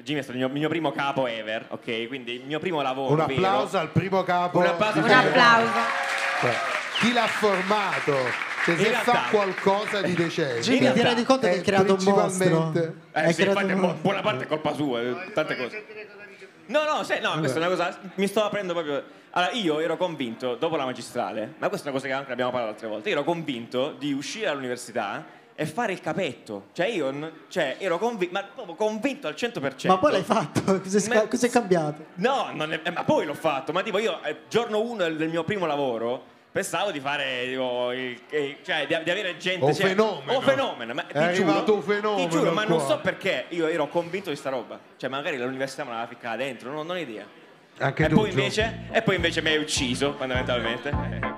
Jimmy è stato il mio primo capo ever, ok? Quindi il mio primo lavoro. Un applauso al primo capo. Un applauso. Chi l'ha formato? Cioè, se fa qualcosa di decente. Jimmy, ti rendi conto che hai creato un mostro? Sì, infatti, buona parte è colpa sua, tante cose. No, questa è una cosa. Mi sto aprendo proprio. Allora, io ero convinto, dopo la magistrale, ma questa è una cosa che anche abbiamo parlato altre volte, io ero convinto di uscire dall'università e fare il capetto. Cioè, ero convinto, ma proprio convinto al 100%. Ma poi l'hai fatto? Cos'è cambiato? No, ma poi l'ho fatto. Ma tipo, io, giorno 1 del mio primo lavoro, pensavo di fare, tipo, cioè, di avere gente. Fenomeno. Ma è arrivato un fenomeno. Ti giuro, ma non so perché io ero convinto di sta roba. Cioè, magari l'università me la ficcava dentro, non ho idea. Anche e poi invece mi hai ucciso, fondamentalmente.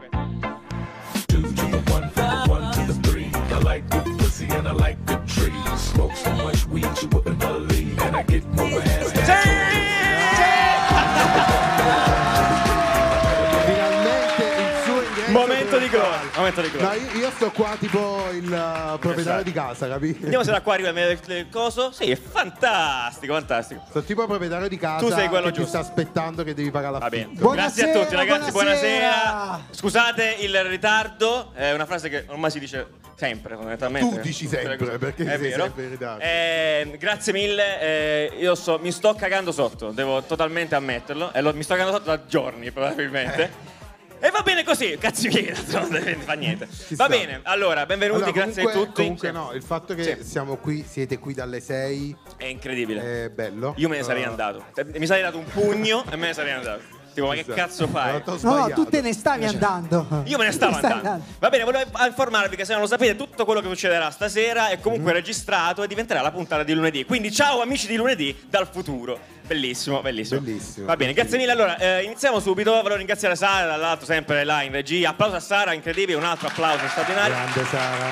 Momento di gloria. No, io sto qua tipo il proprietario di casa, capito? Vediamo se da qua arriva il coso. Sì, è fantastico. Sto tipo il proprietario di casa. Tu sei quello che giusto. ti sta aspettando che devi pagare l'affitto. Grazie a tutti ragazzi, buonasera. Scusate il ritardo, è una frase che ormai si dice sempre fondamentalmente. Tu dici sempre, perché è sei vero. sempre in ritardo. Grazie mille, mi sto cagando sotto, devo totalmente ammetterlo. E mi sto cagando sotto da giorni probabilmente. E va bene così, cazzi miei, non fa niente. Va bene, allora, benvenuti, grazie a tutti. Comunque no, il fatto che siamo qui, siete qui dalle 6 è incredibile. È bello. Io me ne sarei andato. Mi sarei dato un pugno e me ne sarei andato. Tipo, ma che cazzo fai? No, tu te ne stavi andando. Io me ne stavo andando. Va bene, volevo informarvi che se non lo sapete tutto quello che succederà stasera è comunque registrato e diventerà la puntata di lunedì. Quindi ciao amici di lunedì dal futuro. Bellissimo. Va bene, grazie mille. Allora, iniziamo subito. Volevo ringraziare Sara, dall'altro sempre là in regia. Applauso a Sara, incredibile, un altro applauso straordinario. Grande Sara.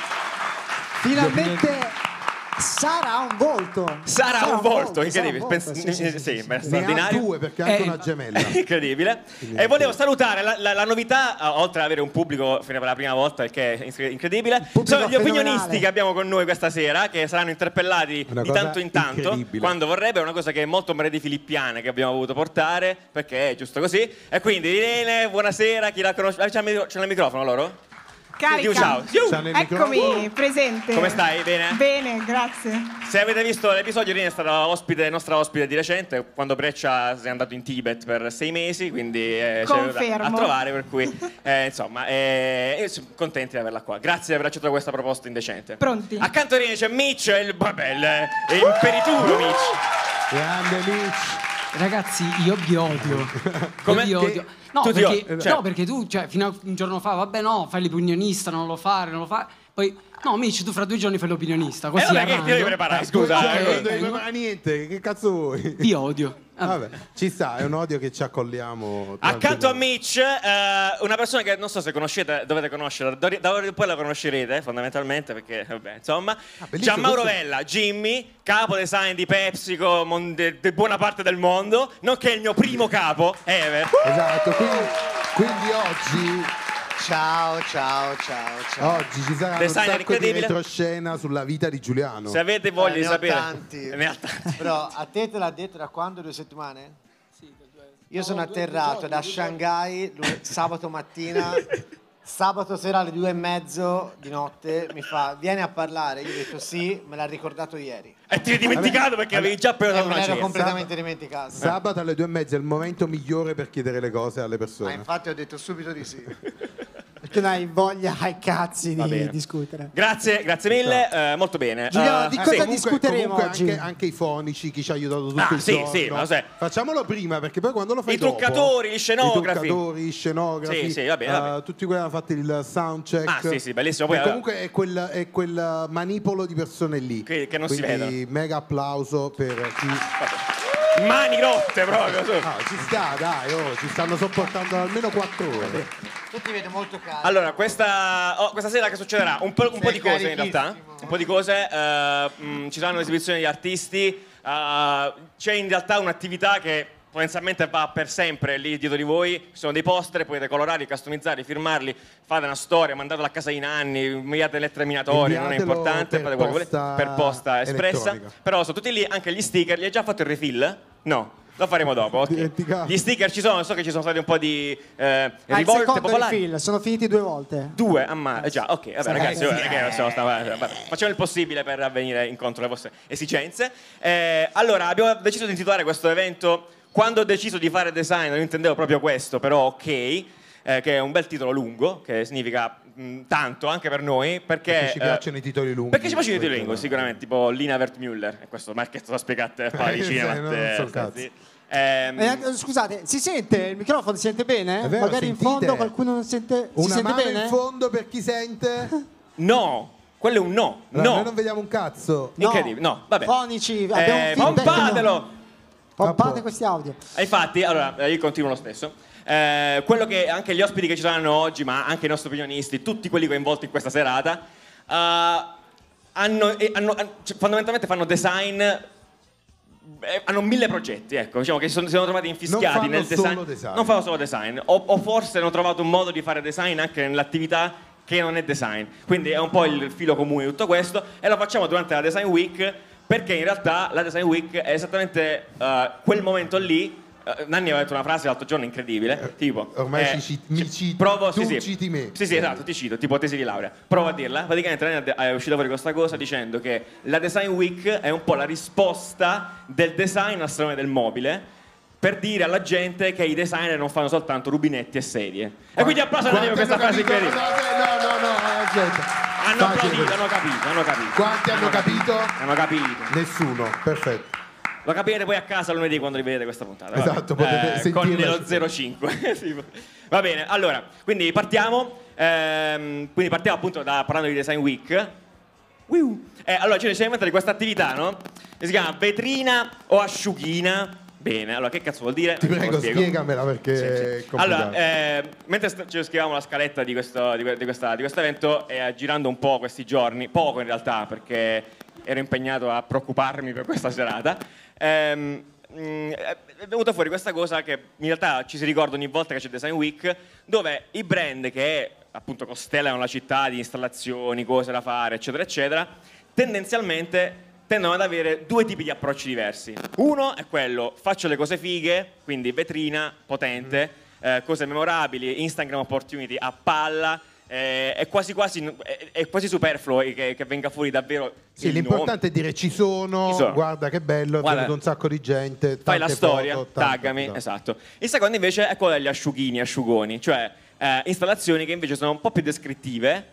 Finalmente Sara ha un volto. Sara ha un volto, incredibile. Sì, straordinario. Ne ha due perché ha anche una gemella. Incredibile. E volevo salutare la novità, oltre ad avere un pubblico per la prima volta, che è incredibile, sono gli opinionisti che abbiamo con noi questa sera, che saranno interpellati di tanto in tanto, quando vorrebbe. È una cosa che è molto Meredi Filippiane che abbiamo voluto portare, perché è giusto così. E quindi Irene, buonasera, chi la conosce? C'è il microfono loro? Carica. Ciao. Eccomi, presente. Come stai? Bene? Bene, grazie. Se avete visto l'episodio, Irene è stata nostra ospite di recente, quando Breccia si è andato in Tibet per 6 mesi, quindi ci è venuta a trovare, per cui insomma, sono contenti di averla qua. Grazie per aver accettato questa proposta indecente. Pronti? Accanto a Irene c'è Mitch, il imperituro Mitch. Grande Mitch. Ragazzi, io vi odio. Come? Io vi odio. No, perché tu, fino a un giorno fa, vabbè, no, fai l'opinionista, non lo fare. Poi, no, Mitch, tu fra 2 giorni fai l'opinionista. Così vabbè, che ti devi preparare, scusa. Non devi preparare niente, che cazzo vuoi? Vi odio. Vabbè, ci sta, è un odio che ci accolliamo. Accanto a Mitch, una persona che non so se conoscete, dovete conoscere, da ora in poi la conoscerete fondamentalmente, perché vabbè, insomma, Gianmauro Vella, Jimmy, capo design di PepsiCo di buona parte del mondo, nonché il mio primo capo ever. Esatto, quindi oggi Ciao. oggi ci sarà un sacco di retroscena sulla vita di Giuliano. Se avete voglia di sapere, ne ha tanti. Però a te l'ha detto da quando? 2 settimane? Sì, io sono atterrato da Shanghai sabato mattina. Sabato sera alle 2:30 di notte mi fa: vieni a parlare. Io ho detto sì, me l'ha ricordato ieri. E ti hai dimenticato perché avevi già prenotato una cena. Me l'ero cena. completamente dimenticato. Sabato alle 2:30 è il momento migliore per chiedere le cose alle persone. Ma infatti ho detto subito di sì. Perché non hai voglia ai cazzi di discutere. Grazie mille, molto bene. Giuliano, di cosa discuteremo oggi? Anche i fonici, chi ci ha aiutato tutto il giorno. Sì, ma sai. Facciamolo prima, perché poi quando lo fai I truccatori, gli scenografi. Gli scenografi. Sì, va bene. Tutti quelli hanno fatto il soundcheck. Sì, bellissimo. Poi, comunque è quel manipolo di persone lì. Che non si vedono. Mega applauso per chi... Mani rotte proprio. No, ci sta, dai, ci stanno sopportando almeno 4 ore. Tu ti vedi molto caro. Allora, questa sera che succederà? Un po' di cose in realtà. Un po' di cose. Ci saranno esibizioni di artisti. C'è in realtà un'attività che potenzialmente va per sempre lì dietro di voi, ci sono dei poster, potete colorarli, customizzarli, firmarli, fate una storia, mandatelo a casa di Nanni, inviate lettere minatorie, non è importante, fate quello che volete, per posta espressa. Però sono tutti lì, anche gli sticker, li hai già fatto il refill? No. Lo faremo dopo. Okay. Gli sticker ci sono, so che ci sono stati un po' di rivolte popolari. Refill, sono finiti 2 volte. 2? Già, ok, vabbè ragazzi, facciamo il possibile per venire incontro alle vostre esigenze. Allora, abbiamo deciso di intitolare questo evento Quando ho deciso di fare design, non intendevo proprio questo, però ok, che è un bel titolo lungo, che significa tanto anche per noi, perché ci piacciono i titoli lunghi. Perché ci piacciono i titoli lunghi, sicuramente, tipo Lina Wertmüller, e questo marchetto da spiegate scusate, si sente? Il microfono si sente bene? Vero, magari sentite? in fondo qualcuno non sente. Una si sente mano bene? in fondo per chi sente? No, quello è un no. Allora, no. noi non vediamo un cazzo. Incredibile, no, vabbè. Fonici, abbiamo un pompatelo! Pompate questi audio. Infatti, allora, io continuo lo stesso. Quello che anche gli ospiti che ci saranno oggi, ma anche i nostri opinionisti, tutti quelli coinvolti in questa serata, fondamentalmente fanno design, hanno 1000 progetti, ecco, diciamo che si sono trovati infischiati nel design. Non fanno solo design, o forse hanno trovato un modo di fare design anche nell'attività che non è design. Quindi è un po' il filo comune di tutto questo, e lo facciamo durante la Design Week, perché in realtà la Design Week è esattamente quel momento lì. Nanni aveva detto una frase l'altro giorno incredibile, tipo ormai mi citi me. Sì, esatto, ti cito, tipo tesi di laurea. Provo a dirla. Praticamente Nanni è uscito fuori questa cosa dicendo che la Design Week è un po' la risposta del design al salone del mobile, per dire alla gente che i designer non fanno soltanto rubinetti e sedie. E quindi applauso a Nanni per questa frase incredibile. No, aspetta. Hanno capito. Quanti hanno capito? Hanno capito. Nessuno, perfetto. Lo capirete poi a casa lunedì quando rivedete questa puntata. Esatto, potete sentirla. Con lo 05. Va bene, allora, quindi partiamo appunto parlando di Design Week. Allora, ci siamo inventati questa attività, no? Che si chiama vetrina o asciughina. Bene, allora che cazzo vuol dire? Ti prego, spiegamela perché è complicato. Allora, mentre ci scrivevamo la scaletta di questo evento, e girando un po' questi giorni, poco in realtà, perché ero impegnato a preoccuparmi per questa serata, è venuta fuori questa cosa che in realtà ci si ricorda ogni volta che c'è Design Week, dove i brand che appunto costellano la città di installazioni, cose da fare, eccetera, eccetera, tendenzialmente tendono ad avere 2 tipi di approcci diversi. Uno è quello, faccio le cose fighe, quindi vetrina, potente, cose memorabili, Instagram opportunity a palla, è quasi superfluo che venga fuori davvero. Sì, l'importante è dire ci sono, guarda che bello, è venuto un sacco di gente, fai la storia, taggami, esatto. Il secondo invece è quello degli asciugoni, cioè installazioni che invece sono un po' più descrittive,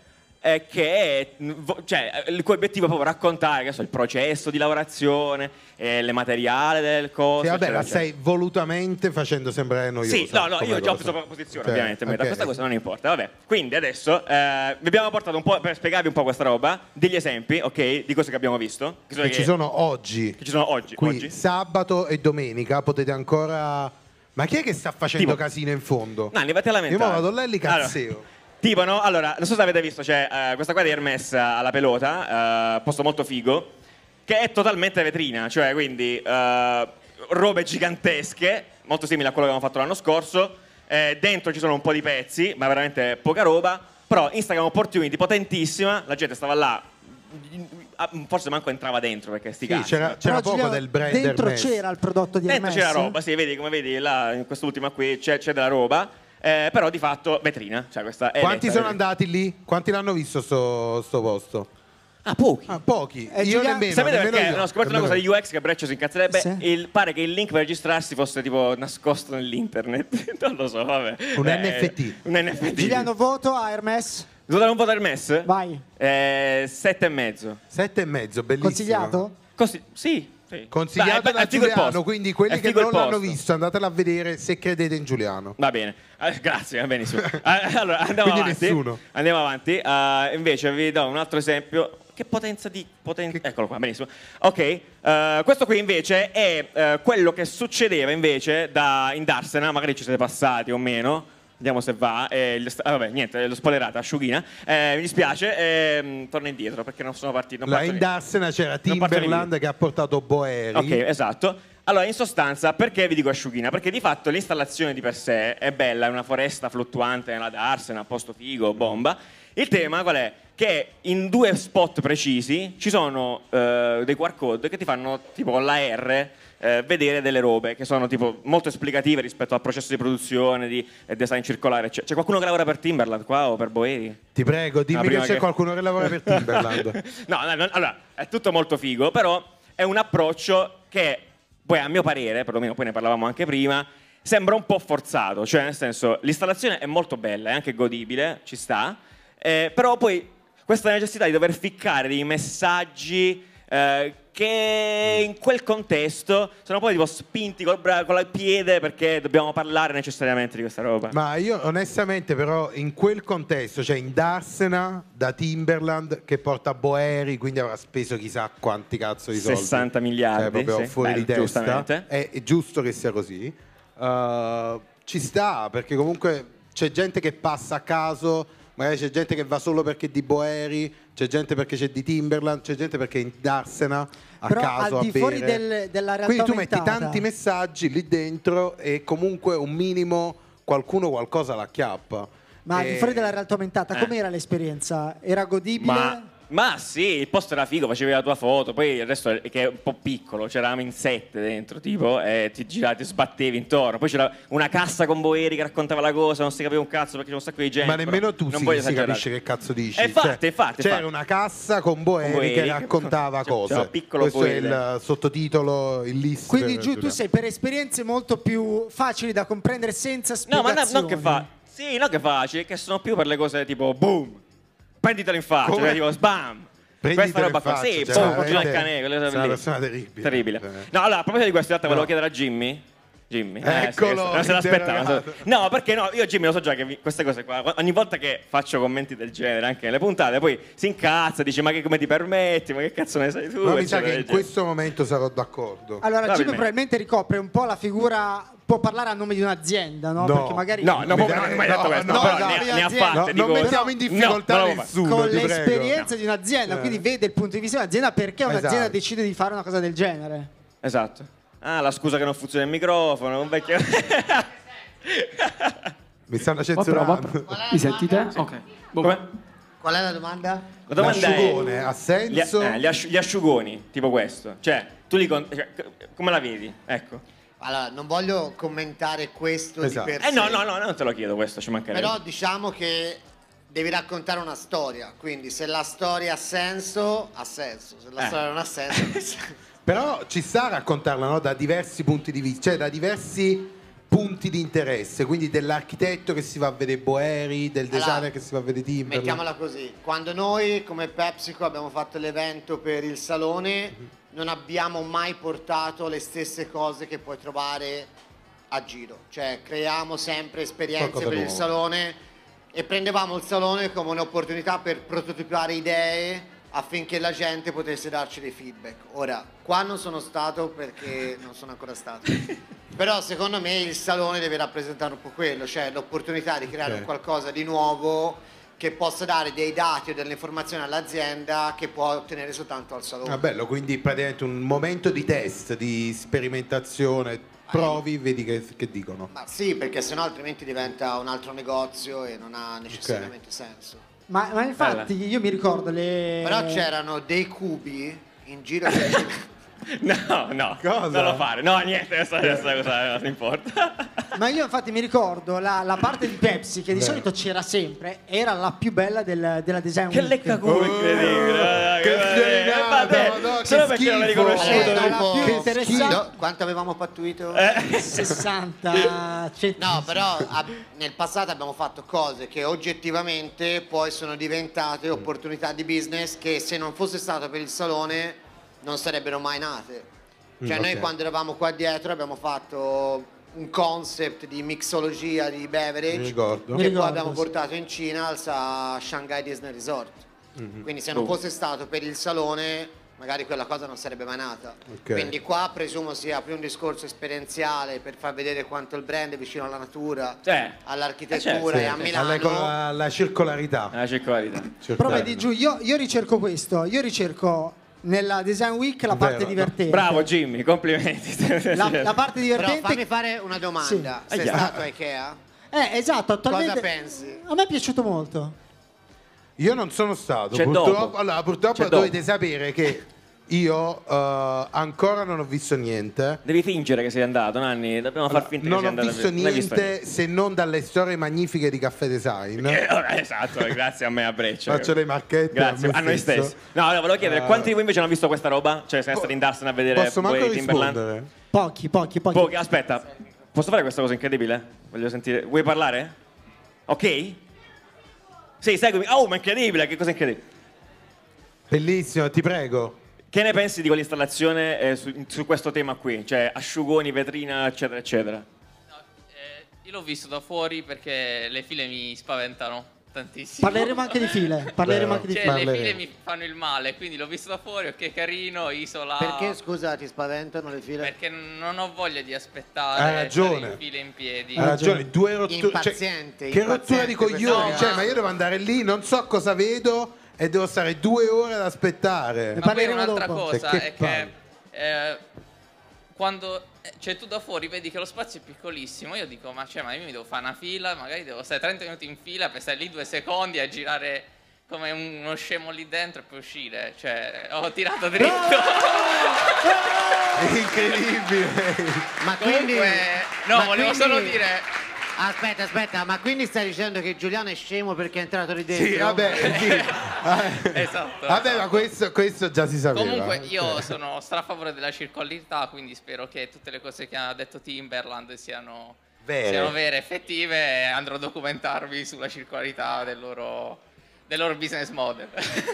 il cui obiettivo è proprio raccontare il processo di lavorazione, le materiali del coso. Sì, vabbè, la stai volutamente facendo sembrare noiosa. Sì, no, io ho già preso posizione, ovviamente, da questa cosa non importa. Vabbè, quindi adesso vi abbiamo portato un po', per spiegarvi un po' questa roba, degli esempi, ok, di cose che abbiamo visto. Che ci sono oggi. Qui, sabato e domenica potete ancora... Ma chi è che sta facendo casino in fondo? Nanni, vatti a lamentare. Io vado là e li cazzeo. Tipo, no? Allora, non so se avete visto, c'è questa qua di Hermès alla Pelota, posto molto figo, che è totalmente vetrina, cioè quindi robe gigantesche, molto simili a quello che avevamo fatto l'anno scorso, dentro ci sono un po' di pezzi, ma veramente poca roba, però Instagram opportunity potentissima, la gente stava là, forse manco entrava dentro perché sti cazzi. C'era poco del brand dentro Hermès. C'era il prodotto di Hermès? Dentro c'era roba, sì, come vedi là, in quest'ultima qui c'è della roba. Però di fatto vetrina, cioè questa è quanti sono andati lì? Quanti l'hanno visto sto posto? Pochi. Io nemmeno. Sapete perché? Ho scoperto una cosa di UX che Breccio si incazzerebbe. Sì. Pare che il link per registrarsi fosse tipo nascosto nell'internet. Non lo so, vabbè. Un NFT. Un NFT. Giuliano, voto a Hermès? Devo dare un voto a Hermès? Vai. 7,5. 7,5, bellissimo. Consigliato? Sì. Consigliato da Giuliano, quindi quelli che non l'hanno visto andatela a vedere se credete in Giuliano. Va bene, grazie, va benissimo. Allora andiamo avanti. Invece vi do un altro esempio. Che potenza. Eccolo qua, benissimo. Ok, questo qui invece è quello che succedeva invece in Darsena, magari ci siete passati o meno. Vediamo se va. Vabbè, niente, l'ho spoilerata, asciughina. Mi dispiace, torno indietro perché non sono partito. In Darsena c'era Timberland che ha portato Boeri. Ok, esatto. Allora, in sostanza, perché vi dico asciughina? Perché di fatto l'installazione di per sé è bella, è una foresta fluttuante nella Darsena, a posto figo, bomba. Il tema qual è? Che in 2 spot precisi ci sono dei QR code che ti fanno, tipo con la R, vedere delle robe che sono tipo molto esplicative rispetto al processo di produzione, di design circolare, eccetera. C'è qualcuno che lavora per Timberland qua o per Boeri? Ti prego, dimmi che c'è qualcuno che lavora per Timberland. No, allora, è tutto molto figo, però è un approccio che... Poi a mio parere, perlomeno poi ne parlavamo anche prima, sembra un po' forzato, cioè nel senso l'installazione è molto bella, è anche godibile, ci sta, però poi questa necessità di dover ficcare dei messaggi che in quel contesto sono poi tipo spinti con il piede perché dobbiamo parlare necessariamente di questa roba. Ma io onestamente però in quel contesto, cioè in Darsena da Timberland che porta Boeri, quindi avrà speso chissà quanti cazzo di soldi, 60 miliardi, proprio sì. fuori di testa, è giusto che sia così. Ci sta, perché comunque c'è gente che passa a caso, magari c'è gente che va solo perché è di Boeri, c'è gente perché c'è di Timberland, c'è gente perché è in Darsena a però caso al di a fuori bere. della realtà quindi tu aumentata, metti tanti messaggi lì dentro e comunque un minimo qualcuno qualcosa l'acchiappa. ma al di fuori della realtà aumentata com'era l'esperienza? Era godibile? Ma sì, il posto era figo, facevi la tua foto, poi il resto che è un po' piccolo, c'eravamo in 7 dentro, tipo, e ti giravi, ti sbattevi intorno. Poi c'era una cassa con Boeri che raccontava la cosa, non si capiva un cazzo perché c'era un sacco di gente. Ma nemmeno tu si capisce che cazzo dici. Infatti. C'era una cassa con Boeri che raccontava cose. C'era un piccolo Questo Boeri. è il sottotitolo, il list. Quindi giù tu sei per esperienze molto più facili da comprendere senza spiegazioni. No, ma non che sì, non che facile, che sono più per le cose tipo boom, prenditela in faccia, cioè, tipo sbam. Questa roba qua, sì, boom, il cane, è una persona terribile. Terribile. No, allora, a proposito di questo, in realtà volevo chiedere a Jimmy. Eccolo, non se l'aspettava. No, perché no, io Jimmy lo so già che queste cose qua, ogni volta che faccio commenti del genere, anche nelle puntate, poi si incazza, dice ma che come ti permetti, ma che cazzo ne sai tu? Ma mi sa che in questo momento sarò d'accordo. Allora Jimmy probabilmente ricopre un po' la figura, può parlare a nome di un'azienda, no? Perché magari non hai mai detto questo, però ne ha fatte. Non mettiamo in difficoltà nessuno. Con l'esperienza di un'azienda, quindi vede il punto di vista di un'azienda perché un'azienda decide di fare una cosa del genere. Esatto. Ah, la scusa che non funziona il microfono, un vecchio... Mi stanno censurando. Mi sentite? Ok. Qual è la domanda? La domanda L'asciugone ha senso? Gli asciugoni, tipo questo. Cioè, tu come la vedi? Ecco. Allora, non voglio commentare questo di per sé. No, non te lo chiedo questo, ci mancherebbe. Però diciamo che devi raccontare una storia, quindi se la storia ha senso, ha senso. Se la storia non ha senso, non ha senso. Però ci sta a raccontarla, no? Da diversi punti di vista, cioè da diversi punti di interesse, quindi dell'architetto che si va a vedere Boeri, del designer che si va a vedere Timberland. Mettiamola così, quando noi come PepsiCo abbiamo fatto l'evento per il salone, non abbiamo mai portato le stesse cose che puoi trovare a giro, cioè creiamo sempre esperienze per il salone e prendevamo il salone come un'opportunità per prototipare idee affinché la gente potesse darci dei feedback. Ora, qua non sono stato perché non sono ancora stato, però secondo me il salone deve rappresentare un po' quello, cioè l'opportunità di creare qualcosa di nuovo che possa dare dei dati o delle informazioni all'azienda che può ottenere soltanto al salone. Ah, bello, quindi praticamente un momento di test, di sperimentazione, provi, vedi che dicono. Ma sì, perché sennò altrimenti diventa un altro negozio e non ha necessariamente senso. Ma infatti io mi ricordo Però c'erano dei cubi in giro. No, cosa? non lo fare. No, niente, questa cosa non importa. Ma io infatti mi ricordo la parte di Pepsi che di solito c'era sempre, era la più bella della Design Che Week. leccaculo incredibile. Solo perché non l'hai riconosciuto. Era la più interessante. Quanto avevamo pattuito? 60 No, però nel passato abbiamo fatto cose che oggettivamente poi sono diventate opportunità di business che se non fosse stato per il salone non sarebbero mai nate. Cioè noi quando eravamo qua dietro abbiamo fatto un concept di mixologia di beverage che poi abbiamo portato in Cina al Shanghai Disney Resort. Quindi se non fosse stato per il salone magari quella cosa non sarebbe mai nata. Quindi qua presumo sia più un discorso esperienziale per far vedere quanto il brand è vicino alla natura, all'architettura e a Milano. Alla circolarità. La circolarità. Però vedi giù, io ricerco questo, io ricerco nella Design Week la parte Vero. divertente. Bravo Jimmy, complimenti. La parte divertente. Però fammi fare una domanda. Sì. Sei stato a Ikea? Esatto, attualmente. Cosa pensi? A me è piaciuto molto. Io non sono stato, C'è purtroppo. dopo. Allora, purtroppo C'è dovete dopo. sapere che io ancora non ho visto niente. Devi fingere che sei andato, Nanni. Dobbiamo far finta Non che ho sei andato. visto Non hai visto niente se non dalle storie magnifiche di Caffè Design. Esatto, grazie a me a Breccia. Faccio le marchette Grazie, a me noi stesso. stessi. No, allora volevo chiedere, quanti di voi invece hanno visto questa roba? Cioè, siamo stati in Dustin a vedere Posso manco voi Timberland? rispondere? Pochi. Pochi, aspetta, posso fare questa cosa incredibile? Voglio sentire. Vuoi parlare? Ok? Sì, seguimi. Oh, ma incredibile, che cosa incredibile. Bellissimo, ti prego. Che ne pensi di quell'installazione su questo tema qui? Cioè, asciugoni, vetrina, eccetera, eccetera. No, io l'ho visto da fuori perché le file mi spaventano tantissimo. Parleremo anche di file. Parleremo anche di Cioè, file. le file mi fanno il male, quindi l'ho visto da fuori, ok, carino, isola. Perché, scusa, ti spaventano le file? Perché non ho voglia di aspettare. Hai ragione. stare in file in piedi. Hai ragione, due rotture. Impaziente, che rottura di impaziente coglioni. questa- Cioè, ma io devo andare lì, non so cosa vedo e devo stare 2 ore ad aspettare. Ne Ma poi parleremo un'altra dopo. cosa Cioè, che è che quando cioè, tu da fuori vedi che lo spazio è piccolissimo, io dico, ma io mi devo fare una fila, magari devo stare 30 minuti in fila per stare lì 2 secondi a girare come uno scemo lì dentro e poi uscire. Cioè, ho tirato dritto. È incredibile. Ma quindi... Comunque, no, ma volevo quindi- solo dire. Aspetta, ma quindi stai dicendo che Giuliano è scemo perché è entrato lì dentro? Sì, vabbè, sì. Esatto. Vabbè, ma questo già si sapeva. Comunque io sono strafavore della circolarità, quindi spero che tutte le cose che ha detto Timberland siano vere, effettive, e andrò a documentarvi sulla circolarità del loro business model.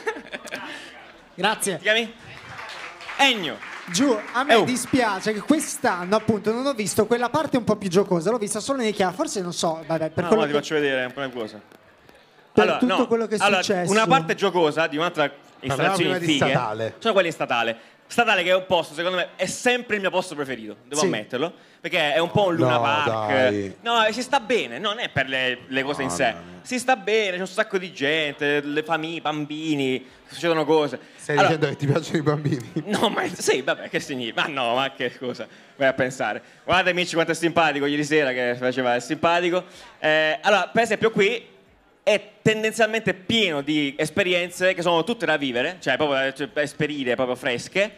Grazie. Ti chiami? Ennio. Giù, a me dispiace che quest'anno appunto non ho visto quella parte un po' più giocosa, l'ho vista solo nei Ikea, forse non so, vabbè, per No, quello ti che, faccio vedere un po' di cosa. per tutto quello che è successo. Una parte giocosa di un'altra installazione prima di fighe statale. sono quelli in statale. Statale che è un posto, secondo me, è sempre il mio posto preferito, devo Sì. ammetterlo, perché è un po' un Luna No, Park. dai. No, e si sta bene, non è per le cose in sé. Si sta bene, c'è un sacco di gente, le famiglie, i bambini, succedono cose. Stai Allora, dicendo che ti piacciono i bambini? no, ma sì, vabbè, che significa? Ma no, ma che cosa? Vai a pensare. Guardate amici quanto è simpatico ieri sera che faceva il simpatico. Allora, per esempio qui è tendenzialmente pieno di esperienze che sono tutte da vivere, cioè proprio da esperire, proprio fresche.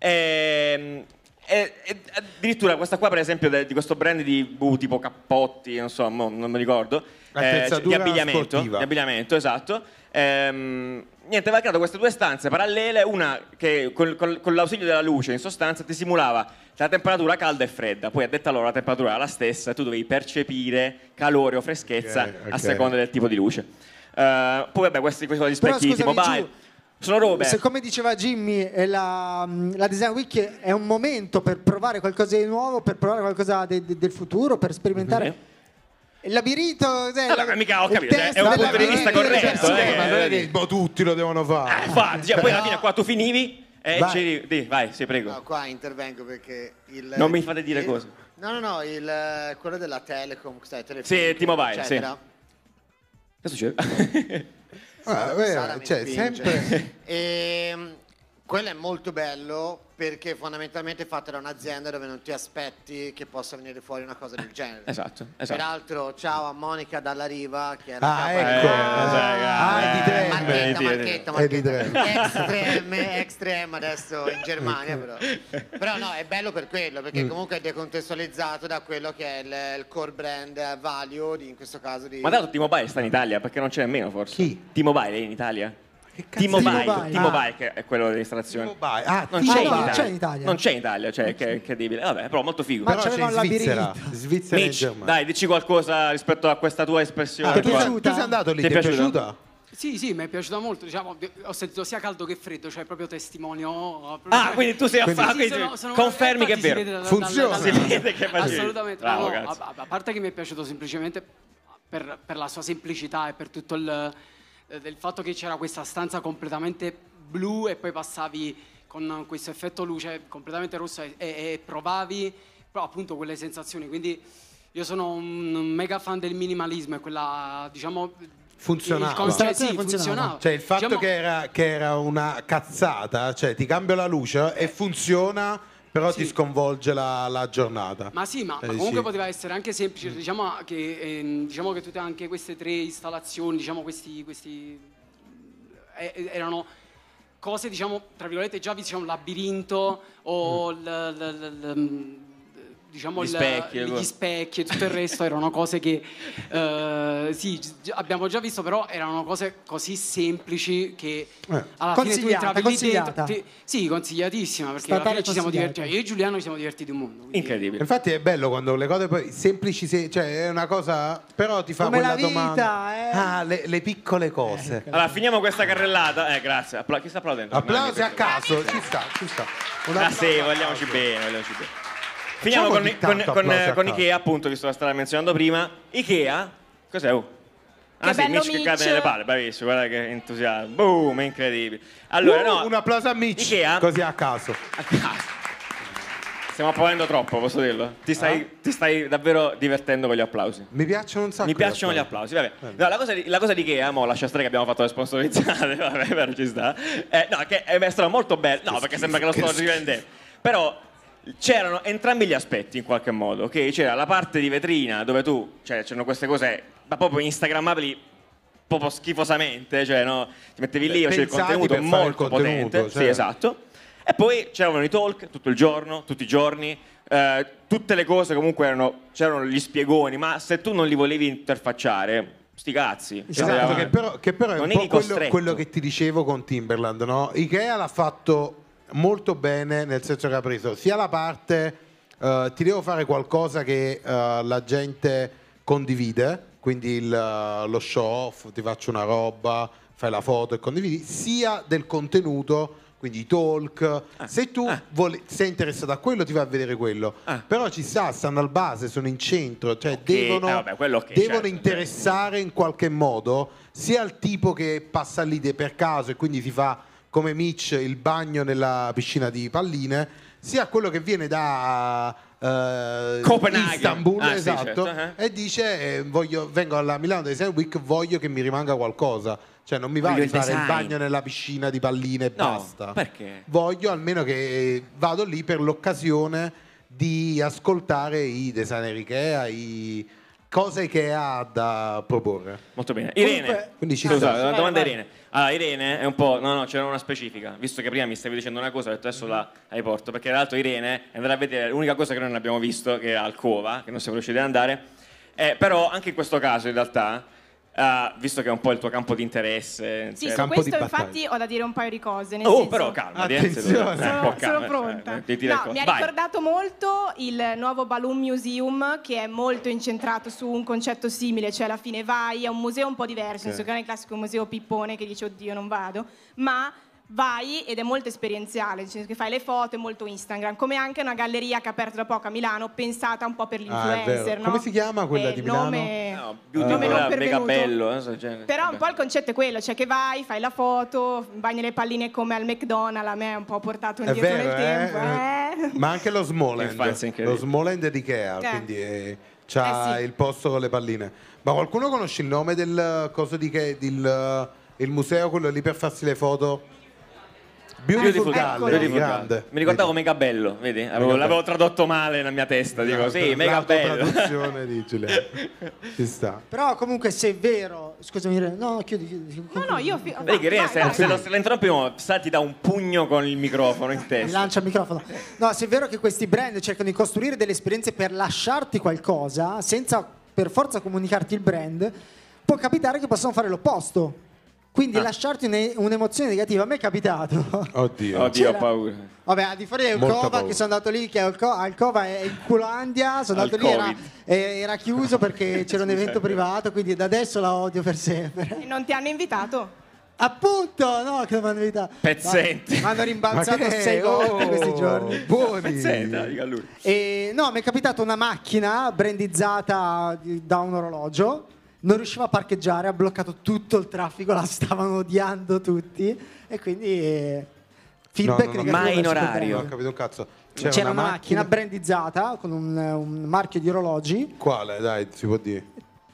E addirittura questa qua per esempio di questo brand di tipo cappotti, non so, non mi ricordo, Attrezzatura di abbigliamento, sportiva. esatto. Niente, aveva creato queste 2 stanze parallele, una che con l'ausilio della luce in sostanza ti simulava la temperatura calda e fredda, poi a detta loro la temperatura era la stessa e tu dovevi percepire calore o freschezza Ok. a seconda del tipo di luce. Poi vabbè questi sono gli Però specchietti scusami, mobile, Giù, sono robe. se come diceva Jimmy la Design Week è un momento per provare qualcosa di nuovo, per provare qualcosa del futuro, per sperimentare. Il labirinto, Vabbè, mica ho il capito, test è un della punto di vista mente, corretto, Ma non è che tutti lo devono fare. Infatti, poi alla fine qua tu finivi e Vai. vai, sì, prego. No, qua intervengo perché Non mi fate dire cose. No, quello della Telecom, Sì, T-Mobile, sì. eccetera. Che succede? Sara mi Cioè, spinge. sempre. Quello è molto bello perché fondamentalmente è fatta da un'azienda dove non ti aspetti che possa venire fuori una cosa del genere. Esatto. Peraltro, ciao a Monica Dalla Riva che era Ah, capa ecco. di- Marchetta. È di Marchetta. Ex 3M adesso in Germania però no, è bello per quello perché comunque è decontestualizzato da quello che è il core brand value in questo caso di Ma dato T-Mobile sta in Italia perché non c'è nemmeno forse. Chi? T-Mobile è in Italia? T-Mobile. T-Mobile che è quello dell'installazione. Ah, Non Ah, c'è, no, in non Italia. c'è in Italia. Non c'è in Italia, cioè che è incredibile. Vabbè, però molto figo. Ma però c'aveva c'è un in Svizzera. labirinto. Svizzera e Mitch, Germania. dai, dici qualcosa rispetto a questa tua espressione. Ti è qua. piaciuta? Tu sei andato lì, Ti ti è è piaciuta? Sì, mi è piaciuta molto. Diciamo, ho sentito sia caldo che freddo, cioè proprio testimonio. Ah, quindi tu sei a Quindi- fare, Sì, confermi che è infatti si vero. vede Funziona. Si vede che facevi. Assolutamente. Bravo, no, cazzo. a parte che mi è piaciuto semplicemente per la sua semplicità e per tutto il fatto che c'era questa stanza completamente blu e poi passavi con questo effetto luce completamente rosso e provavi appunto quelle sensazioni. Quindi io sono un mega fan del minimalismo e quella, diciamo, funzionava. Sì, funzionava. Cioè il fatto Diciamo- che era una cazzata, cioè ti cambio la luce e funziona, però ti sconvolge la giornata. Ma sì, ma comunque poteva essere anche semplice. Diciamo che tutte anche queste 3 installazioni, diciamo questi erano cose, diciamo, tra virgolette, già diciamo labirinto o diciamo gli specchi e tutto il resto erano cose che sì, abbiamo già visto, però erano cose così semplici che alla fine tu entravi lì dentro. Sì, consigliatissima, perché alla fine ci siamo divertiti. Io e Giuliano ci siamo divertiti un mondo. Quindi. Incredibile. Infatti è bello quando le cose poi semplici, cioè è una cosa, però ti fa come quella la vita, domanda. Le piccole cose. Allora, finiamo questa carrellata. Grazie. Chi sta applaudendo? Applausi a caso, ci sta. Sì, vogliamoci bene. Finiamo con Ikea, appunto, visto che stava menzionando prima. Ikea, cos'è? Che bello Mitch che cade nelle palle, bravissimo, guarda che entusiasmo. Boom, è incredibile. Allora, un applauso a Mitch, Ikea, così a caso. Stiamo applaudendo troppo, posso dirlo? Ti stai davvero divertendo con gli applausi. Mi piacciono un sacco. Mi piacciono gli applausi, vabbè. No, la cosa di Ikea, mo lascia stare che abbiamo fatto le sponsorizzate, vabbè, però ci sta. No, che è stato molto bello. No, perché sembra che lo sto rivendendo. Però c'erano entrambi gli aspetti in qualche modo, ok? C'era la parte di vetrina dove c'erano queste cose ma proprio instagrammabili proprio schifosamente, cioè no, ti mettevi lì, c'era il contenuto molto potente, cioè. sì, esatto. E poi c'erano i talk tutto il giorno, tutti i giorni, tutte le cose comunque c'erano gli spiegoni, ma se tu non li volevi interfacciare, sti cazzi. Esatto, che però è non un po' quello che ti dicevo con Timberland, no? Ikea l'ha fatto molto bene, nel senso che ha preso sia la parte ti devo fare qualcosa che la gente condivide, quindi lo show off, ti faccio una roba, fai la foto e condividi, sia del contenuto, quindi i talk. Se tu sei interessato a quello ti vai a vedere quello, però stanno al base, sono in centro, cioè devono interessare in qualche modo sia il tipo che passa lì per caso e quindi si fa come Mitch il bagno nella piscina di palline, sia quello che viene da Istanbul, esatto, sì, certo, e dice vengo alla Milano Design Week, voglio che mi rimanga qualcosa, cioè non mi va di fare il bagno nella piscina di palline e basta, perché? Voglio almeno che vado lì per l'occasione di ascoltare i designer Ikea, cose che ha da proporre. Molto bene. Irene, quindi scusa, la domanda a Irene. Allora, Irene è un po'... No, c'era una specifica. Visto che prima mi stavi dicendo una cosa, ho detto adesso la riporto. Perché tra l'altro Irene andrà a vedere l'unica cosa che noi non abbiamo visto, che è Alcova, che non siamo riusciti ad andare. Però anche in questo caso, in realtà, visto che è un po' il tuo campo di interesse... Sì, su questo infatti ho da dire un paio di cose. Nel senso, però calma, sono pronta. Mi ha ricordato molto il nuovo Balloon Museum, che è molto incentrato su un concetto simile, cioè alla fine vai a un museo un po' diverso, nel senso che non è il classico museo pippone che dice oddio non vado, ma vai ed è molto esperienziale, nel senso che fai le foto, è molto Instagram, come anche una galleria che ha aperto da poco a Milano, pensata un po' per l'influencer, no? Come si chiama quella di Milano? Nome non mega bello, però un po' il concetto è quello, cioè che vai, fai la foto, bagni le palline come al McDonald's, a me è un po' portato indietro nel tempo. Ma anche lo Smoland di Ikea, quindi c'ha il posto con le palline. Ma qualcuno conosce il nome del coso di Ikea, il museo, quello lì per farsi le foto? Beautiful Gallery, grande. Mi ricordavo mega bello, vedi? L'avevo tradotto male nella mia testa, dico sì, mega bello. Traduzione di Giuliano. Ci sta. Però comunque se è vero, scusami, no, chiudi. No, io vedi che Irene, se lo interrompiamo, ti dà un pugno con il microfono in testa. Mi lancia il microfono. No, se è vero che questi brand cercano di costruire delle esperienze per lasciarti qualcosa, senza per forza comunicarti il brand, può capitare che possono fare l'opposto. Quindi lasciarti un'emozione negativa. A me è capitato. Oddio, ho paura. Vabbè, al di fuori di Alcova, che sono andato lì, che Alcova è in Culandia, sono andato lì, era chiuso perché c'era un evento privato, quindi da adesso la odio per sempre. E non ti hanno invitato? Appunto, no, che non mi hanno invitato. Pezzente. Mi hanno rimbalzato 6 volte questi giorni. Buoni. Pezzente, dica lui. No, mi è capitata una macchina brandizzata da un orologio. Non riusciva a parcheggiare, ha bloccato tutto il traffico, la stavano odiando tutti e quindi feedback negativo. Mai in orario. Non ho capito un cazzo. C'era una macchina brandizzata con un marchio di orologi. Quale? Dai, si può dire.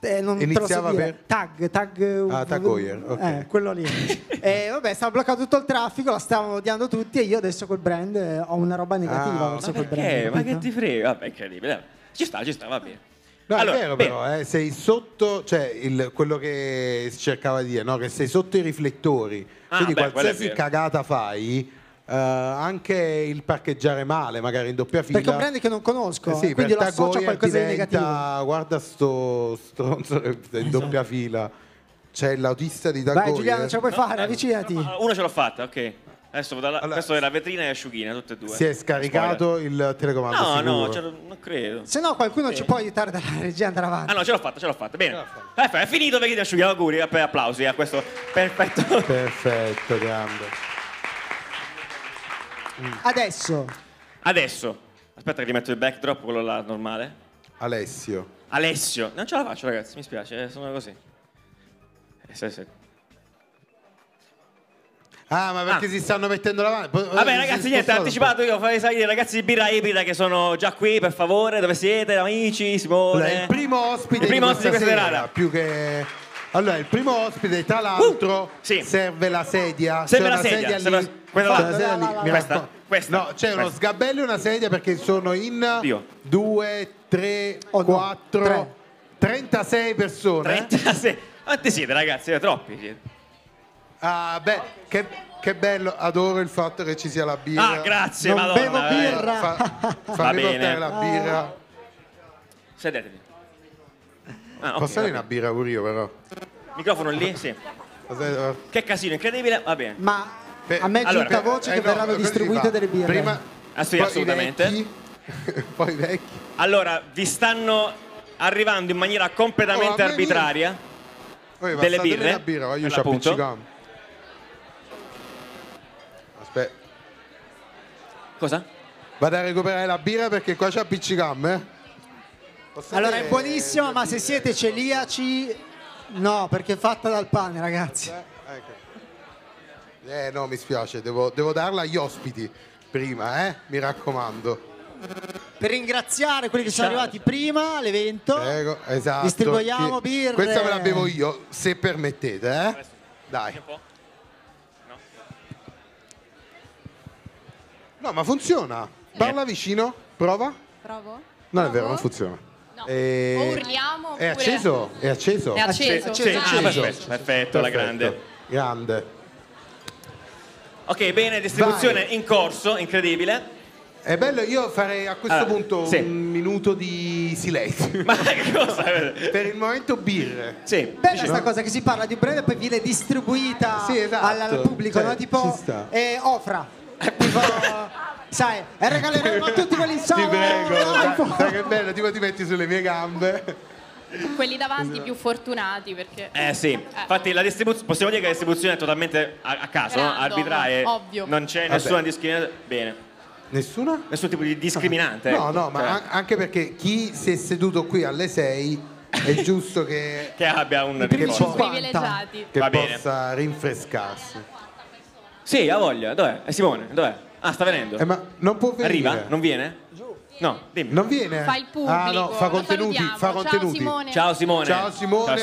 non iniziava te lo so dire. Tag Heuer, ok. Quello lì. Vabbè, stava bloccato tutto il traffico, la stavano odiando tutti e io adesso col brand ho una roba negativa verso quel brand. Ma che ti frega? Vabbè, incredibile. Ci sta, va bene. No, allora, è vero però, sei sotto, cioè quello che si cercava di dire, no? Che sei sotto i riflettori, quindi qualsiasi cagata fai, anche il parcheggiare male, magari in doppia fila. Perché è un brand che non conosco, sì, quindi lo associo a qualcosa di negativo. Guarda sto stronzo in doppia fila, c'è l'autista di Tag Heuer. Vai Giuliano, ce la puoi fare, avvicinati. Una ce l'ho fatta, ok. Adesso questo era vetrina e asciughina, tutte e due. Si è scaricato il telecomando? No, non credo. Se no qualcuno ci può aiutare dalla regia andare avanti. No, ce l'ho fatta. Bene. È finito perché ti asciughi. Auguri, applausi a questo perfetto. Perfetto, grande. Adesso. Aspetta che rimetto il backdrop, quello là normale. Alessio. Non ce la faccio, ragazzi, mi spiace, sono così. Sì. Ma perché si stanno mettendo davanti? Vabbè ragazzi, niente, anticipato io farei salire i ragazzi di Birra Ibrida che sono già qui, per favore. Dove siete, amici? Simone. Il primo ospite di questa serata. Più che... Allora, il primo ospite, tra l'altro, serve la sedia. Serve la sedia. Questa. No, c'è uno sgabello e una sedia perché sono in 2, 3, 4, 36 persone. 36. Quanti siete ragazzi? Troppi siete. Che bello, adoro il fatto che ci sia la birra. Grazie, non bevo birra. Fammi portare la birra. Sedetevi. Posso avere una birra pure io, però? Microfono lì? Sì. Che casino incredibile, va bene. Ma a me è giunta voce che verranno distribuite delle birre. Prima assolutamente. Poi vecchi. Allora, vi stanno arrivando in maniera completamente arbitraria delle birre. Birra, io c'ho appiccicam. Aspetta. Cosa? Vado a recuperare la birra perché qua c'è appicicam, Allora è buonissima, ma se siete celiaci, no, perché è fatta dal pane, ragazzi. No, mi spiace, devo darla agli ospiti prima, mi raccomando. Per ringraziare quelli che sono arrivati prima all'evento. Prego, esatto. Distribuiamo birre. Questa me la bevo io, se permettete, Dai. No, ma funziona. Parla vicino, prova. Provo? Non è vero, non funziona. No. O urliamo. È acceso? È acceso? È acceso. Perfetto, la grande. Grande. Ok, bene, distribuzione in corso, incredibile. È bello, io farei a questo punto un minuto di silenzio. Ma che cosa? Per il momento birre. Sì. Bella questa cosa che si parla di brand e poi viene distribuita al pubblico, no? Tipo Ofra. Tipo, sai, e regaleremo a tutti quelli in sala. Ti prego, sai che bello, tipo ti metti sulle mie gambe. Quelli davanti più fortunati perché... Sì, infatti la distribuzione, possiamo dire che la distribuzione è totalmente a caso, no? Arbitraria. Ovvio. Non c'è nessuna discriminazione. Bene. Nessuna? Nessun tipo di discriminante. No, ma anche perché chi si è seduto qui alle 6 è giusto che abbia un privilegiati. Che possa rinfrescarsi. Sì, ha voglia. Dov'è? È Simone, dov'è? Sta venendo. Ma non può venire. Arriva? Non viene? No, dimmi. Non viene? Fa il pubblico. No, fa contenuti. Fa contenuti. Ciao Simone. Ciao Simone.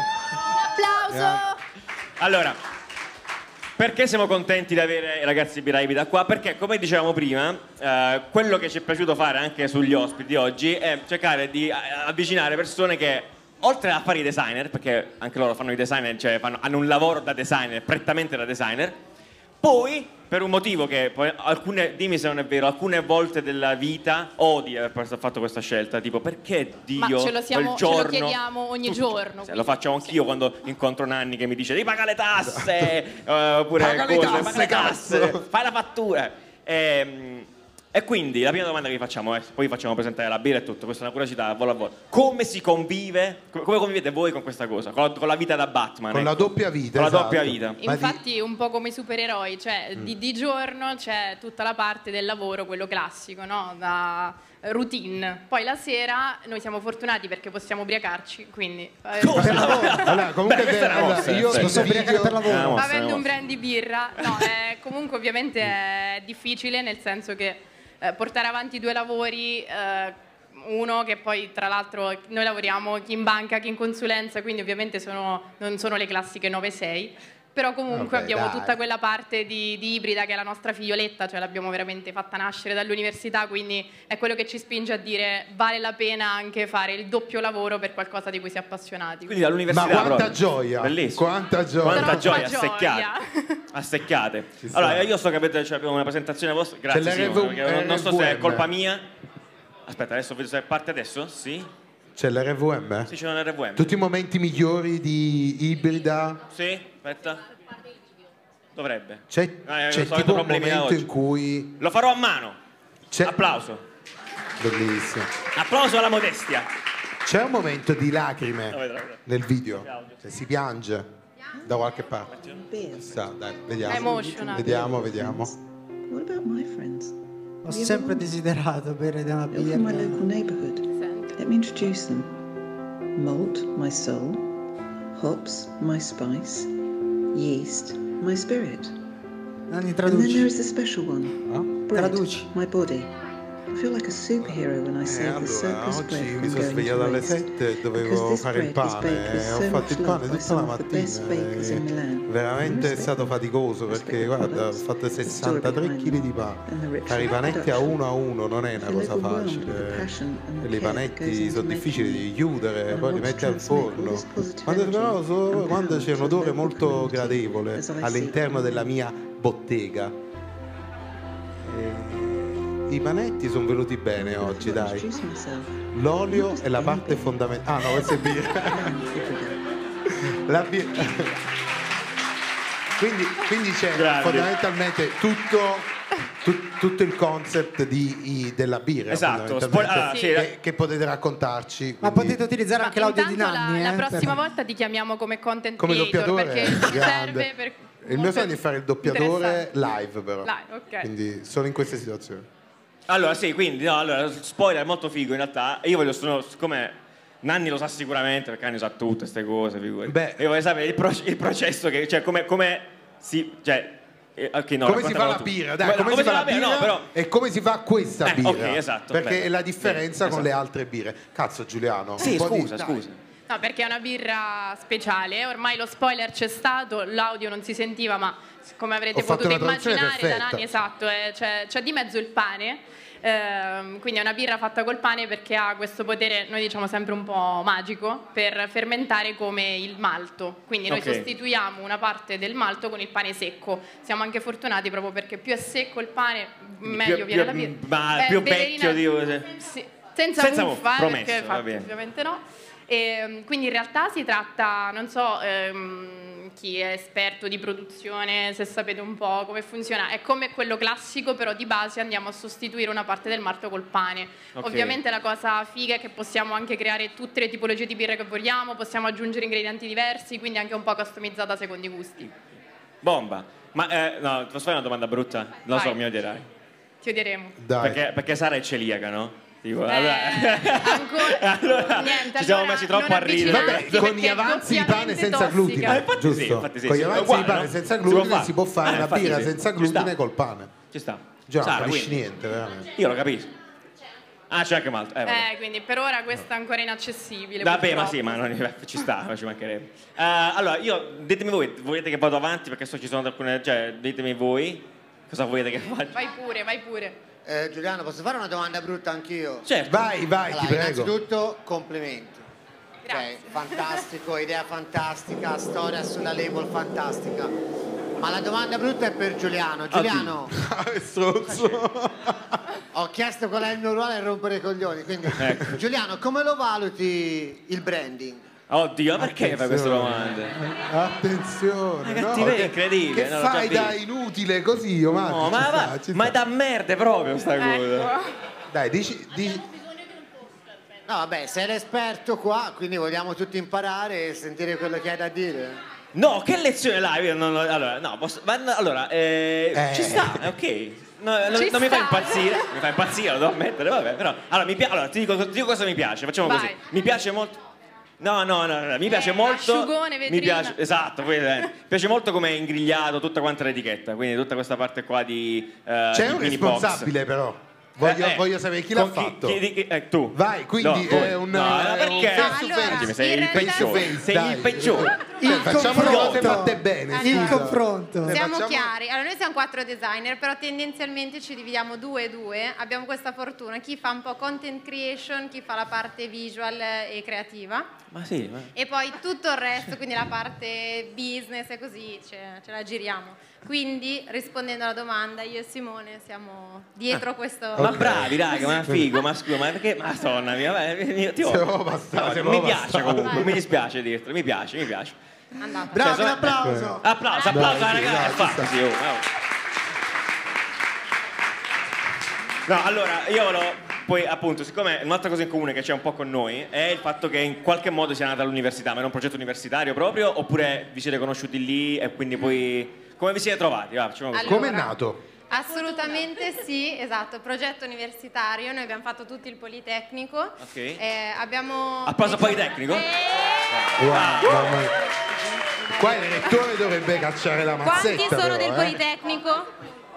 Un applauso. Allora, perché siamo contenti di avere i ragazzi di Birra Ibrida qua? Perché, come dicevamo prima, quello che ci è piaciuto fare anche sugli ospiti oggi è cercare di avvicinare persone che, oltre a fare i designer, perché anche loro fanno i designer, cioè hanno un lavoro da designer, prettamente da designer, poi, per un motivo che dimmi se non è vero, alcune volte della vita odi aver fatto questa scelta, tipo perché Dio quel giorno ce lo chiediamo ogni giorno. Lo faccio anch'io quando incontro Nanni che mi dice devi pagare le tasse, oppure paga le tasse, fai la fattura. E quindi la prima domanda che vi facciamo è, poi facciamo presentare la birra e tutto, questa è una curiosità a volo a volo. Come si convive, come convivete voi con questa cosa? Con la vita da Batman? Con la doppia vita. Con la doppia vita. Infatti un po' come i supereroi, cioè di giorno c'è tutta la parte del lavoro, quello classico, no? Da routine. Poi la sera noi siamo fortunati perché possiamo ubriacarci, quindi... Allora, comunque io posso ubriacare per lavoro. Avendo un brand di birra, no, comunque ovviamente è difficile nel senso che portare avanti due lavori uno che poi tra l'altro noi lavoriamo chi in banca, chi in consulenza, quindi ovviamente non sono le classiche 9-6, però comunque abbiamo tutta quella parte di ibrida che è la nostra figlioletta, cioè l'abbiamo veramente fatta nascere dall'università, quindi è quello che ci spinge a dire vale la pena anche fare il doppio lavoro per qualcosa di cui si è appassionati. Quindi dall'università. Ma quanta gioia! Bellissimo. Quanta gioia, assecchiate. Allora, io so che abbiamo una presentazione vostra, grazie Simone, non so se è colpa mia. Aspetta, adesso vedo se parte adesso, sì. C'è l'RVM? Sì, c'è l'RVM. Tutti i momenti migliori di ibrida? Sì, aspetta. Dovrebbe. C'è tipo un momento in cui... Lo farò a mano. Applauso. Bellissimo. Applauso alla modestia. C'è un momento di lacrime nel video. Cioè, si piange da qualche parte. Dai, vediamo. Vediamo. What about my friends? Ho sempre desiderato bere da una birra. Let me introduce them. Malt, my soul. Hops, my spice. Yeast, my spirit. Nanni, and then there is the special one. Bread, Traduci. my body. I feel like a superhero when I say the surplus bread oggi from mi sono going svegliato to alle waste. 7 e dovevo fare il pane. Ho fatto il pane tutta la mattina. Veramente è stato faticoso perché guarda, ho fatto 63 kg di pane. Fare i panetti a uno non è una cosa facile. E i panetti sono difficili di chiudere, poi li metti al forno. Quando c'è un odore molto gradevole all'interno della mia bottega. I panetti sono venuti bene oggi, dai. L'olio è la parte fondamentale. Ah no, questa è birra. La birra. Quindi c'è fondamentalmente tutto il concept della birra. Esatto. Che potete raccontarci. Ma potete utilizzare anche l'audio di Nanni. La prossima volta ti chiamiamo come content creator, doppiatore, perché serve per... Il mio sogno è fare il doppiatore live, però. Okay. Quindi sono in queste situazioni. Allora sì, quindi spoiler è molto figo in realtà. Io voglio siccome Nanni lo sa sicuramente, perché Nanni sa tutte queste cose, figurati. Io voglio sapere il processo che, cioè come si, cioè come si fa la birra, dai, come si fa la birra, no, però... e come si fa questa birra, okay, esatto, perché è la differenza con le altre birre. Cazzo Giuliano, sì, scusa. No, perché è una birra speciale, ormai lo spoiler c'è stato, l'audio non si sentiva, ma come avrete potuto immaginare da Nanni, esatto, c'è di mezzo il pane, quindi è una birra fatta col pane perché ha questo potere, noi diciamo sempre un po' magico, per fermentare come il malto, quindi noi sostituiamo una parte del malto con il pane secco. Siamo anche fortunati proprio perché più è secco il pane, meglio viene la birra. Ma più vecchio di... Sì, senza muffa, promesso, perché ovviamente no. E, quindi in realtà si tratta, non so chi è esperto di produzione, se sapete un po' come funziona, è come quello classico, però di base andiamo a sostituire una parte del malto col pane. Ovviamente la cosa figa è che possiamo anche creare tutte le tipologie di birre che vogliamo, possiamo aggiungere ingredienti diversi, quindi anche un po' customizzata secondo i gusti. Bomba! Ma no, posso fare una domanda brutta? Non lo so, mi odierai. Ti odieremo. Perché Sara è celiaca, no? Ancora niente, ci siamo messi troppo a ridere. Vabbè, con gli avanzi di pane senza glutine, giusto? Sì. Con gli avanzi di pane senza glutine si può fare una birra senza glutine col pane. Ci sta. Già, non capisci niente, veramente. Io lo capisco. C'è anche malto. Quindi per ora questo è ancora inaccessibile. Vabbè, ma sì, ma ci sta, ci mancherebbe. Allora, ditemi voi, volete che vado avanti? Perché ci sono alcune, cioè, ditemi voi cosa volete che faccia. Vai pure. Giuliano, posso fare una domanda brutta anch'io? Certo. Vai, allora, ti prego. Innanzitutto, complimenti. Grazie. Fantastico, idea fantastica, storia sulla label fantastica. Ma la domanda brutta è per Giuliano. Giuliano, ho chiesto qual è il mio ruolo e rompere i coglioni. Quindi, Giuliano, come lo valuti il branding? Oddio, perché fai queste domande? Attenzione, incredibile. Che fai da inutile così, io ma è da merda proprio sta cosa. Dai, dici. No, vabbè, sei l'esperto qua, quindi vogliamo tutti imparare e sentire quello che hai da dire. No, che lezione live? Ci sta, è ok. Non mi fa impazzire, lo devo ammettere, vabbè, però. Allora, ti dico cosa mi piace, facciamo così. Mi piace molto. No, mi piace molto. Asciugone, vetrina. Esatto, mi piace molto come è ingrigliato tutta quanta l'etichetta, quindi tutta questa parte qua di c'è un responsabile box. Però. Voglio sapere chi l'ha fatto. Tu. Vai, quindi è un perché? Sei il peggiore. Sei il peggiore. Facciamo le cose fatte bene. Il confronto. Siamo chiari. Allora, noi siamo 4 designer, però tendenzialmente ci dividiamo 2 e 2. Abbiamo questa fortuna. Chi fa un po' content creation, chi fa la parte visual e creativa. Ma sì. E poi tutto il resto, quindi la parte business e così ce la giriamo. Quindi, rispondendo alla domanda, io e Simone siamo dietro questo... Ma bravi, raga, ma figo, ma scusa, ma perché? Madonna mia, mi piace comunque, mi dispiace dirtelo, mi piace. Bravo, un applauso. Applauso, ragazzi. No, allora, io poi appunto, siccome un'altra cosa in comune che c'è un po' con noi è il fatto che in qualche modo sia nata all'università, ma era un progetto universitario proprio, oppure vi siete conosciuti lì e quindi poi... Come vi siete trovati? Allora, come è nato? Assolutamente sì, esatto, progetto universitario, noi abbiamo fatto tutti il Politecnico. Ok. Abbiamo... Applauso Politecnico? Wow, qua il rettore dovrebbe cacciare la mazzetta. Quanti sono del Politecnico?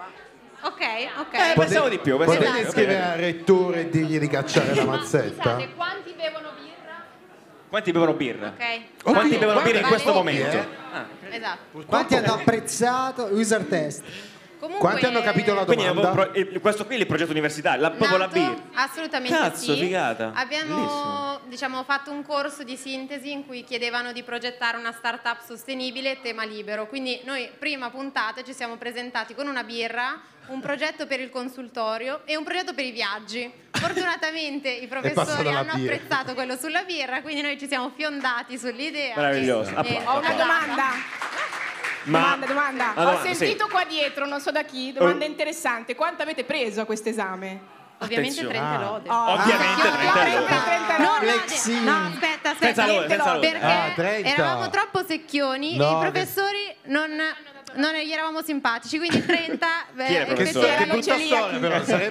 Ok. Pensavo di più. Potete scrivere al rettore e dirgli di cacciare la mazzetta? Scusate, quanti bevono birra? Quanti bevono birra? Ok. Quanti bevono birra in questo momento? Esatto. Quanti hanno apprezzato user test? Comunque, quanti hanno capito la domanda? Quindi questo qui è il progetto universitario, proprio la birra. Assolutamente Cazzo, sì. figata. Abbiamo fatto un corso di sintesi in cui chiedevano di progettare una startup sostenibile tema libero. Quindi noi prima puntata ci siamo presentati con una birra, un progetto per il consultorio e un progetto per i viaggi. Fortunatamente i professori hanno apprezzato quello sulla birra, quindi noi ci siamo fiondati sull'idea. Meraviglioso. Ho una domanda. Domanda. Ho sentito qua dietro, non so da chi, domanda interessante. Quanto avete preso a questo esame? Ovviamente 30 lode. Ovviamente 30 lode. No, aspetta. Perché 30. eravamo troppo secchioni e i professori non gli eravamo simpatici, quindi 30 erano celiachi.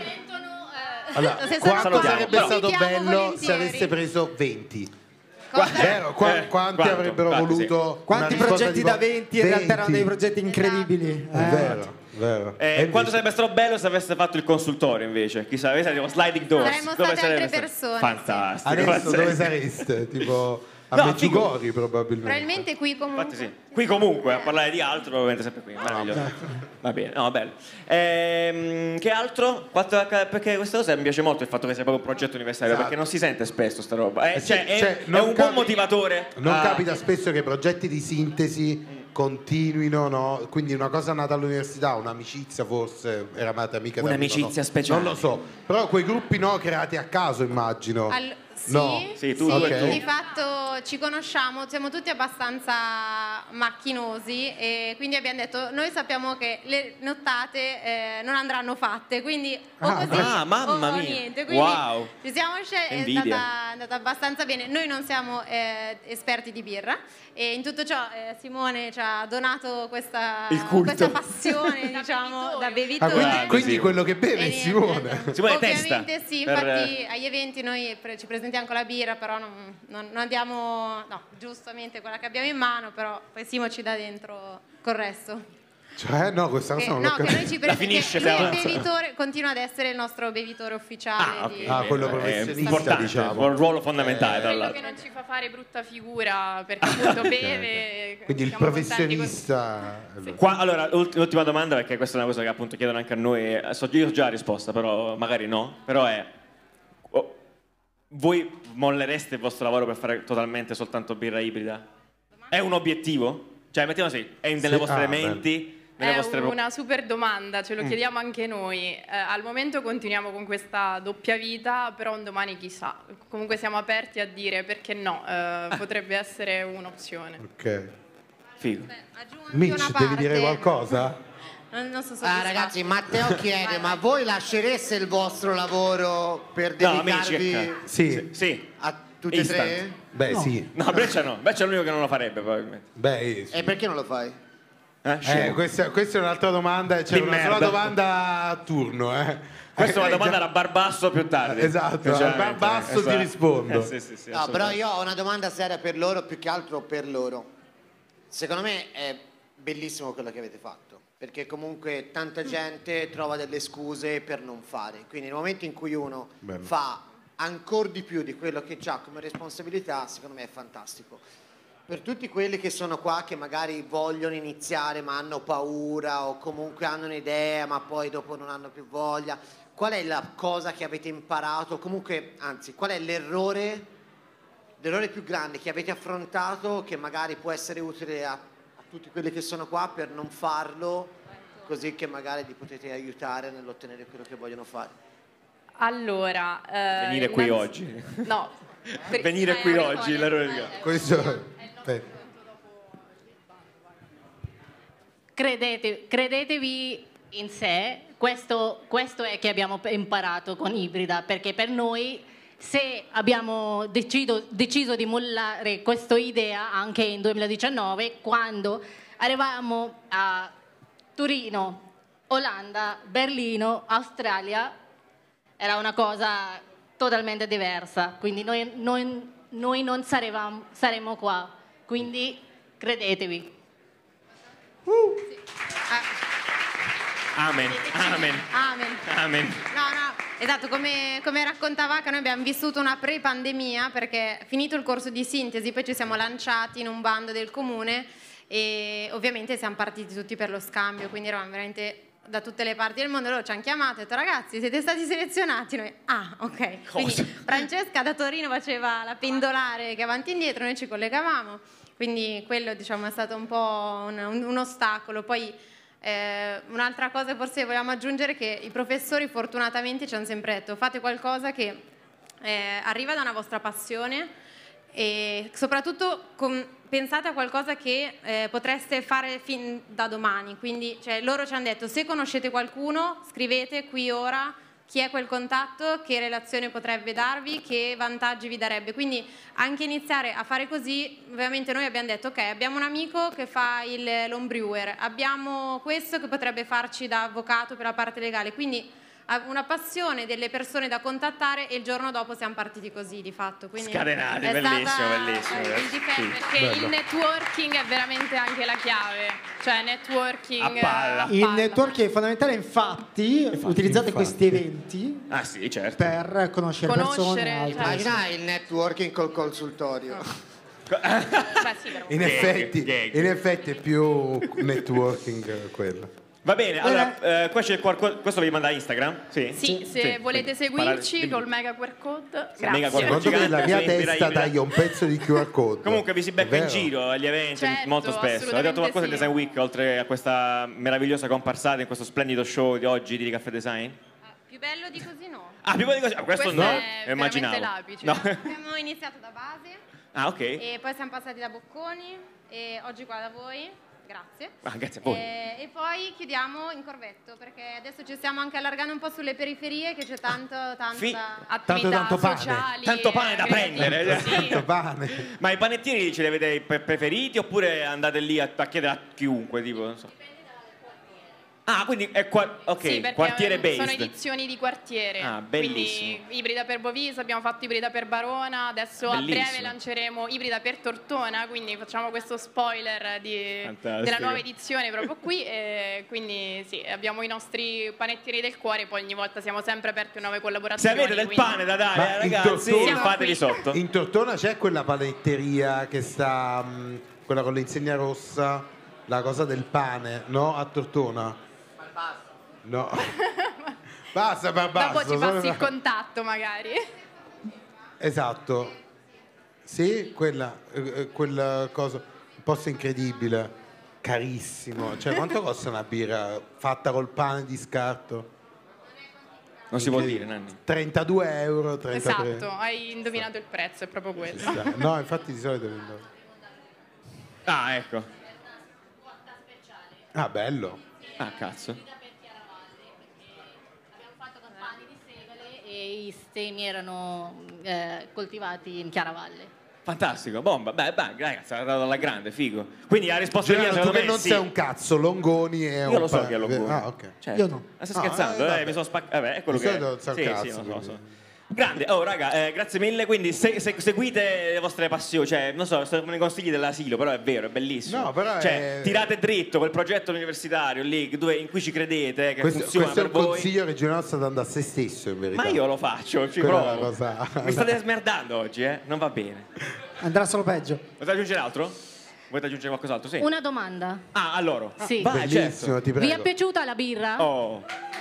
Allora, quanto sarebbe stato bello se avesse preso 20? Vero, quanti avrebbero voluto? Quanti progetti da 20 in realtà erano dei progetti incredibili. Vero. Quanto sarebbe stato bello se avesse fatto il consultorio invece? Chissà, avesse sliding doors. Saremmo state altre persone. Fantastico. Adesso dove sareste? Tipo a Meggiugori probabilmente. Probabilmente qui comunque. Infatti sì. Qui comunque a parlare di altro probabilmente sempre qui. Meraviglioso. Va bene, no, bello. Che altro? Perché questa cosa mi piace molto il fatto che sia proprio un progetto universitario, perché non si sente spesso sta roba. È un buon motivatore. Non capita spesso che progetti di sintesi continuino, no? Quindi una cosa nata all'università, un'amicizia forse, eravate amiche da un'amicizia speciale. Non lo so, però quei gruppi creati a caso immagino. Sì, tu. Di fatto ci conosciamo, siamo tutti abbastanza macchinosi e quindi abbiamo detto noi sappiamo che le nottate non andranno fatte, quindi o così mamma mia. Niente, quindi wow. ci siamo scelti, è andata abbastanza bene. Noi non siamo esperti di birra e in tutto ciò Simone ci ha donato questa passione diciamo da bevitore. Quindi quello che beve è Simone. Ovviamente sì, infatti agli eventi noi ci presentiamo con la birra, però non andiamo, giustamente quella che abbiamo in mano, però poi Simo ci dà dentro col resto. Cioè, no, questa cosa non l'ho capito. Che noi ci presentiamo, lui è il bevitore, continua ad essere il nostro bevitore ufficiale. Quello professionista, importante, diciamo. Un ruolo fondamentale, tra l'altro. Quello che non ci fa fare brutta figura, perché appunto beve. Quindi il professionista. Sì. Allora, ultima domanda, perché questa è una cosa che appunto chiedono anche a noi. Io ho già la risposta, però magari no. Però è... Voi mollereste il vostro lavoro per fare totalmente soltanto birra ibrida? È un obiettivo? Cioè, mettiamo così, è nelle vostre menti? È una super domanda, ce lo chiediamo anche noi. Al momento continuiamo con questa doppia vita, però un domani chissà. Comunque siamo aperti a dire perché no, potrebbe essere un'opzione. Ok. Figo. Mitch, devi dire qualcosa? Non so ragazzi, Matteo chiede, ma voi lascereste il vostro lavoro per dedicarvi sì. a tutti e tre? Beh, sì. No, Breccia no. Breccia è l'unico che non lo farebbe, probabilmente. Beh, sì. E perché non lo fai? Questa è un'altra domanda. C'è una sola domanda a turno. Questa è una domanda da Barbasso più tardi. Esatto, a Barbasso ti rispondo. Sì, no, però io ho una domanda seria per loro, più che altro per loro. Secondo me è bellissimo quello che avete fatto. perché comunque tanta gente trova delle scuse per non fare. Quindi nel momento in cui uno fa ancora di più di quello che già come responsabilità, secondo me è fantastico. Per tutti quelli che sono qua che magari vogliono iniziare ma hanno paura o comunque hanno un'idea ma poi dopo non hanno più voglia, qual è la cosa che avete imparato? Comunque, anzi, qual è l'errore più grande che avete affrontato che magari può essere utile a tutti quelli che sono qua per non farlo, così che magari li potete aiutare nell'ottenere quello che vogliono fare? Allora, venire qui oggi. No. Venire qui oggi, l'errore. Questo Credetevi in sé, questo è che abbiamo imparato con Ibrida, perché per noi, se abbiamo deciso di mollare questa idea anche in 2019, quando arrivavamo a Torino, Olanda, Berlino, Australia, era una cosa totalmente diversa, quindi noi non saremo qua, quindi credetevi. Amen. Amen. Amen. Amen. No, esatto, come raccontava che noi abbiamo vissuto una pre-pandemia, perché finito il corso di sintesi poi ci siamo lanciati in un bando del comune e ovviamente siamo partiti tutti per lo scambio, quindi eravamo veramente da tutte le parti del mondo. Loro ci hanno chiamato e detto: ragazzi, siete stati selezionati? Noi, ok. Quindi Francesca da Torino faceva la pendolare che avanti e indietro, noi ci collegavamo, quindi quello diciamo è stato un po' un ostacolo. Poi un'altra cosa forse vogliamo aggiungere è che i professori fortunatamente ci hanno sempre detto: fate qualcosa che arriva da una vostra passione e soprattutto pensate a qualcosa che potreste fare fin da domani. Quindi loro ci hanno detto: se conoscete qualcuno scrivete qui ora chi è quel contatto, che relazione potrebbe darvi, che vantaggi vi darebbe. Quindi anche iniziare a fare così, ovviamente noi abbiamo detto: ok, abbiamo un amico che fa l'homebrewer, abbiamo questo che potrebbe farci da avvocato per la parte legale, quindi una passione delle persone da contattare, e il giorno dopo siamo partiti così di fatto. Quindi scatenati, bellissimo. Perché il networking è veramente anche la chiave, cioè networking a palla. Il networking è fondamentale, infatti utilizzate questi eventi certo, per conoscere persone. Immagina il networking col consultorio. In effetti è più networking quello. Va bene, allora qua c'è questo vi manda Instagram? Sì, se volete seguirci col mega QR code. Grazie. La mia testa taglia un pezzo di QR code. Comunque vi si becca in giro agli eventi, molto spesso. Avete fatto qualcosa in Design Week oltre a questa meravigliosa comparsata in questo splendido show di oggi di Ricafè Design? Più bello di così no. Più bello di così? Questo no, immaginavo. No. Abbiamo iniziato da base. Ok. E poi siamo passati da Bocconi e oggi qua da voi. Grazie. Grazie a voi. E poi chiudiamo in Corvetto, perché adesso ci stiamo anche allargando un po' sulle periferie, che c'è tanta attività sociali. Tanto pane da prendere. Tanto pane. Ma i panettieri ce li avete preferiti oppure andate lì a chiedere a chiunque? Tipo, non so. Quindi è quartiere based. Sono edizioni di quartiere. Bellissimo. Quindi Ibrida per Bovisa, abbiamo fatto Ibrida per Barona, adesso bellissimo. A breve lanceremo Ibrida per Tortona, quindi facciamo questo spoiler della nuova edizione proprio qui. E quindi abbiamo i nostri panettieri del cuore, poi ogni volta siamo sempre aperti a nuove collaborazioni. Se avete del pane da dare, ragazzi, fatevi sotto. In Tortona c'è quella panetteria che sta, quella con l'insegna rossa, la cosa del pane, no? A Tortona. No. Basta. Dopo ci passi il contatto magari. Esatto. Sì, quella cosa, un posto incredibile, carissimo. Cioè, quanto costa una birra fatta col pane di scarto? Non si può dire, Nanni. 32 euro, 33. Esatto, hai indovinato il prezzo, è proprio quello. No, infatti di solito ecco. Bello. Cazzo. Abbiamo fatto con pani di segale e i semi erano coltivati in Chiaravalle. Fantastico, bomba. Beh, ragazzi, ha dato alla grande, figo. Quindi la risposta mia secondo me non sei un cazzo, Longoni è un... Io lo so che è Longoni. Ok. Certo. Io no. Stai scherzando? Mi sono spaccato. È quello che... Sì, lo so. Grande, oh raga, grazie mille, quindi seguite le vostre passioni, cioè, non so, sono i consigli dell'asilo, però è vero, è bellissimo. No, però cioè, tirate dritto quel progetto universitario lì, in cui ci credete, che funziona per voi. Questo è un consiglio che Giuliano sta dando a se stesso, in verità. Ma io lo faccio, ci provo. Mi state smerdando oggi, non va bene. Andrà solo peggio. Volete aggiungere altro? Volete aggiungere qualcos'altro? Sì. Una domanda. Ah, allora. Sì. Vai, bellissimo, certo. ti prego. Vi è piaciuta la birra? Oh.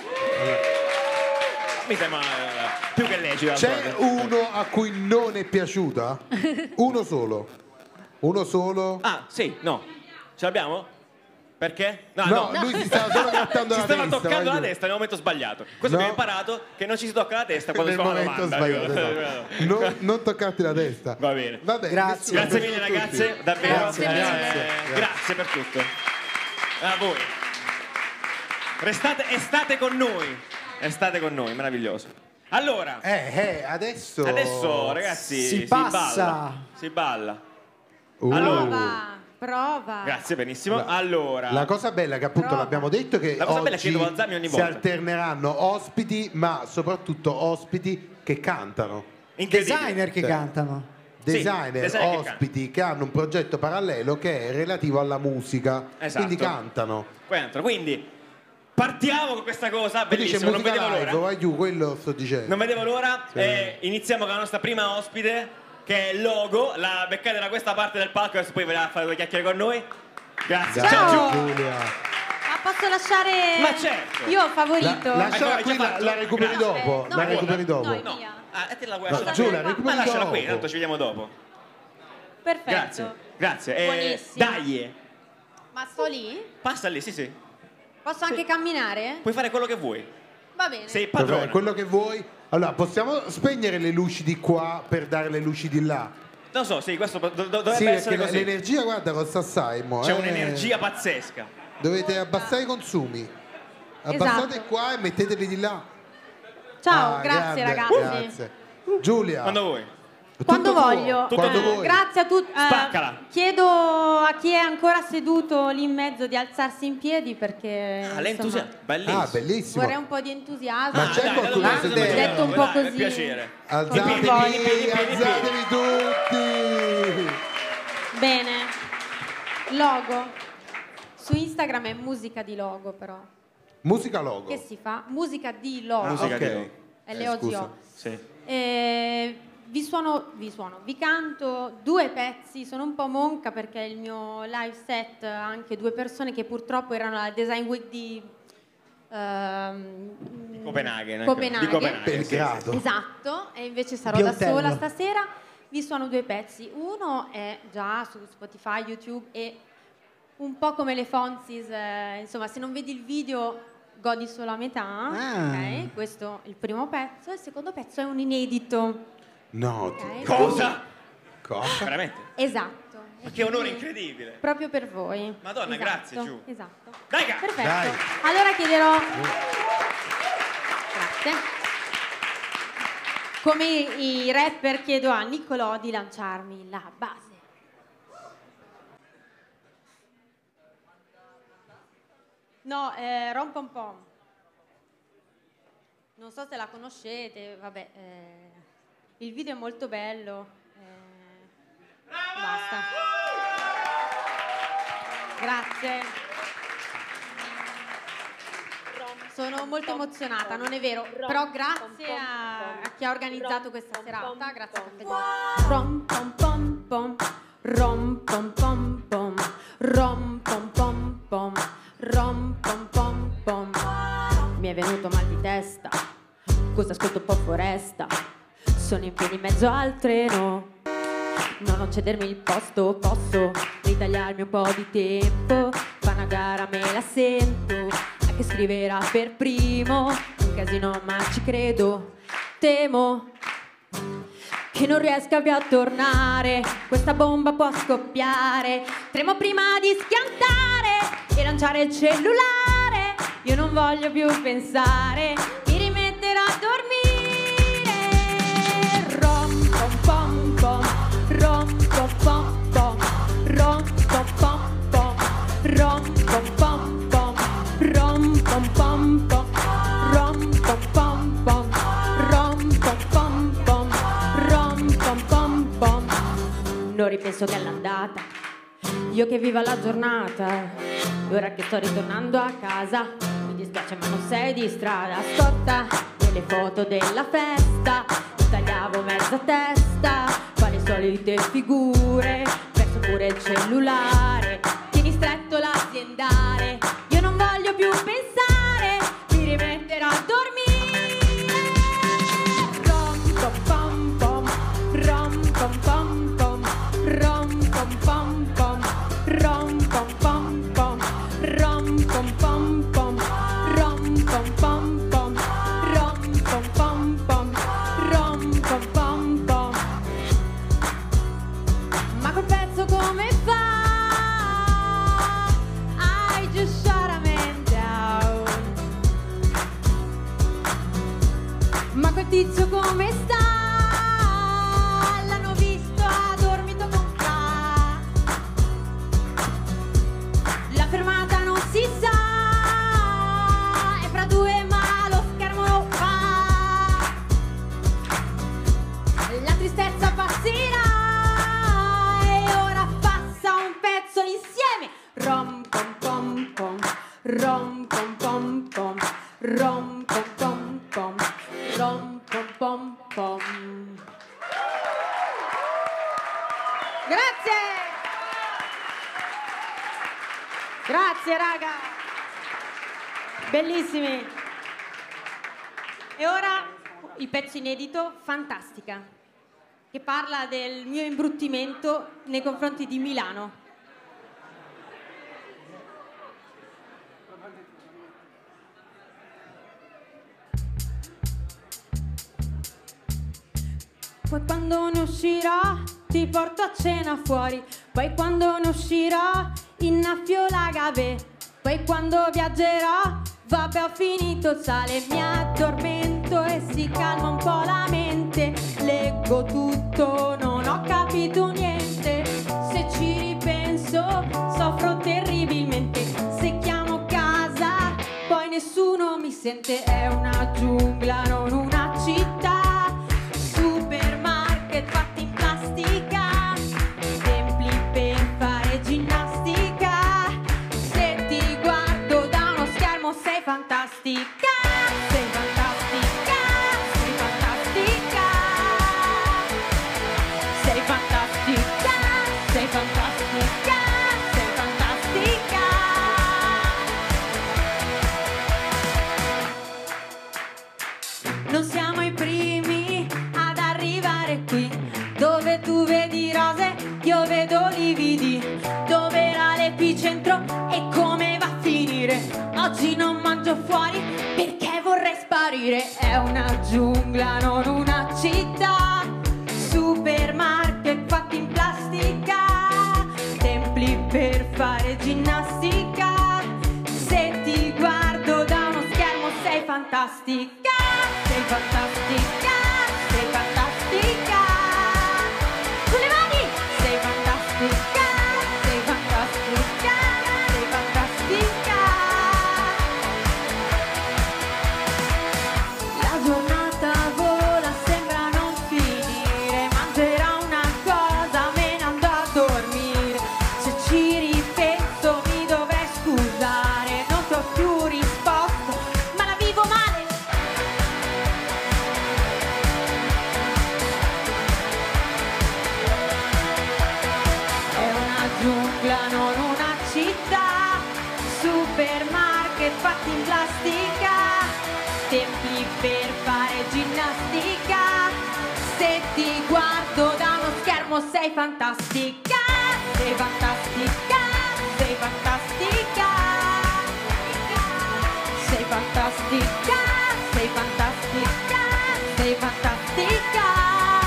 Mi sembra più che lecito. C'è uno a cui non è piaciuta? Uno solo. Uno solo. Ah, sì, no. Ce l'abbiamo? Perché? No, lui si stava solo grattando la testa. Si stava toccando la testa nel momento sbagliato. Questo abbiamo imparato che non ci si tocca la testa quando si fa una domanda. Esatto. Non toccarti la testa. Va bene. Vabbè, grazie mille ragazze, davvero. Grazie per tutto. A voi. State con noi. State con noi, meraviglioso. Allora, adesso ragazzi si passa. Si balla. Allora, prova. Grazie, benissimo. Allora, la cosa bella che appunto l'abbiamo detto che la cosa bella è che devo oggi alzarmi ogni si volta. alterneranno ospiti, ma soprattutto ospiti che cantano. Designer che cantano. Designer ospiti che hanno un progetto parallelo che è relativo alla musica. Esatto. Quindi cantano. Quindi partiamo con questa cosa bellissima, non vedevo l'ora. Vai giù, quello sto dicendo. Non vedevo l'ora. Iniziamo con la nostra prima ospite, che è Logo. La beccate da questa parte del palco, adesso poi verrà a fare due chiacchiere con noi. Grazie. Ciao Giulia. Ma posso lasciare? Ma certo. Io ho favorito. Lasciala qui, la recuperi dopo. No, la recuperi dopo. No, è mia. Te la vuoi lasciare? Giulia, recuperi lasciala dopo. qui, tanto ci vediamo dopo. Perfetto. Grazie. Buonissimo. Dai. Ma sto lì? Passa lì, sì. Posso anche camminare? Puoi fare quello che vuoi. Va bene. Sei padrone. Quello che vuoi. Allora, possiamo spegnere le luci di qua per dare le luci di là? Non so, sì, questo dovrebbe sì, essere così. L'energia, guarda, costa assai. C'è un'energia pazzesca. Dovete abbassare i consumi. Abbassate qua e metteteli di là. Ciao, grazie ragazzi. Grazie. Giulia. Quando vuoi. Quando voglio. Quando vuoi. Grazie a tutti. Spaccala. Chiedo a chi è ancora seduto lì in mezzo di alzarsi in piedi perché l'entusiasmo. Bellissimo. Bellissimo. Vorrei un po' di entusiasmo. Ma c'è qualcuno che Ho detto un po' così. Per piacere. Alzatevi tutti. Bene. Logo. Su Instagram è musica di logo, però. Musica logo. Che si fa? Musica di logo. Musica di logo. L-O-G-O. Sì. Vi canto due pezzi, sono un po' monca perché il mio live set ha anche due persone che purtroppo erano alla Design Week di Copenaghen. Di Belgrado. Esatto, e invece sarò da sola stasera. Vi suono due pezzi. Uno è già su Spotify, YouTube e un po' come le Fonzis, insomma, se non vedi il video godi solo a metà. Ok, questo è il primo pezzo. Il secondo pezzo è un inedito. No, okay. Cosa? Veramente? Esatto. Ma che onore incredibile. Proprio per voi. Madonna, esatto. grazie, Giù. Esatto. Dai, perfetto. Dai. Allora chiederò. Grazie. Come i rapper chiedo a Niccolò di lanciarmi la base. No, Rompom Pom. Non so se la conoscete, vabbè. Il video è molto bello. Basta. Grazie. Sono molto emozionata, non è vero, però grazie a chi ha organizzato questa serata, grazie a te. Rom pom pom pom, rom pom pom pom, rom pom pom pom, rom pom pom pom. Mi è venuto mal di testa, cosa ascolto un po' foresta, sono in piedi in mezzo al treno. No, non cedermi il posto, posso ritagliarmi un po' di tempo. Fa una gara, me la sento, a che scriverà per primo. Un casino, ma ci credo. Temo che non riesca più a tornare, questa bomba può scoppiare. Tremo prima di schiantare e lanciare il cellulare. Io non voglio più pensare, mi rimetterò a dormire. Rom pom pom pom, rom pom pom pom, rom pom pom pom, rom pom pom pom, rom pom pom pom, rom pom pom pom, rom pom pom non ripenso che è l'andata. Io che vivo la giornata, ora che sto ritornando a casa, mi dispiace ma non sei di strada. Scorta delle foto della festa, tagliavo mezza testa, fa le solite figure, perso pure il cellulare, tieni stretto l'aziendale, io non voglio più pensare, mi rimetterò a dormire. Rom pom pom pom, rom pom pom pom, rom pom pom pom, rom pom pom pom, rom pom pom pom, rom pom pom pom, rom pom pom pom, rom pom pom pom. Ma quel pezzo come fa? I just shut a man down. Ma quel tizio come sta? L'hanno visto, ha dormito con K. La fermata non si sa, è fra due ma lo schermo lo fa. La tristezza passerà e ora passa un pezzo insieme. Rom pom pom pom, rom pom pom pom, rom pom pom pom, rom pom pom pom. Grazie! Grazie raga! Bellissimi! E ora il pezzo inedito Fantastica, che parla del mio imbruttimento nei confronti di Milano. Poi quando ne uscirò ti porto a cena fuori, poi quando ne uscirò innaffio la gave, poi quando viaggerò vabbè ho finito il sale, mi addormento e si calma un po' la mente, leggo tutto, non ho capito niente, se ci ripenso soffro terribilmente, se chiamo casa poi nessuno mi sente, è una giungla non una città. Fatti in plastica, templi per fare ginnastica, se ti guardo da uno schermo sei fantastica, sei fantastica, sei fantastica, sei fantastica, sei fantastica, sei fantastica. Non siamo i primi ad arrivare qui, dove tu vedi rose, io vedo lividi, dove era l'epicentro e come va a finire. Oggi non mangio fuori perché vorrei sparire, è una giungla non una città, supermarket fatti in plastica, templi per fare ginnastica, se ti guardo da uno schermo sei fantastica, sei fantastica, sei fantastica. Con le mani! Sei fantastica, sei fantastica, sei fantastica. La giornata vola, sembra non finire, mangerò una cosa, me ne andrò a dormire. Se ci ripenso mi dovrei scusare, non ti ho più risposto, ma la vivo male. Giungla non una città, supermarket fatti in plastica, templi per fare ginnastica, se ti guardo da uno schermo sei fantastica, sei fantastica, sei fantastica, sei fantastica, sei fantastica, sei fantastica.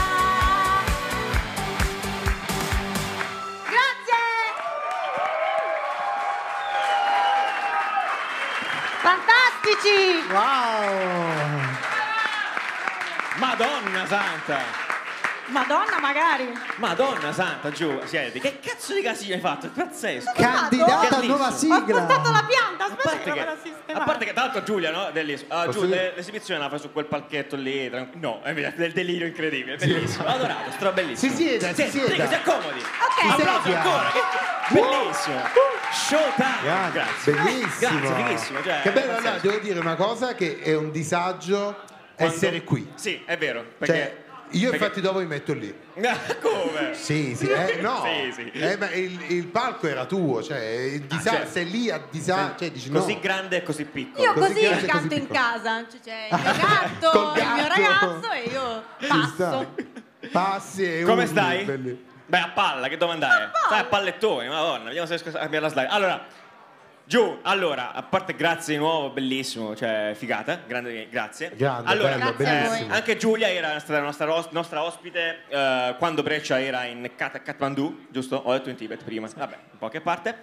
Fantastici! Wow! Madonna santa! Madonna, magari. Madonna santa, giù, siedi. Che cazzo di casino hai fatto? È pazzesco. Candidata a nuova sigla. Ho spostato la pianta, aspetta che la sistemare. A parte che, tra l'altro, Giulia, no? L'esibizione la fai su quel palchetto lì. No, è del delirio incredibile, bellissimo. L'ho adorato, stra bellissimo. Si sieda. Si accomodi. Ok. Applauso ancora. Bellissimo. Showtime. Grazie. Bellissimo. Grazie, fighissimo. Cioè, che bello, allora, devo dire una cosa, che è un disagio essere qui. Sì, è vero. Perché... Io infatti dopo mi metto lì. Come? Sì, no. Sì. Ma il palco era tuo, cioè il disagio, sei lì a disagio, cioè dici così no. grande e così piccolo. Io così canto in casa, cioè c'è il mio gatto, il mio ragazzo e io passo. Passi e come stai? Beh, a palla, che devo andare? Stai a pallettoni, madonna, vediamo se riesco a cambiare la slide. Allora, giù, allora, a parte grazie di nuovo, bellissimo, cioè figata, grande, grazie. Grande, allora, bello, bellissimo. Anche Giulia era stata la nostra ospite quando Breccia era in Kathmandu, giusto? Ho detto in Tibet prima, vabbè, in qualche parte.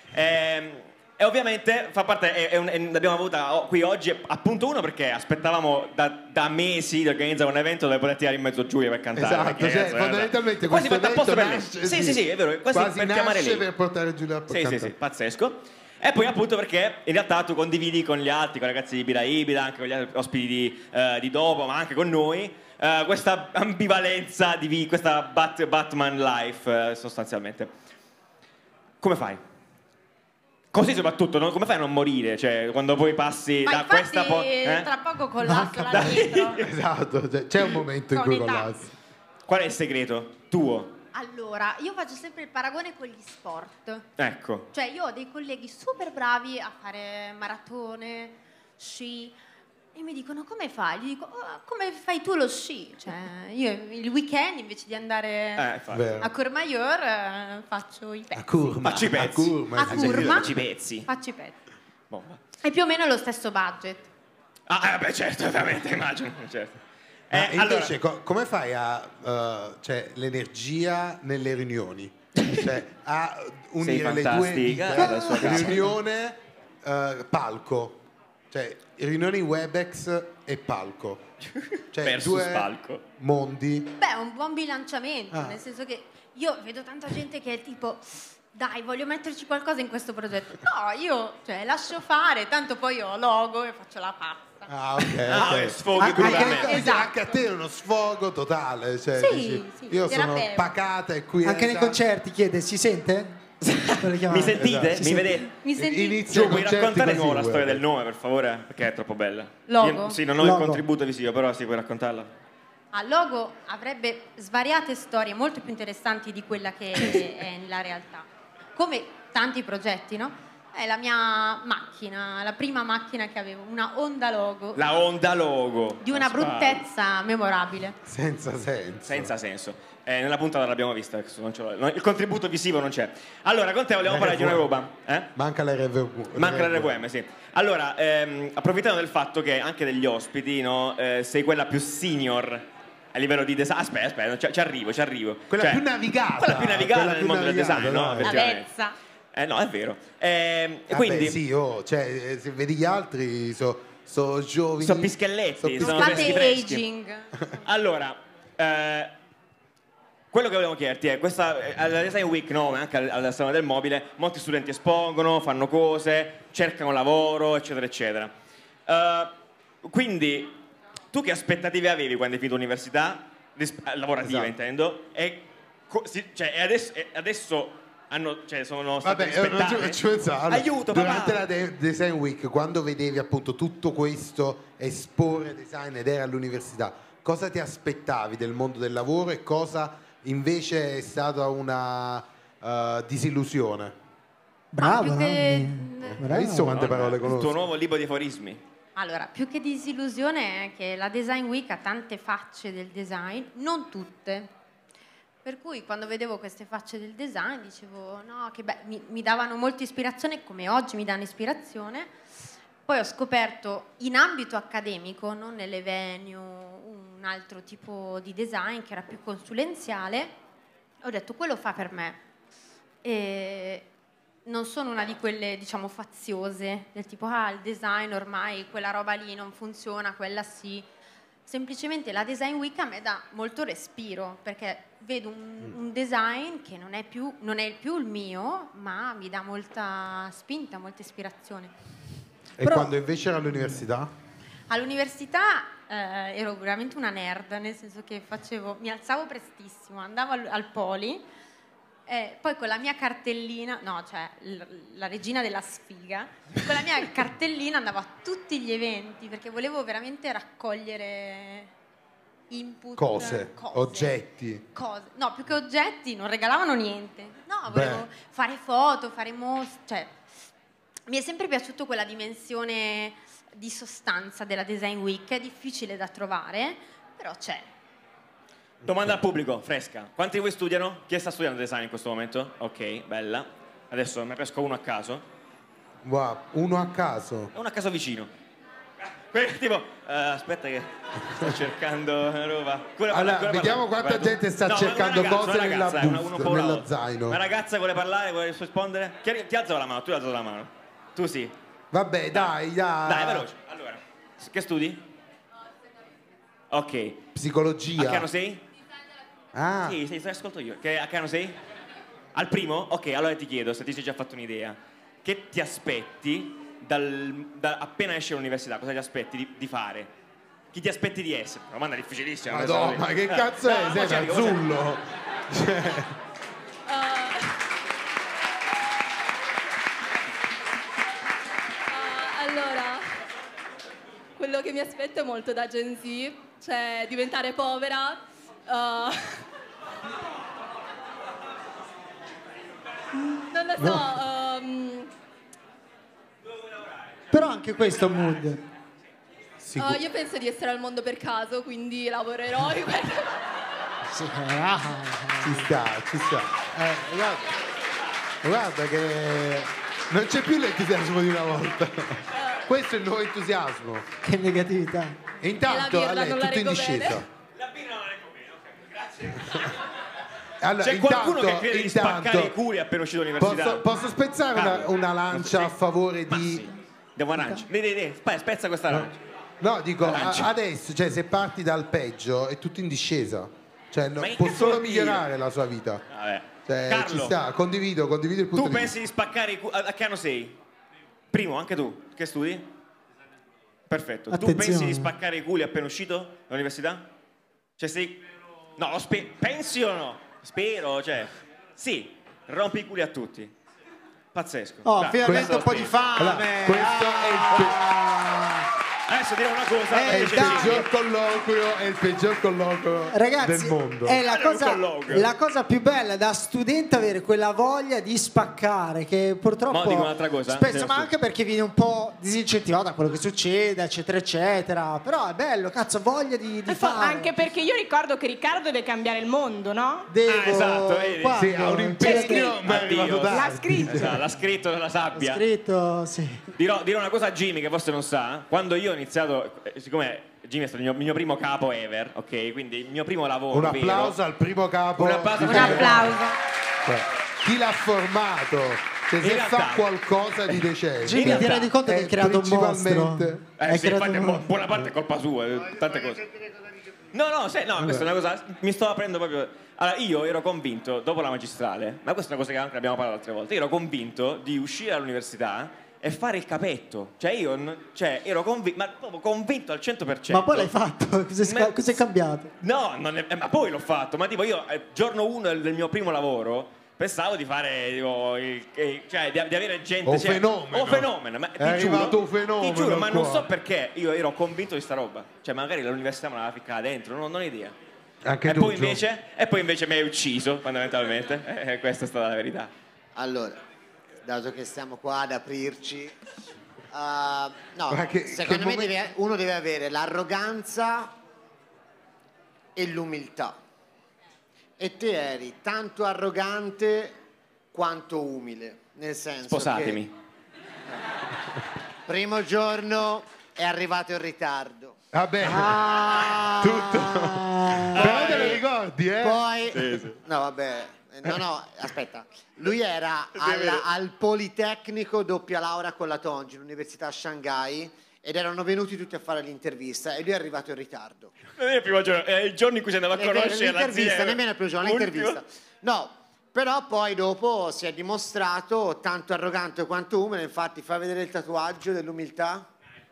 E ovviamente fa parte, l'abbiamo avuta qui oggi appunto perché aspettavamo da mesi di organizzare un evento dove poter tirare in mezzo Giulia per cantare. Esatto, perché, cioè, fondamentalmente quasi questo fatto apposta per lei. nasce, Sì, è vero, quasi per chiamare lei. per portare Giulia a cantare. Sì, pazzesco. E poi appunto perché in realtà tu condividi con gli altri, con i ragazzi di Bira Ibida, anche con gli altri ospiti di dopo, ma anche con noi, questa ambivalenza di questa Batman life sostanzialmente. Come fai? Così soprattutto, come fai a non morire? Cioè, quando poi passi ma da questa... tra poco collasso là dietro. Esatto, cioè, c'è un momento in cui collassi. Qual è il segreto tuo? Allora, io faccio sempre il paragone con gli sport. Ecco. Cioè, io ho dei colleghi super bravi a fare maratone, sci, e mi dicono, come fai? Gli dico, come fai tu lo sci? Cioè, io il weekend, invece di andare a Courmayeur, faccio i pezzi. Faccio i pezzi. Faccio i pezzi. Bomba. E più o meno lo stesso budget. Beh, certo, ovviamente, immagino, certo. Invece, come fai a cioè, l'energia nelle riunioni? Cioè, a unire le due vite, riunione, palco. Cioè, riunioni Webex e palco. Cioè, versus palco. Mondi. Beh, è un buon bilanciamento, nel senso che io vedo tanta gente che è tipo... Dai, voglio metterci qualcosa in questo progetto. No, io lascio fare, tanto poi ho logo e faccio la pazza. Ok. Sfoghi esatto. Anche a te è uno sfogo totale. Cioè, sì, io sono pacata e qui. Anche nei concerti chiede, si sente? Mi sentite? Esatto. Mi vedete? Mi sentite? Giù, puoi raccontare di nuovo la storia del nome, per favore? Perché è troppo bella. Logo? Sì, non ho il contributo visivo, però sì, puoi raccontarla. Logo avrebbe svariate storie molto più interessanti di quella che è nella realtà. Come tanti progetti, no? È la mia macchina, la prima macchina che avevo, una Honda Logo. La Honda Logo. Di una bruttezza memorabile. Senza senso. Senza senso. Nella puntata l'abbiamo vista, il contributo visivo non c'è. Allora, con te vogliamo parlare di una roba. Manca l'RVM. Manca l'RVM, sì. Allora, approfittando del fatto che anche degli ospiti, no, sei quella più senior a livello di design. Aspetta, ci arrivo. Quella più navigata. Quella più navigata nel mondo del design, no? Avezza. No, è vero. Quindi sì, cioè, se vedi gli altri sono giovani. Sono pischelletti. Sono fate aging. Allora, quello che volevo chiederti è, alla Design Week, no, anche alla Salone del Mobile, molti studenti espongono, fanno cose, cercano lavoro, eccetera, eccetera. Quindi, tu che aspettative avevi quando hai finito l'università, lavorativa intendo, e adesso sono state rispettate? Ci pensavo. Allora, Aiuto, durante papà. la Design Week, quando vedevi appunto tutto questo esporre design ed era all'università, cosa ti aspettavi del mondo del lavoro e cosa invece è stata una disillusione? Bravo, Hai visto quante parole conosco? Il tuo nuovo libro di aforismi. Allora, più che disillusione è che la Design Week ha tante facce del design, non tutte. Per cui quando vedevo queste facce del design dicevo, no, che mi davano molta ispirazione, come oggi mi danno ispirazione. Poi ho scoperto in ambito accademico, non nelle venue, un altro tipo di design che era più consulenziale. Ho detto, quello fa per me. E non sono una di quelle, diciamo, faziose, del tipo, il design ormai, quella roba lì non funziona, quella sì. semplicemente la Design Week a me dà molto respiro, perché vedo un design che non è più il mio, ma mi dà molta spinta, molta ispirazione. E quando invece era all'università? All'università ero veramente una nerd, nel senso che mi alzavo prestissimo, andavo al Poli, poi con la mia cartellina, la regina della sfiga, con la mia cartellina andavo a tutti gli eventi perché volevo veramente raccogliere input, cose. Oggetti. No, più che oggetti, non regalavano niente. No, volevo fare foto, fare mostre, cioè mi è sempre piaciuto quella dimensione di sostanza della Design Week, è difficile da trovare, però c'è. Domanda al pubblico, fresca. Quanti di voi studiano? Chi sta studiando design in questo momento? Ok, bella. Adesso ne pesco uno a caso. Wow, uno a caso? Uno a caso vicino. Tipo, aspetta che sto cercando una roba. Allora, vediamo quanta gente sta cercando cose nello zaino. Una ragazza vuole parlare, vuole rispondere? Ti alzo la mano, tu hai alzato la mano. Tu sì. Vabbè, dai. Dai, veloce. Allora, che studi? Ok. Psicologia. A che anno sei? Ah. Sì, ascolto io. A che anno sei? Al primo? Ok, allora ti chiedo, se ti sei già fatto un'idea, che ti aspetti appena esci dall'università? Cosa ti aspetti di fare? Chi ti aspetti di essere? Una domanda difficilissima. Madonna, ma che cazzo è? Sei azzurro? Allora, quello che mi aspetto è molto da Gen Z, cioè diventare povera. Non lo so. Però anche questo è un mood. Io penso di essere al mondo per caso, quindi lavorerò. Ci sta. Guarda che non c'è più l'entusiasmo di una volta. Questo è il nuovo entusiasmo. Che negatività. E intanto a lei è tutto in discesa. La birra non la leggo bene, ok, grazie. Allora, c'è qualcuno che crede di spaccare i culi appena uscito dall'università? Posso spezzare una lancia a favore di... Sì. Devo arancia. Spezza questa arancia. No, dico, adesso, cioè, se parti dal peggio è tutto in discesa. Cioè, può solo migliorare la sua vita. Vabbè. Cioè, Carlo, ci sta, condivido il punto di vista. Tu pensi di spaccare i culi? A che anno sei? Primo, anche tu? Che studi? Perfetto. Attenzione. Tu pensi di spaccare i culi appena uscito dall'università? Cioè sei... No, pensi o no? Spero, cioè... Sì, rompi i culi a tutti. Pazzesco. Oh, finalmente un po' di fame. Allora, questo è il... Adesso dirò una cosa. È il peggior colloquio Ragazzi, del mondo. È la cosa più bella da studente, avere quella voglia di spaccare, che purtroppo dico un'altra cosa, spesso, ma anche perché viene un po' disincentivato da quello che succede, eccetera eccetera. Però è bello, cazzo, voglia di fare. Anche perché io ricordo che Riccardo deve cambiare il mondo, no? Esatto, sì, ha un impegno, ma è arrivato l'ha scritto. Esatto, l'ha scritto nella sabbia. L'ha scritto, sì. Dirò una cosa a Jimmy che forse non sa. Quando io ho iniziato, siccome Jimmy è stato il mio primo capo ever, ok? Quindi il mio primo lavoro. Un applauso al primo capo. Un applauso. Chi l'ha formato? Cioè, se fa qualcosa di decente. Jimmy, ti rendi conto che hai creato un mostro? Sì, infatti, buona parte è colpa sua, tante cose. No, questa è una cosa. Mi sto aprendo proprio. Allora, io ero convinto, dopo la magistrale, ma questa è una cosa che anche abbiamo parlato altre volte, io ero convinto di uscire dall'università e fare il capetto. Cioè io ero convinto, ma proprio convinto al 100%. Ma poi l'hai fatto? Cos'è cambiato? No, ma poi l'ho fatto. Ma tipo io, giorno 1 del mio primo lavoro, pensavo di fare, cioè di avere gente... fenomeno. Ma è arrivato un fenomeno. Ti giuro, ma non so perché io ero convinto di sta roba. Cioè magari l'università me la ficcava dentro, non ho idea. Anche e poi invece mi hai ucciso, fondamentalmente. Questa è stata la verità. Allora, dato che stiamo qua ad aprirci, secondo me uno deve avere l'arroganza e l'umiltà. E te eri tanto arrogante quanto umile, nel senso Sposatemi. che primo giorno è arrivato in ritardo. Vabbè, tutto. Però te lo ricordi, eh? Poi, sì. no vabbè, no, aspetta. Lui era al Politecnico doppia laurea con la Tongi, l'università a Shanghai, ed erano venuti tutti a fare l'intervista e lui è arrivato in ritardo. Non è il primo giorno, è il giorno in cui si andava a conoscere l'intervista, nemmeno il primo giorno, l'intervista. No, però poi dopo si è dimostrato tanto arrogante quanto umile, infatti fa vedere il tatuaggio dell'umiltà.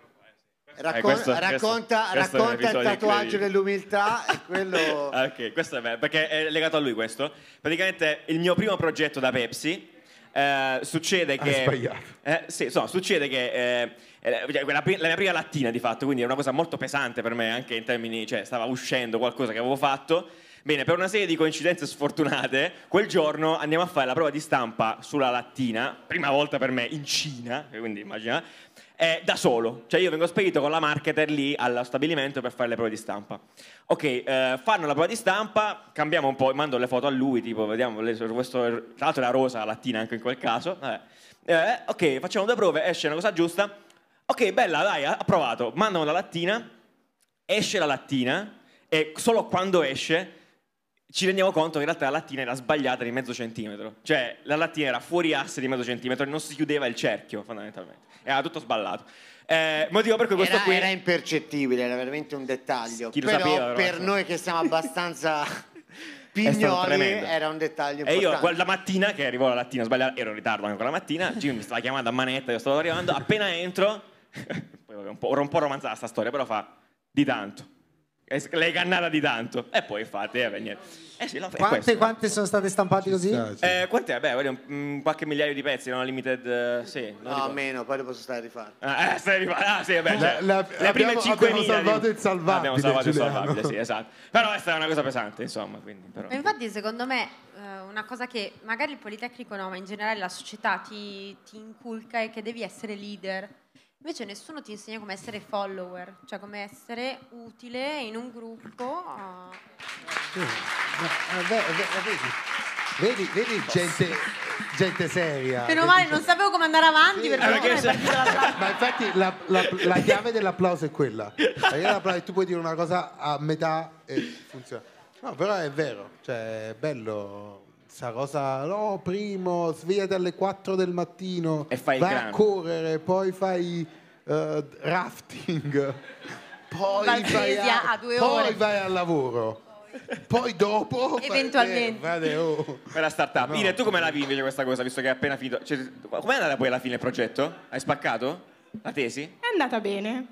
Racconta il tatuaggio dell'umiltà e quello... Ok, questo è bello, perché è legato a lui questo. Praticamente il mio primo progetto da Pepsi succede che... succede che... la mia prima lattina di fatto, quindi è una cosa molto pesante per me anche in termini, cioè stava uscendo qualcosa che avevo fatto. Bene, per una serie di coincidenze sfortunate, quel giorno andiamo a fare la prova di stampa sulla lattina, prima volta per me in Cina, quindi immagina, da solo. Cioè io vengo spedito con la marketer lì allo stabilimento per fare le prove di stampa. Ok, fanno la prova di stampa, cambiamo un po', mando le foto a lui, tipo, vediamo, questo, tra l'altro era rosa la lattina anche in quel caso. Ok, facciamo 2 prove, esce una cosa giusta. Ok, bella, dai, approvato. Mandano la lattina, esce la lattina e solo quando esce ci rendiamo conto che in realtà la lattina era sbagliata di mezzo centimetro. Cioè la lattina era fuori asse di mezzo centimetro e non si chiudeva il cerchio fondamentalmente. Era tutto sballato. Motivo per cui questo qui era impercettibile, era veramente un dettaglio. Però sapeva, per noi che siamo abbastanza pignoli era un dettaglio importante. E io la mattina che arrivo alla lattina sbagliata, ero in ritardo anche quella mattina, Jimmy mi stava chiamando a manetta, io stavo arrivando, appena entro poi un po' romanzata sta storia, però fa di tanto. L'hai cannata di tanto. E poi infatti niente. Sì, quante sono state stampate così? Quante? Beh, qualche migliaio di pezzi, no? Limited, sì. No, meno, poi dopo stai a rifare. Sì, vabbè, le prime 5.000 abbiamo salvato il salvabile. Abbiamo salvato il salvabile, sì, esatto. Però è stata una cosa pesante, insomma. Quindi, però. Infatti, secondo me, una cosa che magari il Politecnico no, ma in generale la società ti inculca è che devi essere leader. Invece nessuno ti insegna come essere follower, cioè come essere utile in un gruppo. Vedi gente seria. Meno male, non sapevo come andare avanti ma infatti la chiave dell'applauso è quella. Tu puoi dire una cosa a metà e funziona. No, però è vero, cioè è bello. Sta cosa, no, primo, svegliati alle 4 del mattino, e fai vai a correre, poi fai rafting, poi vai al lavoro, poi dopo eventualmente per la startup. No. Ine, tu come la vivi invece questa cosa, visto che è appena finito? Cioè, com'è andata poi alla fine il progetto? Hai spaccato la tesi? È andata bene.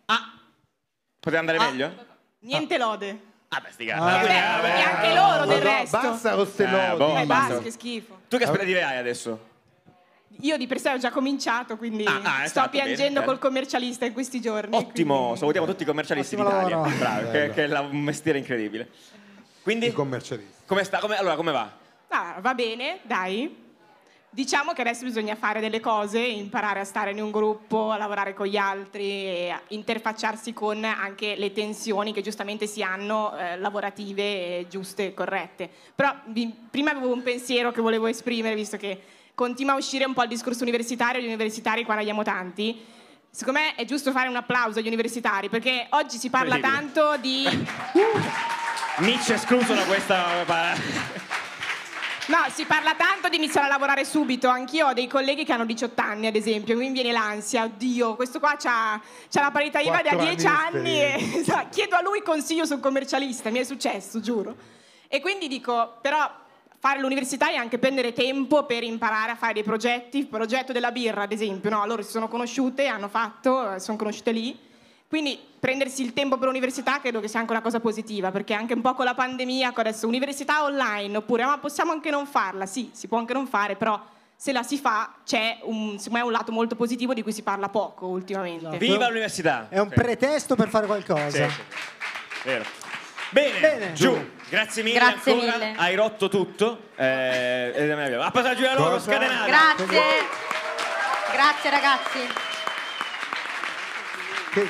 Poteva andare meglio? Niente lode. Beh, sti cazzi. E anche loro del resto. Basta con ste lodi. Basta, che schifo. Tu che aspettative hai adesso? Io di per sé ho già cominciato, quindi sto piangendo col commercialista in questi giorni. Ottimo, quindi... salutiamo tutti i commercialisti d'Italia. Bravo, che è un mestiere incredibile. Quindi, i commercialisti. Come sta? Allora, come va? Va bene, dai. Diciamo che adesso bisogna fare delle cose, imparare a stare in un gruppo, a lavorare con gli altri, e interfacciarsi con anche le tensioni che giustamente si hanno, lavorative, giuste e corrette. Però prima avevo un pensiero che volevo esprimere, visto che continua a uscire un po' il discorso universitario, gli universitari qua ne abbiamo tanti. Secondo me è giusto fare un applauso agli universitari, perché oggi si parla tanto di... Nietzsche escluso da questa... No, si parla tanto di iniziare a lavorare subito. Anch'io ho dei colleghi che hanno 18 anni, ad esempio, mi viene l'ansia, oddio, questo qua c'ha la parità IVA da 10 anni e chiedo a lui consiglio sul commercialista, mi è successo, giuro. E quindi dico, però fare l'università è anche prendere tempo per imparare a fare dei progetti, il progetto della birra, ad esempio, no? Loro si sono conosciute, sono conosciute lì. Quindi prendersi il tempo per l'università credo che sia anche una cosa positiva, perché anche un po' con la pandemia, adesso università online, oppure ma possiamo anche non farla, sì, si può anche non fare, però se la si fa c'è un lato molto positivo di cui si parla poco ultimamente. Viva l'università! È un pretesto per fare qualcosa. Sì. Vero. Bene, giù. Grazie mille ancora, hai rotto tutto. A passaggio da loro, scatenata. Grazie ragazzi. Che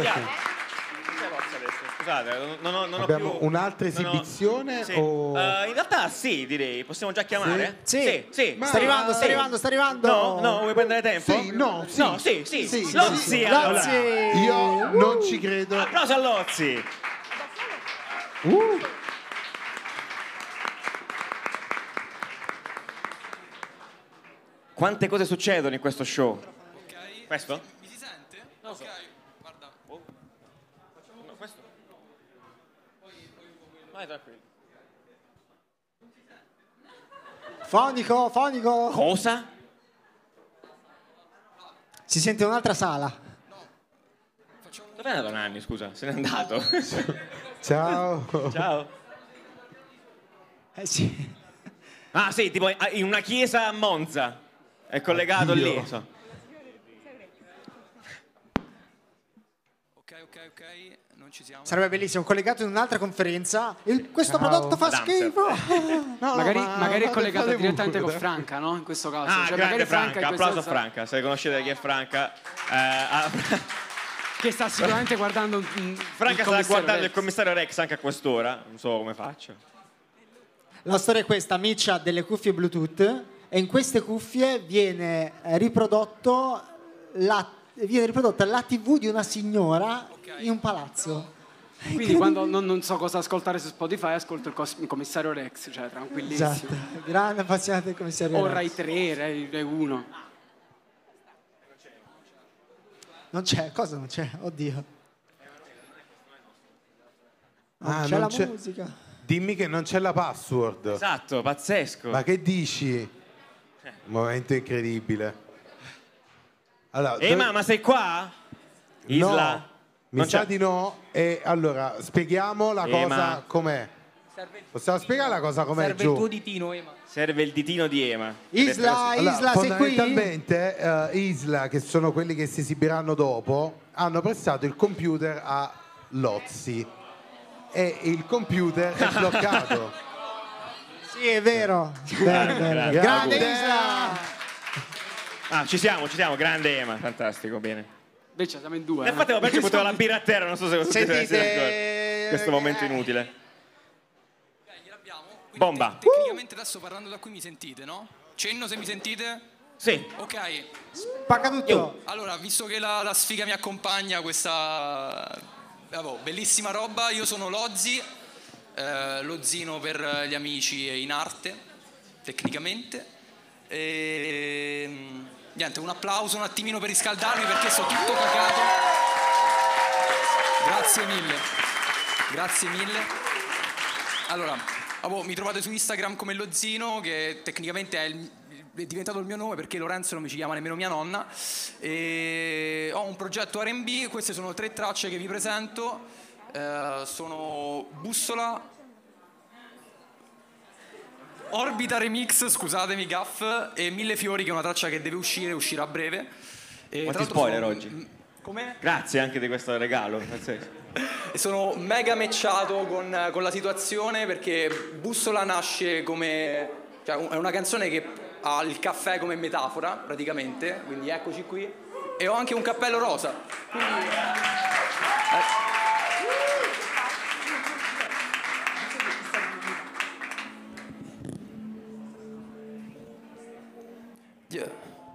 Scusate, non abbiamo ho più... un'altra esibizione? O... in realtà sì, direi. Possiamo già chiamare? Sì. Ma... Sta arrivando. No, vuoi prendere tempo? Sì. Lozzi. Io non ci credo. Applauso a Lozzi. Quante cose succedono in questo show? Questo? Mi si sente? Ok. Vai tranquillo. Fonico. Cosa? Si sente un'altra sala. Dov'è andato Nanni, scusa? Se n'è andato. Ciao. Sì. Ah sì, tipo in una chiesa a Monza. È collegato lì. So. Ok, non ci siamo. Sarebbe bellissimo, collegato in un'altra conferenza. Questo prodotto fa schifo. No, magari è collegato direttamente con Franca, no? In questo caso. Ah, cioè, grande Franca, applauso a Franca. Se conoscete chi è Franca. Che sta sicuramente guardando Franca sta guardando il commissario Rex anche a quest'ora. Non so come faccio. La storia è questa: Mitch ha delle cuffie Bluetooth e in queste cuffie viene riprodotta la TV di una signora in un palazzo. Quindi quando non so cosa ascoltare su Spotify, ascolto il commissario Rex, cioè tranquillissimo. Esatto, grande appassionato del commissario o Rex. Rai 3, Rai 1. Non c'è, cosa non c'è? Oddio. Non c'è non la c'è. musica. Dimmi che non c'è la password. Esatto, pazzesco. Ma che dici? Un momento incredibile. Allora, ma sei qua? Isla? No, mi sa di no. E allora, spieghiamo la cosa com'è. Possiamo spiegare la cosa com'è? Serve giù? il tuo ditino, Ema. Serve il ditino di Ema. Isla, sei qui? Fondamentalmente Isla, che sono quelli che si esibiranno dopo, hanno prestato il computer a Lozzi e il computer è bloccato. Sì, è vero. Grande Isla. Ci siamo, grande Ema, fantastico, bene. Invece siamo in due. Nel frattempo perché potevo la birra a terra, non so se sentite questo momento inutile. Bomba. Tecnicamente adesso parlando da qui mi sentite, no? Cenno se mi sentite? Sì. Ok. Spacca tutto. Allora, visto che la sfiga mi accompagna, questa bellissima roba, io sono Lozzi, lo zino per gli amici in arte, tecnicamente. E niente, un applauso un attimino per riscaldarmi perché sto tutto cacato. Grazie mille. Allora, mi trovate su Instagram come Lo Zino, che tecnicamente è diventato il mio nome perché Lorenzo non mi ci chiama nemmeno mia nonna. E ho un progetto R&B, queste sono 3 tracce che vi presento. Sono Bussola, Orbita Remix, scusatemi, Gaff, e Mille Fiori, che è una traccia che deve uscirà a breve. Quanti spoiler oggi? Come? Grazie anche di questo regalo. E sono mega matchato con la situazione perché Bussola nasce come... cioè è una canzone che ha il caffè come metafora, praticamente, quindi eccoci qui. E ho anche un cappello rosa. Quindi... Yeah.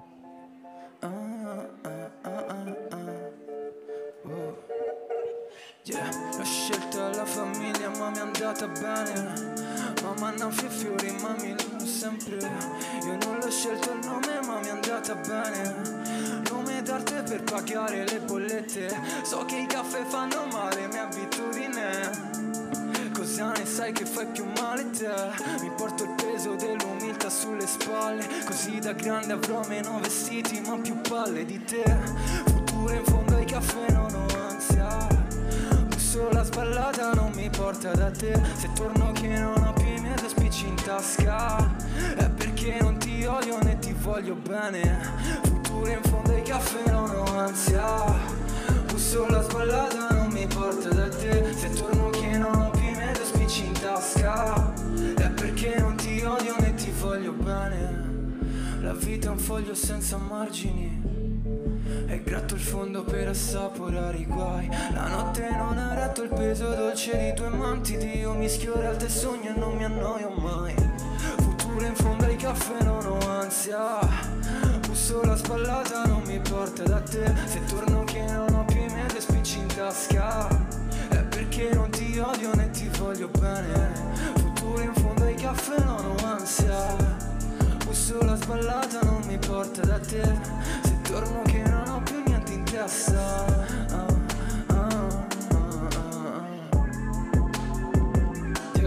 Yeah. L'ho scelta la famiglia ma mi è andata bene. Mamma annafia i fiori ma mi lo sempre. Io non l'ho scelto il nome ma mi è andata bene. Nome d'arte per pagare le bollette. So che i caffè fanno male, mia abitudine. Cosa ne sai che fai più male te? Mi porto il peso dell'umiltà sulle spalle. Così da grande avrò meno vestiti ma più palle di te. Futuro in fondo ai caffè non ho ansia. Bussola sballata non mi porta da te. Se torno che non ho più i miei 2 spicci in tasca è perché non ti odio né ti voglio bene. Futuro in fondo ai caffè non ho ansia. Bussola sballata non mi porta da te. Se torno che non ho più i miei 2 spicci in tasca è perché non ti odio né ti voglio bene. La vita è un foglio senza margini e gratto il fondo per assaporare i guai. La notte non ha retto il peso dolce di 2 mantidi. Io mischio realtà e sogno e non mi annoio mai. Futuro in fondo ai caffè non ho ansia. Bussola spallata non mi porta da te. Se torno che non ho più i miei 2 spicci in tasca è perché non ti odio né ti voglio bene. Futuro in fondo ai caffè non ho ansia. Bussola sballata non mi porta da te. Se torno che non ho più niente in testa.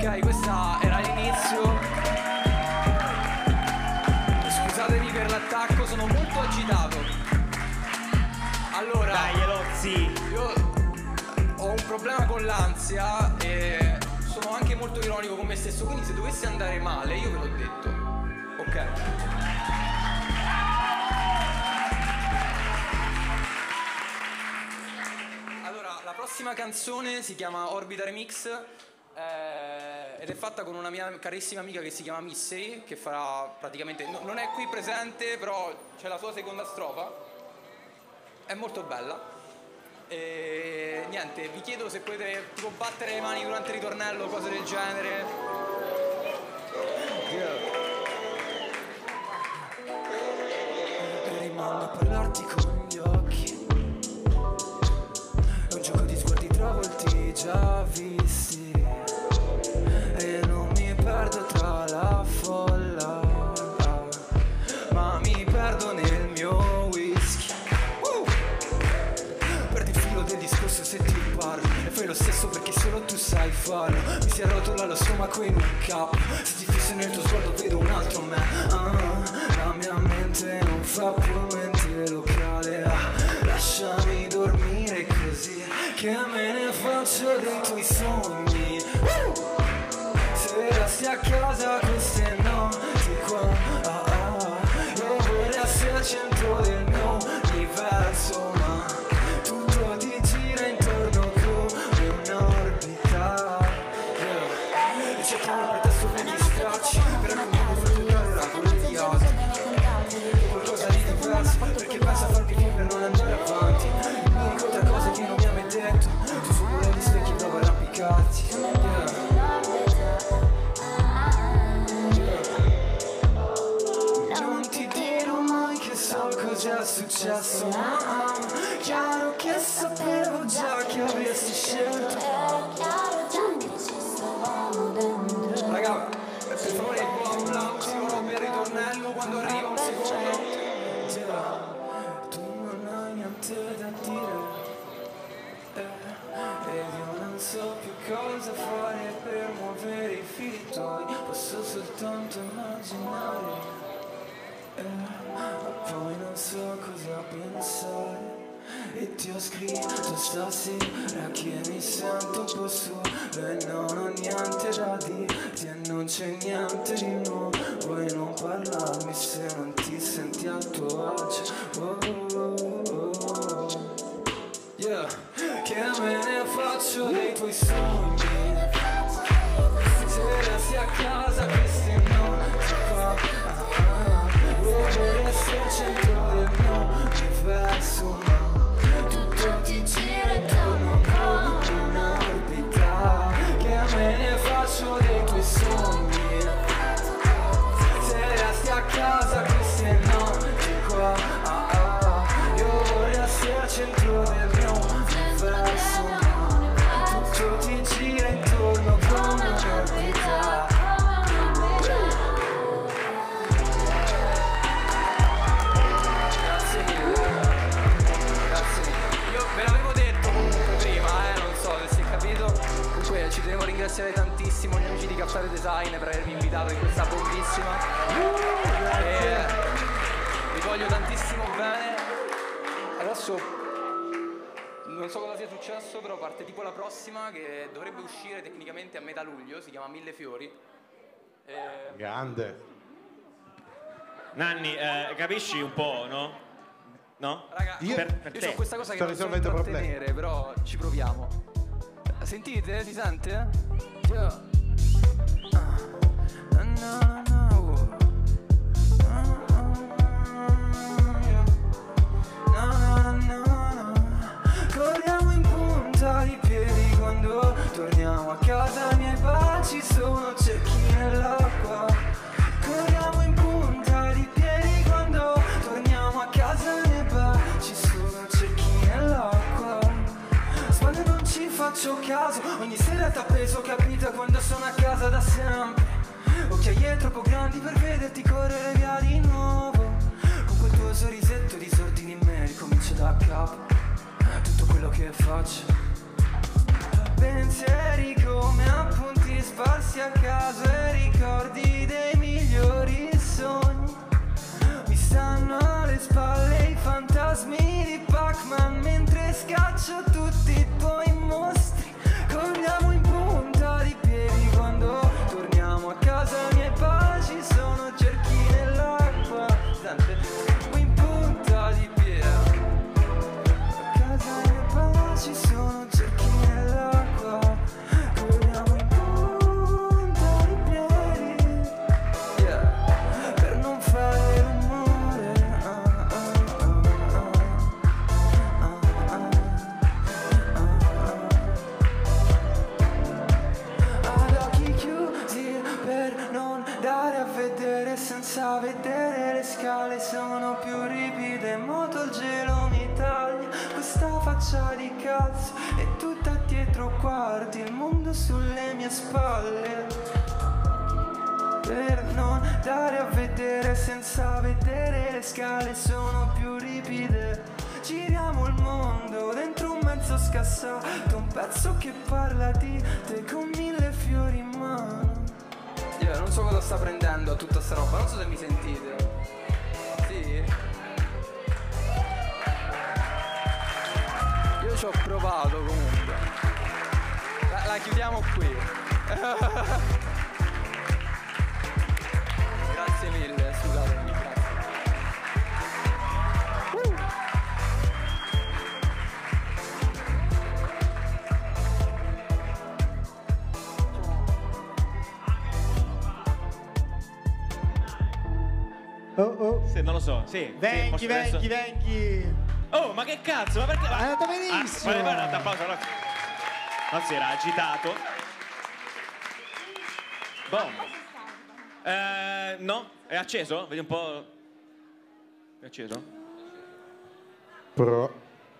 Ok, questa era l'inizio. Scusatemi per l'attacco, sono molto agitato. Allora, dai Elozzi, io ho un problema con l'ansia e sono anche molto ironico con me stesso, quindi se dovesse andare male io ve l'ho detto. Ok. Allora, la prossima canzone si chiama Orbita Remix ed è fatta con una mia carissima amica che si chiama Missei, che farà praticamente, non è qui presente, però c'è la sua seconda strofa, è molto bella. E niente, vi chiedo se potete tipo battere le mani durante il ritornello, cose del genere. Rimando a parlarti con gli occhi, è un gioco di sguardi travolti già visti, e non mi perdo tra la folla, ma mi perdo nel mio whisky. Perdi il filo del discorso se ti parlo, e fai lo stesso perché solo tu sai farlo. Mi si arrotola lo stomaco in un capo, se ti fisso nel tuo sguardo vedo un altro me. La mia mente non fa più mente locale, lasciami dormire così, che me ne faccio dei tuoi sogni. Se resti a casa queste notti qua, io vorrei essere al centro del mio universo, ma tutto ti gira intorno come un'orbita. C'è tra un pretesto per distrarci, per non giocare la collegiata, qualcosa di diverso, perché pensa a farti film per non andare avanti. L'unica cosa che non mi ha mai detto, tu solo gli specchi prova a arrampicarti. Non ti dirò mai che so cos'è successo, ma chiaro che sapevo già che avresti scelto. Raga, per favore il buon applauso per il ritornello quando arriva un secondo. Tu non hai niente da dire, ed io non so più cosa fare per muovere i fili tuoi, posso soltanto immaginare, ma poi non so cosa pensare. E ti ho scritto stasera che mi sento un po' solo e non ho niente da dirti e non c'è niente di nuovo. Vuoi non parlarmi se non ti senti a tuo agio? Yeah. Che me ne faccio dei tuoi sogni, se resti a casa questi notti qua, vorrei essere il centro del mio universo, ma tutto ti gira intorno come un'orbita. Che me ne faccio dei tuoi sogni, se resti a casa queste notti qua, io vorrei essere al centro del mio universo, tutto ti gira intorno come un'orbita. Grazie mille. Io ve l'avevo detto comunque prima, non so se si è capito. Comunque ci devo ringraziare tantissimo gli amici di Captare Design per avermi invitato in questa bellissima. E vi voglio tantissimo bene. Adesso non so cosa sia successo, però parte tipo la prossima che dovrebbe uscire tecnicamente a metà luglio, si chiama Mille Fiori. Grande. Nanni, capisci un po', no? No? Raga, io ho questa cosa che non so intrattenere, però ci proviamo. Sentite? Si sente? Corriamo in punta di piedi quando torniamo a casa, i miei baci sono ciechi nell'acqua. Corriamo in punta di piedi quando torniamo a casa, i miei baci sono ciechi nell'acqua. Sbaglio, non ci faccio caso, ogni sera t'appeso, capita quando sono a casa da sempre. Occhiali troppo grandi per vederti correre via di nuovo. Con quel tuo sorrisetto disordini in me, ricomincio da capo tutto quello che faccio. pensieri come appunti sparsi a caso e ricordi dei migliori sogni. Mi stanno alle spalle i fantasmi di Pac-Man mentre scaccio tutti i tuoi mostri. Corriamo in punta di piedi quando torniamo a casa, i miei paci sono cerchi nell'acqua. In punta di piedi, a casa i miei paci sono cerchi nell'acqua. Corriamo in punta di piedi, yeah, per non fare rumore. Ad occhi chiusi per non dare a vedere, senza vedere le scale sono più ripide. Moto il gelo mi taglia questa faccia di cazzo e tutta dietro guardi il mondo sulle mie spalle. Per non dare a vedere, senza vedere le scale sono più ripide. Giriamo il mondo dentro un mezzo scassato, un pezzo che parla di te con 1000 fiori in mano. Io non so cosa sta prendendo a tutta sta roba, non so se mi sentite. Sì? Io ci ho provato comunque. La chiudiamo qui. Grazie mille, scusatemi, grazie. Sì, non lo so, sì. Venchi. Oh, ma che cazzo? Ma perché? È andato benissimo. Fai un applauso, no? Non si era agitato. Boh. No? È acceso? Vedi un po'. È acceso? Pro.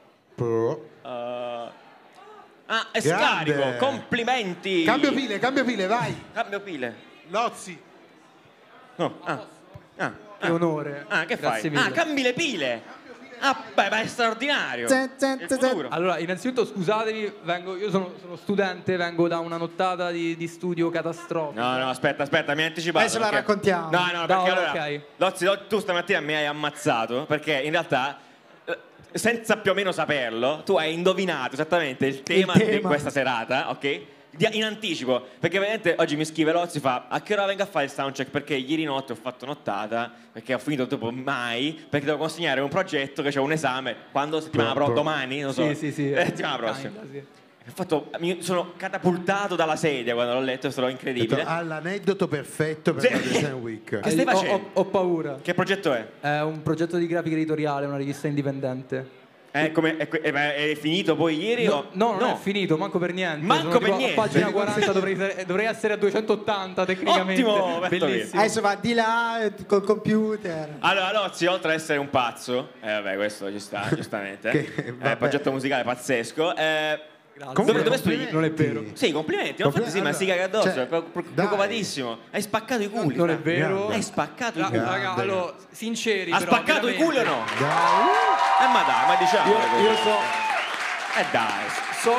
È scarico, complimenti. Cambio pile, vai. Cambio pile. Lozzi. No. Che onore. Che fai? Cambi le pile. Beh, ma è straordinario. Allora, innanzitutto scusatemi, io sono studente, vengo da una nottata di studio catastrofico. No, aspetta, mi hai anticipato. Adesso la raccontiamo. No, perché allora, okay. Lozzi, tu stamattina mi hai ammazzato, perché in realtà, senza più o meno saperlo, tu hai indovinato esattamente il tema di questa serata, ok? In anticipo, perché veramente oggi mi scrive Lozzi, fa: a che ora vengo a fare il soundcheck? Perché ieri notte ho fatto nottata, perché ho finito dopo mai, perché devo consegnare un progetto che c'è un esame quando domani, non so. Sì. Settimana prossima. Mi sono catapultato dalla sedia quando l'ho letto, è stato incredibile. L'aneddoto perfetto per la Design Week. Che stai facendo? Ho paura. Che progetto è? È un progetto di grafica editoriale, una rivista indipendente. È finito poi ieri? No, non è finito, manco per niente. A pagina 40 dovrei essere a 280 tecnicamente. Ottimo, bellissimo. Adesso va di là col computer. Allora, Lozzi, oltre ad essere un pazzo, questo ci sta, giustamente. Progetto musicale pazzesco. Dove studi? Non è vero. Sì, complimenti. Infatti sì, ma si caga addosso, è preoccupatissimo. Hai spaccato i culi. Non è vero. Hai spaccato i culi. Raga, allora, sinceri. Ha spaccato i culi o no? Dai. Ma dai, ma diciamo. Io so. Dai.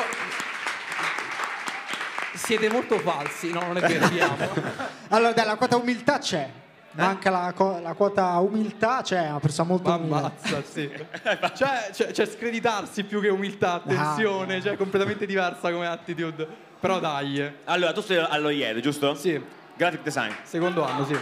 Siete molto falsi, no, non è vero, Allora, dai, la quota umiltà c'è. Manca la quota umiltà, c'è una persona molto ammazza, sì. C'è screditarsi più che umiltà, attenzione, cioè completamente diversa come attitude. Però dai. Allora, tu sei allo IED, giusto? Sì. Graphic design. Secondo anno, sì.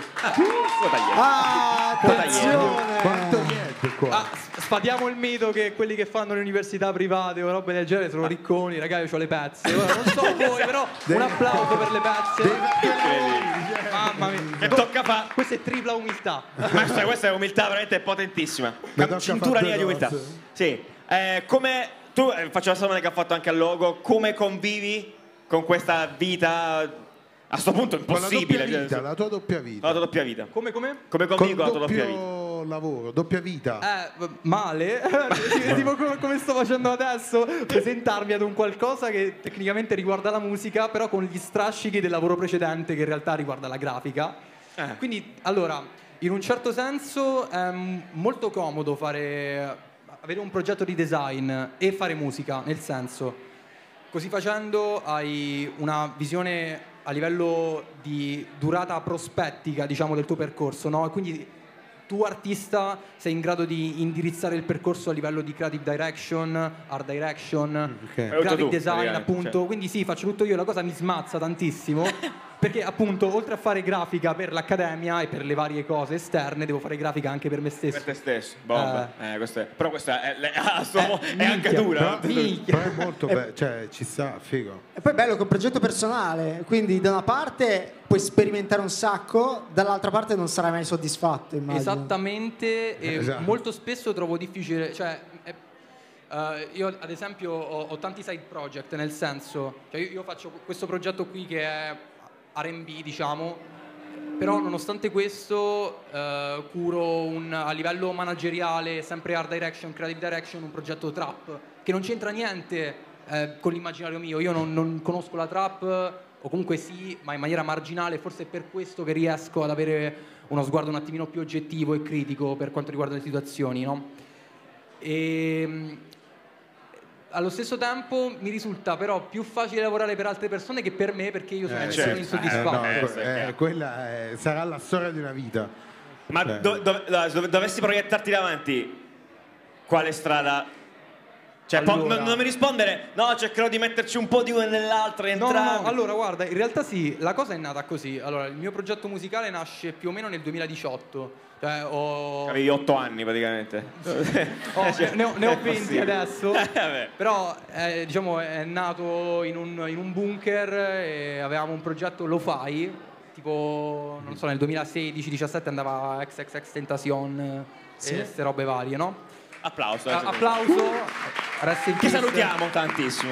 Attenzione! Quanto niente qua. Sfatiamo il mito che quelli che fanno le università private o robe del genere sono ricconi, raga, io ho le pezze. Ora, non so voi, però un applauso per le pezze. Mamma mia. Che tocca fa? Questa è tripla umiltà. Questa è umiltà veramente potentissima. Cintura nera di umiltà. Sì. Come tu, faccio la domanda che ha fatto anche al logo, come convivi con questa vita? A sto punto è impossibile. La tua doppia vita. La tua doppia vita. Come? Come convivi con la tua doppia vita? Lavoro, doppia vita. Male. Tipo come sto facendo adesso, presentarmi ad un qualcosa che tecnicamente riguarda la musica, però con gli strascichi del lavoro precedente che in realtà riguarda la grafica. Quindi, allora, in un certo senso è molto comodo avere un progetto di design e fare musica, nel senso, così facendo hai una visione a livello di durata prospettica, diciamo, del tuo percorso, no? E quindi tu artista sei in grado di indirizzare il percorso a livello di creative direction, art direction, graphic design, appunto. Quindi sì, faccio tutto io, la cosa mi smazza tantissimo perché appunto oltre a fare grafica per l'accademia e per le varie cose esterne devo fare grafica anche per me stesso. Per te stesso, bomba. Però questa è anche dura. Però è molto bello, cioè ci sta, figo. E poi è bello che è un progetto personale, quindi da una parte puoi sperimentare un sacco, dall'altra parte non sarai mai soddisfatto, immagino. Esattamente, e Esatto. molto spesso trovo difficile, cioè io ad esempio ho tanti side project, nel senso, cioè io faccio questo progetto qui che è R&B, diciamo, però nonostante questo curo a livello manageriale, sempre art direction, creative direction, un progetto trap che non c'entra niente con l'immaginario mio. Io non conosco la trap, o comunque sì, ma in maniera marginale. Forse è per questo che riesco ad avere uno sguardo un attimino più oggettivo e critico per quanto riguarda le situazioni, no? E allo stesso tempo mi risulta però più facile lavorare per altre persone che per me, perché io sono insoddisfatto. Quella sarà la storia di una vita. Ma dovessi proiettarti davanti, quale strada? Cioè, allora, non mi rispondere, no, cercherò di metterci un po' di una nell'altra e entrare. No, allora guarda, in realtà sì, la cosa è nata così. Allora, il mio progetto musicale nasce più o meno nel 2018. Cioè, avevi 8 anni praticamente. Ne ho 20 adesso. Però diciamo è nato in un bunker e avevamo un progetto lo-fi, tipo, non so, nel 2016-17 andava XXXTentacion e queste robe varie, no? Applauso. Che salutiamo tantissimo.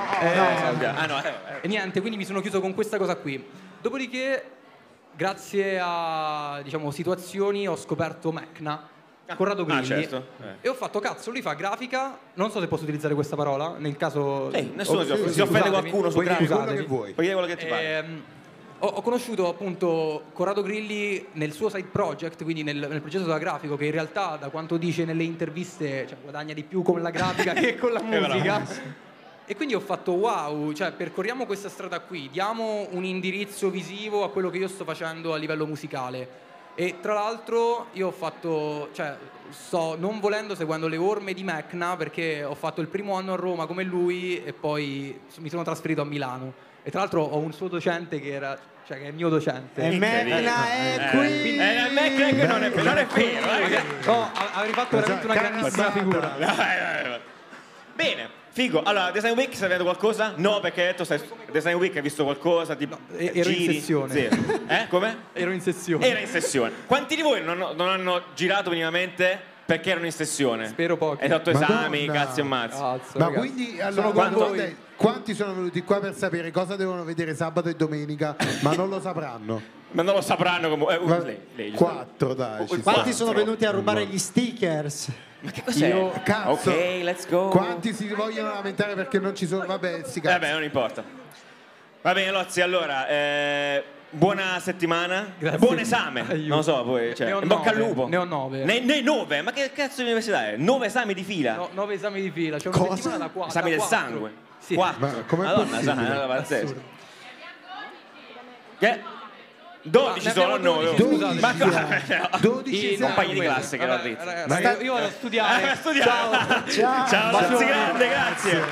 E niente, quindi mi sono chiuso con questa cosa qui. Dopodiché, grazie a, diciamo, situazioni, ho scoperto Mecna, Corrado Grilli, certo. E ho fatto, cazzo, lui fa grafica, non so se posso utilizzare questa parola, nel caso... nessuno si offende qualcuno su grafica. Quello che vuoi. Puoi dire quello che ti pare. Ho conosciuto appunto Corrado Grilli nel suo side project, quindi nel progetto da grafico, che in realtà, da quanto dice nelle interviste, cioè, guadagna di più con la grafica che con la musica. E quindi ho fatto wow, cioè percorriamo questa strada qui, diamo un indirizzo visivo a quello che io sto facendo a livello musicale. E tra l'altro io ho fatto, cioè sto non volendo seguendo le orme di Mecna, perché ho fatto il primo anno a Roma come lui e poi mi sono trasferito a Milano. E tra l'altro ho un suo docente che era, cioè che è il mio docente. E Mecna è qui. Mecna è qui, non è vero. No, avrei fatto veramente una grandissima figura. Bene. Figo, allora Design Week stai vedendo qualcosa? No, perché hai detto Design Week hai visto qualcosa? Tipo, ero in sessione. Zero. Come? Ero in sessione. Era in sessione. Quanti di voi non hanno girato minimamente perché erano in sessione? Spero pochi. Hai fatto esami, cazzi e mazzi. Ma ragazzi, quindi allora quanti sono venuti qua per sapere cosa devono vedere sabato e domenica, ma non lo sapranno? Ma non lo sapranno come... lei, 4, dai. Quanti sono venuti a rubare gli stickers? Ma che cos'è? Cazzo. Ok, let's go. Quanti si vogliono lamentare perché non ci sono? Vabbè, sti cazzi. Vabbè, non importa. Va bene, Lozzi, allora, buona settimana. Grazie. Buon esame. Non lo so, poi, cioè, in bocca al lupo. Ne ho 9. Ne 9? Ma che cazzo di università è? 9 esami di fila? No, 9 esami di fila. C'è una settimana da 4. Esami del sangue? Sì. 4. Ma com'è Madonna, è una cosa pazzesca. Che? 12 sono, 9. 12 compagni di classe che lo rizzi. Io vado a studiare. Ciao, Lozzi grande, grazie.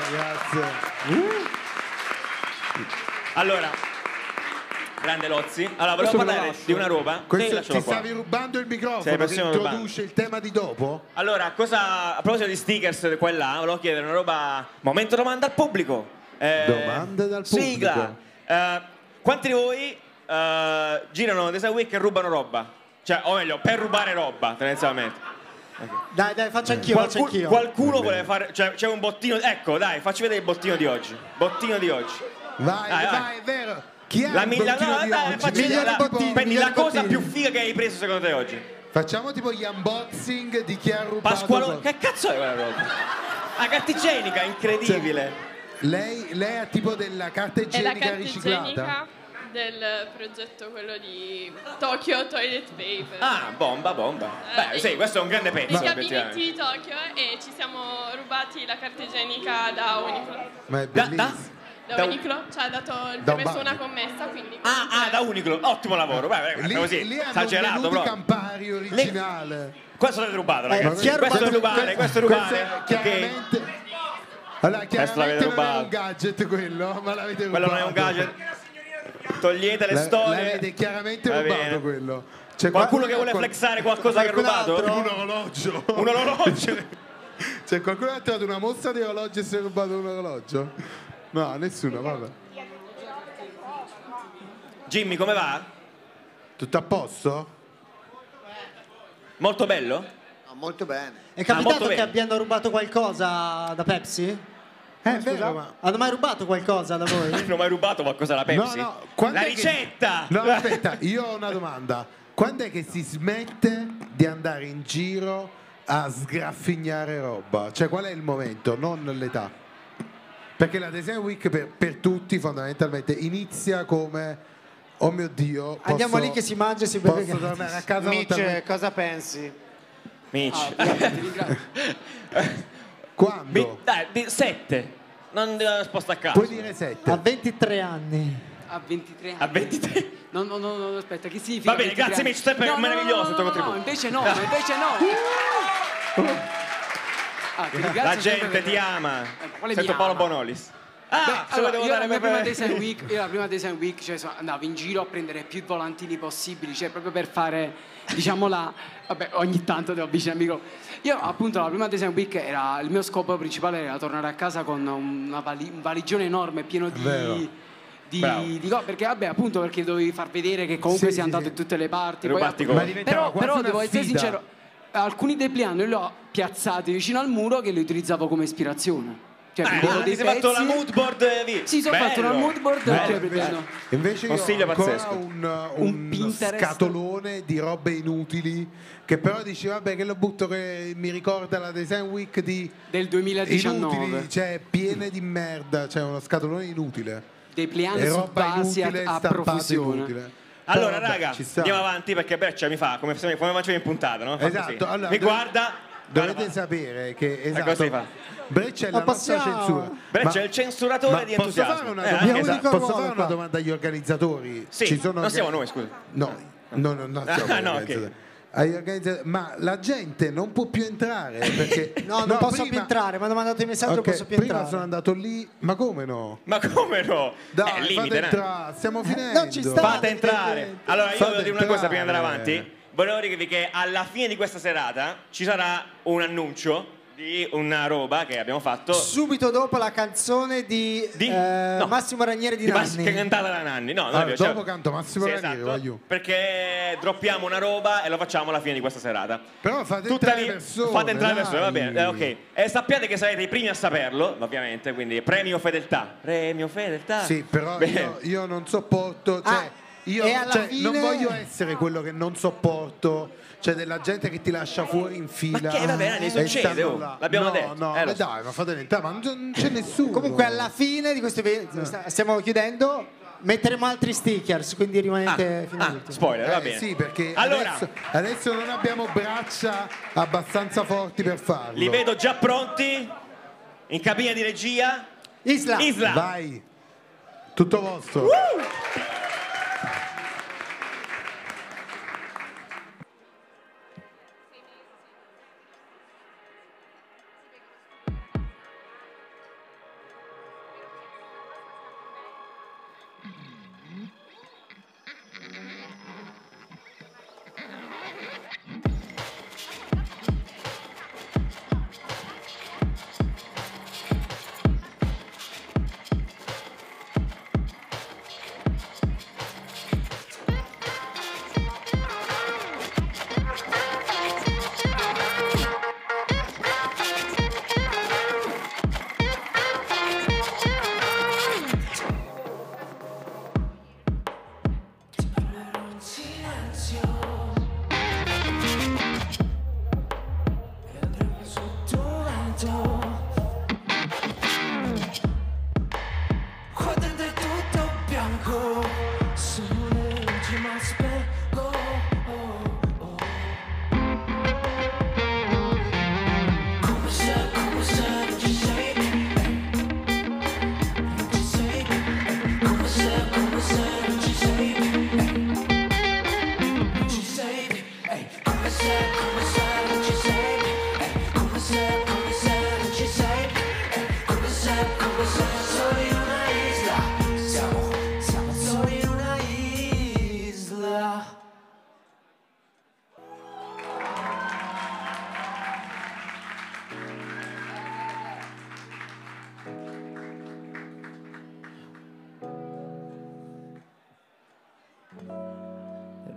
Allora, grande Lozzi. Allora, volevo parlare di una roba. Ti stavi rubando il microfono che introduce il tema di dopo? Allora, a proposito di stickers, quella, volevo chiedere una roba. Momento domanda al pubblico. Domande dal pubblico. Sigla. Quanti di voi girano Design Week e rubano roba? Cioè, o meglio, per rubare roba, tendenzialmente. Okay. Dai, faccio anch'io. Qualcuno vuole fare... Cioè, c'è un bottino... Ecco, dai, facci vedere il bottino di oggi. Bottino di oggi. Vai, è vero. Chi ha Quindi la cosa più figa che hai preso secondo te oggi? Facciamo tipo gli unboxing di chi ha rubato. Pasqualo... Che cazzo è quella roba? La carta igienica, incredibile. Lei ha tipo della carta igienica riciclata? Del progetto, quello di Tokyo Toilet Paper. Ah, bomba. Beh, sì, questo è un grande pezzo. I gabinetti di Tokyo, e ci siamo rubati la carta igienica da Uniqlo. Ma è bellissimo. Da Uniqlo, cioè ha dato il premio su una commessa, quindi... Da Uniqlo, ottimo lavoro. Così, lì esagerato proprio. Proprio. Campari originale. Questo l'avete rubato, ragazzi. Questo è rubare, questo è rubare. Chiaramente... Allora, chiaramente non è un gadget quello, ma l'avete rubato. Quello non è un gadget. Togliete le storie. L'avete chiaramente rubato quello. C'è qualcuno che vuole flexare qualcosa che ha rubato? Un orologio. Un orologio? C'è qualcuno che ha trovato una mostra di orologi e si è rubato un orologio? No, nessuno, vabbè. Jimmy, come va? Tutto a posto? Molto bello? No, molto bene. È capitato che abbiano rubato qualcosa da Pepsi? Vero, ma... Hanno mai rubato qualcosa da voi? Hanno mai rubato qualcosa da Pepsi? No. La ricetta! No, aspetta, io ho una domanda. Quando è che si smette di andare in giro a sgraffignare roba? Cioè, qual è il momento, non l'età? Perché la Design Week per tutti fondamentalmente inizia come oh mio Dio, andiamo lì che si mangia e si beve. Posso tornare a casa? Mitch, cosa pensi? Mitch. Quando? Dai, 7. Non sposta a caso. Puoi dire 7. A 23 anni. A 23 anni. A 23? No, aspetta, che significa? Va bene, grazie Mitch, sempre meraviglioso il tuo contributo. No, invece no. La gente ti ama. Sento Paolo Bonolis. Allora, io la prima Design Week cioè, andavo in giro a prendere più volantini possibili, cioè proprio per fare, diciamo vabbè, ogni tanto devo avvicinare il microfono. Io appunto la prima Design Week il mio scopo principale era tornare a casa con un valigione enorme pieno di perché vabbè appunto perché dovevi far vedere che comunque sei andato in tutte le parti però devo essere sincero, alcuni dépliant li ho piazzati vicino al muro che li utilizzavo come ispirazione. Cioè, ti sei fatto la mood board via. Sì, ho fatto una mood board. Invece io ho ancora un scatolone di robe inutili che però dici vabbè che lo butto, che mi ricorda la Design Week del 2019 inutili, cioè piene di merda, cioè uno scatolone inutile, dei pliant su basi a professione. Allora raga, andiamo avanti perché Breccia mi fa come facevi in puntata, no? Esatto, allora, mi guarda. Dovete sapere che Breccia è la nostra censura. Breccia è il censuratore di entusiasmo. Posso fare una domanda agli organizzatori? Sì, non siamo noi, scusa. No, siamo organizzatori. Ma la gente non può più entrare perché non posso più entrare. Mi hanno mandato il messaggio, posso più entrare. Prima sono andato lì, ma come no? Ma come no? Dai, fate entrare, stiamo finendo. Non ci sta. Fate entrare. Allora io voglio dire una cosa prima di andare avanti. Volevo dirvi che alla fine di questa serata ci sarà un annuncio di una roba che abbiamo fatto subito dopo la canzone di Massimo Ranieri di Nanni, che è cantata da Nanni. Dopo canto Massimo Ranieri, esatto, perché droppiamo una roba e lo facciamo alla fine di questa serata. Però fate entrare persone. Fate entrare persone, va bene, ok. E sappiate che sarete i primi a saperlo, ovviamente, quindi premio fedeltà. Sì, però io non sopporto, io non voglio essere quello che non sopporto, cioè della gente che ti lascia fuori in fila. Ma che va bene, ne succede, l'abbiamo detto. No, dai, ma fate entrare, ma non c'è nessuno. Comunque alla fine di questo evento, stiamo chiudendo, metteremo altri stickers, quindi rimanete fino all'ultimo. Spoiler, va bene. Sì, perché adesso non abbiamo braccia abbastanza forti per farlo. Li vedo già pronti in cabina di regia. Isla. Vai, tutto vostro.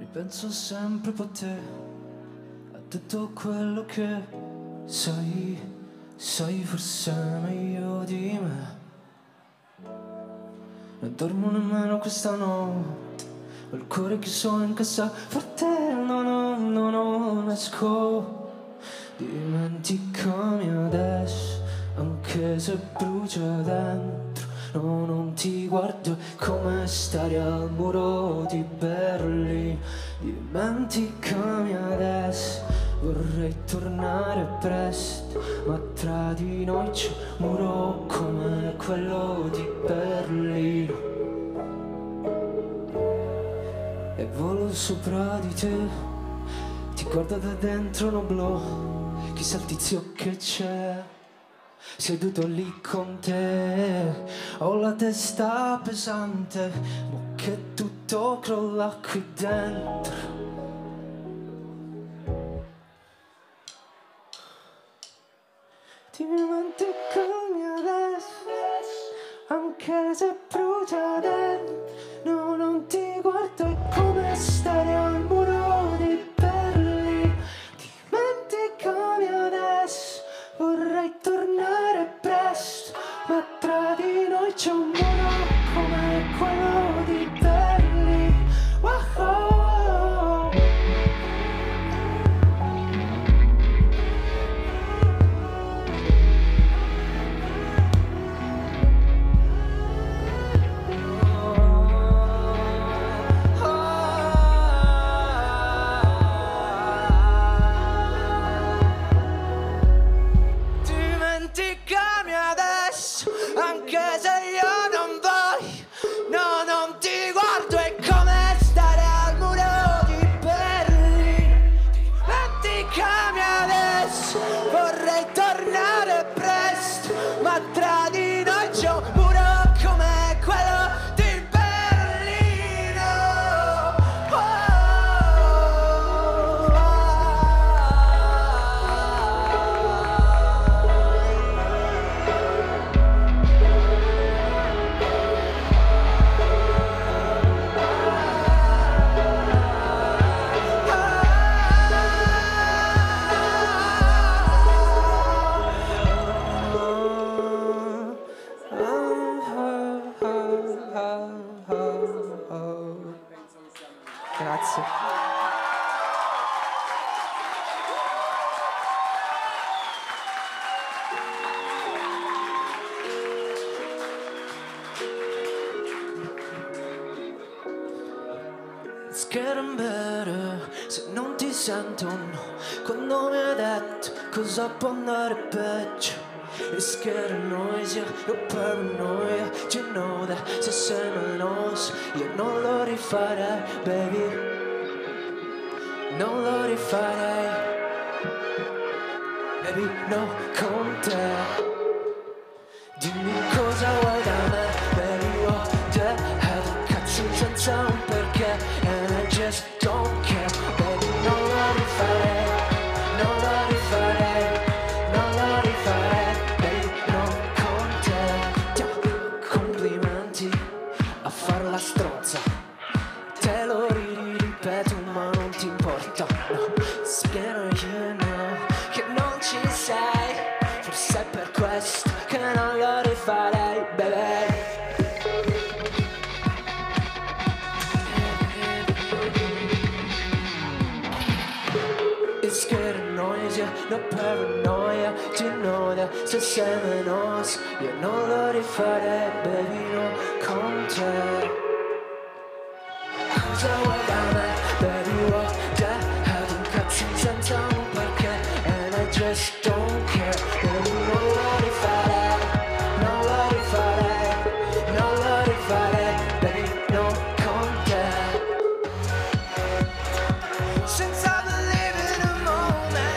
Ripenso sempre a te, a tutto quello che sai forse meglio di me. Non dormo nemmeno questa notte, ho il cuore chiuso in casa forte, non esco. Dimenticami adesso, anche se brucia dentro. No, non ti guardo, è come stare al muro di Berlino. Dimenticami adesso, vorrei tornare presto, ma tra di noi c'è un muro come quello di Berlino. E volo sopra di te, ti guardo da dentro noblo, chissà il tizio che c'è seduto lì con te. Ho la testa pesante, ma che tutto crolla qui dentro. Dimenticami adesso, anche se brucia dentro. No, non ti guardo, è come stare al muro di Berlino. Dimenticami adesso, vorrei tornare presto, ma tra di noi c'è un muro come quello di Berlino. Wow. Dimenticami adesso, anche se io non voglio. No, non ti guardo, è come stare al muro di Berlino. Dimenticami adesso, vorrei tornare presto, ma tra di noi c'è un muro come quello di Berlino. Grazie. It's getting better, se non ti sento no, quando mi hai detto cosa può andare peggio. It's getting noisier, you're paranoia, you know that, se sei menoso, io non lo rifarei, baby, non lo rifarei, baby, no, con te. Dimmi cosa vuoi da me, baby, oh, te, cazzo senza un perché, and I just don't care, baby, non lo rifarei, non lo rifarei, non lo rifarei, baby, no, con te. Complimenti a far la stronza, te lo ripeto ma non ti importa, no, spero io no, che non ci sei, forse è per questo che non lo rifarei, baby. It's getting noisier, no paranoia, you know that, se sei menoso, io non lo rifarei, baby, no, con te. Cosa vuoi da me, baby, what the hell, un cazzo senza un perché, and I just don't care, baby, non lo rifarei, non lo rifarei, non lo rifarei, baby, no, con te. Since I believe in a moment,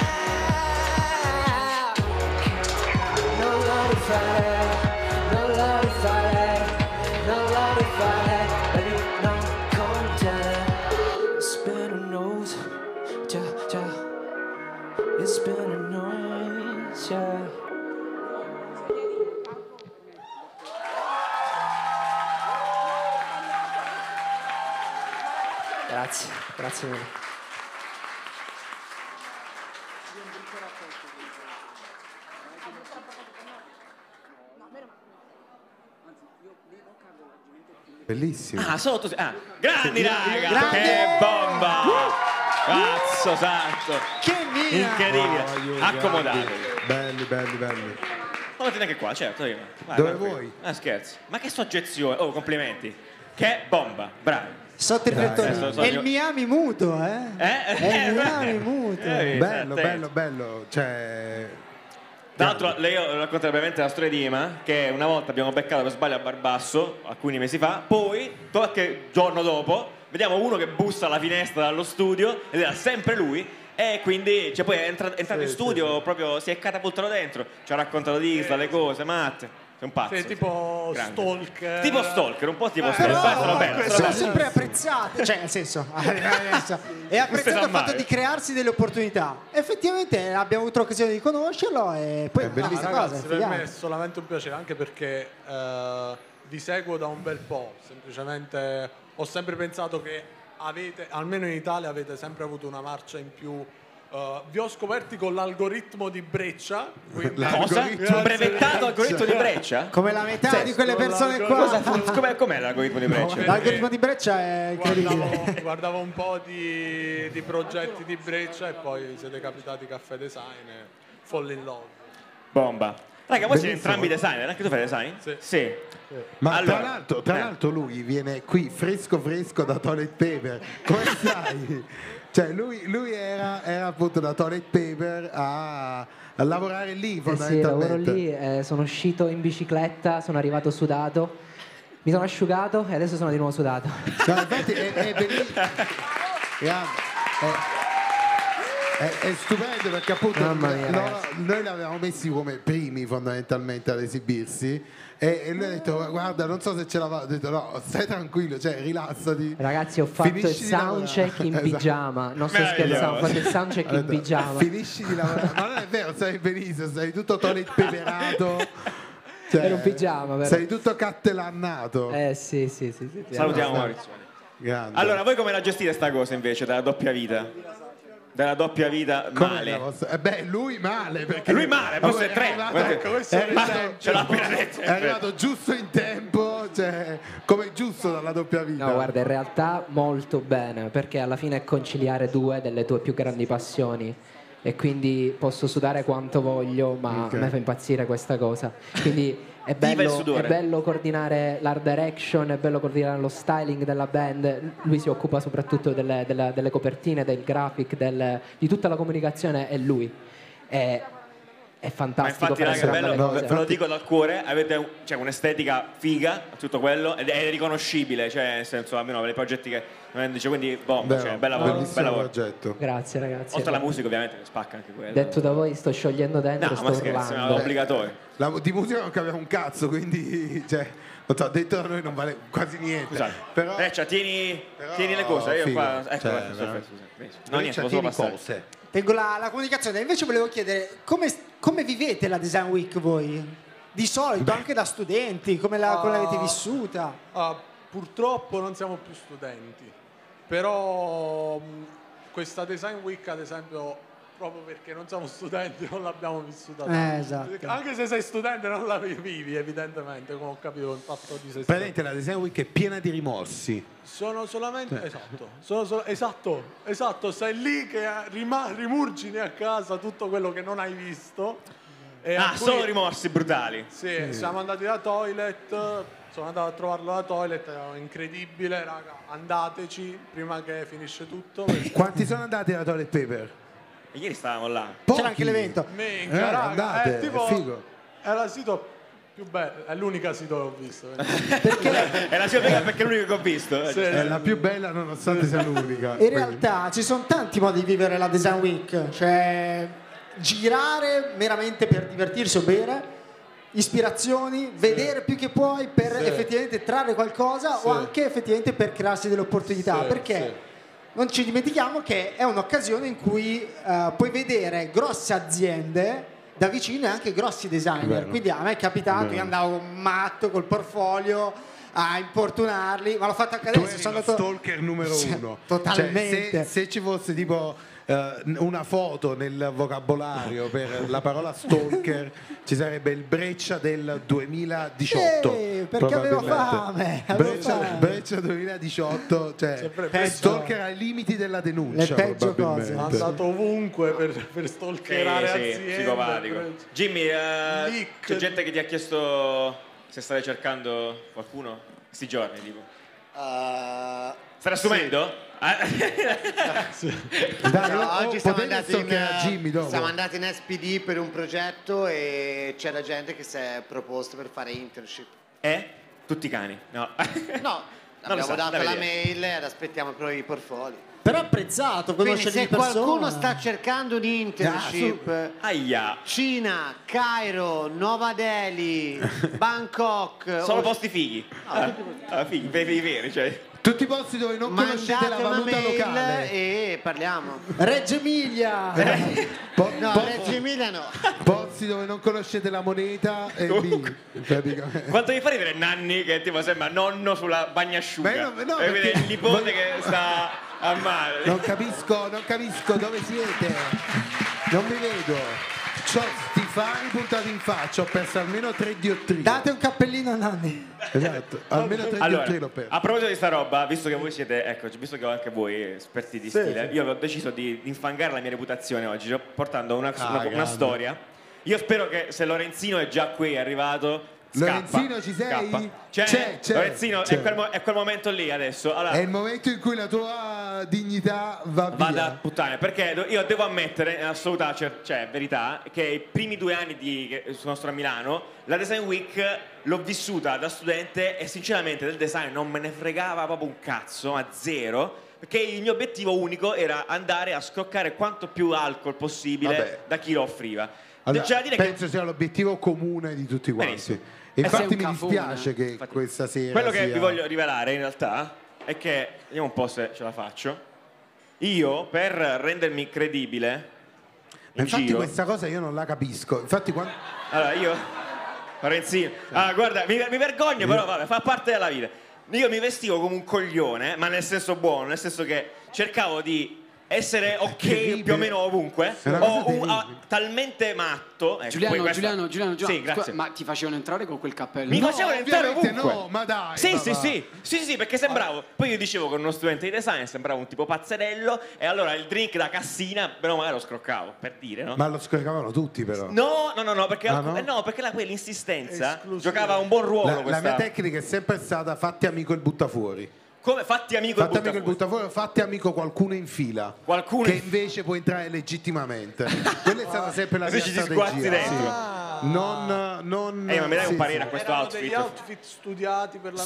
non lo rifarei, non lo rifarei, non lo rifarei, baby, no, con te. It's been a noise, it's been a noise, yeah. Grazie. Grazie mille. Bellissimo. Solo tu. Grandi raga, che bomba! Cazzo santo! Che mia! Incredibile. Accomodatevi. Belli. Non neanche qua, certo. Vai, dove vuoi? Scherzo. Ma che soggezione. Oh, complimenti. Che bomba, bravi. Sotto il rettore. È il Miami muto, È il Miami muto. Bello. Cioè... Tra l'altro, lei racconta brevemente la storia di Ima, che una volta abbiamo beccato per sbaglio a Barbasso, alcuni mesi fa, poi, qualche giorno dopo, vediamo uno che bussa alla finestra dallo studio, ed era sempre lui, e quindi poi è entrato in studio, proprio si è catapultato dentro, ci ha raccontato di Isla, le cose, matte. Sei un pazzo. Sì, tipo Stalker. Tipo Stalker, un po' tipo Stalker. Sono sempre apprezzate, cioè nel senso, è apprezzato il fatto di crearsi delle opportunità. Effettivamente abbiamo avuto l'occasione di conoscerlo e poi ragazzi, per me è solamente un piacere, anche perché vi seguo da un bel po'. Semplicemente ho sempre pensato che avete, almeno in Italia, avete sempre avuto una marcia in più. Vi ho scoperti con l'algoritmo di Breccia. Cosa? Un brevettato algoritmo di Breccia? Come la metà di quelle persone qua. Com'è l'algoritmo di Breccia? L'algoritmo di Breccia è incredibile. Guardavo un po' di progetti di Breccia e poi siete capitati Caffè Design e Fall in Love. Bomba. Raga, voi siete entrambi designer, anche tu fai design? Sì. Ma allora, tra l'altro lui viene qui fresco da Toilet Paper. Come sai? Cioè lui era appunto da Toilet Paper a lavorare lì fondamentalmente. Lavoro lì, sono uscito in bicicletta, sono arrivato sudato, mi sono asciugato e adesso sono di nuovo sudato. No, infatti è bellissimo. È stupendo perché appunto noi l'avevamo messi come primi fondamentalmente ad esibirsi e lui ha detto guarda non so se ce la fa, ho detto no stai tranquillo, cioè rilassati. Ragazzi, ho fatto il soundcheck in pigiama, non sto scherzando, ho fatto il soundcheck in pigiama. Finisci di lavorare, ma non è vero, stai benissimo, stai tutto toilet peperato. Cioè, era un pigiama però. Sei tutto cattelannato. Sì. Salutiamo Maurizio. Grande. Allora, voi come la gestite sta cosa invece della doppia vita? Della doppia vita male. Lui male perché lui male, forse è tre. È arrivato giusto in tempo, cioè come giusto dalla doppia vita. No, guarda, in realtà molto bene, perché alla fine è conciliare due delle tue più grandi passioni e quindi posso sudare quanto voglio, ma a me fa impazzire questa cosa. Quindi è bello coordinare l'art direction, è bello coordinare lo styling della band. Lui si occupa soprattutto delle copertine, del graphic, di tutta la comunicazione, è lui. È fantastico. Ma infatti, raga, bello, ve lo dico dal cuore, avete un'estetica figa, tutto quello, ed è riconoscibile, cioè nel senso, almeno per i progetti che dice, quindi bel lavoro. Progetto. Grazie ragazzi. Oltre alla musica ovviamente spacca anche quello. Detto da voi sto sciogliendo dentro, no, sto ma scherzo, è obbligatorio. Di musica non capiamo un cazzo, quindi cioè, non so, detto da noi non vale quasi niente. Scusate, però tieni le cose, io qua non niente, lo so passare. Tengo la comunicazione, invece volevo chiedere come vivete la Design Week voi? Di solito, anche da studenti, come l'avete vissuta? Purtroppo non siamo più studenti, però questa Design Week ad esempio, proprio perché non siamo studenti, non l'abbiamo vissuta tanto. Esatto. Anche se sei studente non la vivi evidentemente, come ho capito il fatto di se praticamente la Design Week è piena di rimorsi. Sono solamente esatto, stai lì che rimurgini a casa tutto quello che non hai visto. Solo rimorsi brutali. Sì, siamo andati da Toilet, sono andato a trovarlo da Toilet, è incredibile, raga, andateci prima che finisce tutto. Quanti sono andati da Toilet Paper? Ieri stavamo là. C'era anche l'evento. Minchia, raga, andate, tipo, figo. Era il sito più bello, è l'unica sito che ho visto. Perché? È la sua bella perché è l'unico che ho visto. Sì, è la più bella nonostante sia l'unica. In realtà ci sono tanti modi di vivere la Design Week, cioè girare meramente per divertirsi o bere, ispirazioni, vedere più che puoi per effettivamente trarre qualcosa o anche effettivamente per crearsi delle opportunità, perché non ci dimentichiamo che è un'occasione in cui puoi vedere grosse aziende da vicino e anche grossi designer. Quindi a me è capitato, io andavo matto col portfolio a importunarli, ma l'ho fatto anche adesso. Sono andato stalker numero 1. Totalmente. Cioè, se ci fosse tipo una foto nel vocabolario per la parola stalker, ci sarebbe il Breccia del 2018. Perché avevo fame. Breccia 2018, cioè stalker ai limiti della denuncia. Le peggio cose. È andato ovunque per stalkerare aziende. Psicopatico. Jimmy, c'è gente che ti ha chiesto se stai cercando qualcuno questi giorni, tipo. Stai assumendo? Oggi siamo andati in SPD per un progetto e c'era gente che si è proposto per fare internship. Tutti cani? No. No, abbiamo dato la mail ed aspettiamo i portfolio. Però apprezzato conoscere di persona. Se qualcuno sta cercando un internship, Cina, Cairo, Nuova Delhi, Bangkok, solo posti fighi. Fighi veri, cioè. Tutti i posti dove non conoscete la valuta locale. E parliamo. Reggio Emilia. Reggio Emilia no. Posti dove non conoscete la moneta e lì. Quanto mi fa ridere Nanni che tipo sembra nonno sulla bagnasciuga. No, e vede il nipote che sta a male. Non capisco dove siete. Non vi vedo. C'ho sti fari puntati in faccia, ho perso almeno 3 diottrini. Date un cappellino a Nanni. Esatto, almeno 3 diottrini l'ho perso. A proposito di sta roba, visto che voi siete, visto che anche voi esperti di stile, io ho deciso di infangare la mia reputazione oggi, portando una storia. Io spero che se Lorenzino è già qui, è arrivato. Lorenzino, ci sei? C'è. Lorenzino, è quel momento lì adesso. Allora, è il momento in cui la tua dignità va vada a puttane, perché io devo ammettere in assoluta verità che i primi 2 anni che sono stato a Milano, la Design Week l'ho vissuta da studente e sinceramente del design non me ne fregava proprio un cazzo, ma zero, perché il mio obiettivo unico era andare a scroccare quanto più alcol possibile da chi lo offriva. Allora, penso sia l'obiettivo comune di tutti quanti. Infatti mi dispiace che questa sera quello che vi voglio rivelare in realtà è che, vediamo un po' se ce la faccio, io per rendermi credibile infatti questa cosa io non la capisco. Infatti allora io Lorenzino, guarda, mi vergogno, però vabbè, fa parte della vita. Io mi vestivo come un coglione, ma nel senso buono, nel senso che cercavo di essere più o meno ovunque, talmente matto. Giuliano, sì, grazie. Ma ti facevano entrare con quel cappello? Mi facevano entrare ovunque. No, ma dai. Sì, perché sembravo. Poi io dicevo con uno studente di design sembravo un tipo pazzerello e allora il drink da cassina, però magari lo scroccavo, per dire, no? Ma lo scroccavano tutti però. No, perché perché quell'insistenza giocava un buon ruolo. La mia tecnica è sempre stata fatti amico il buttafuori. Come fatti amico il buttafuori, fatti amico qualcuno in fila che invece può entrare legittimamente. Quella è stata sempre la mia strategia. Ma mi dai un parere a questo outfit? Degli outfit studiati per la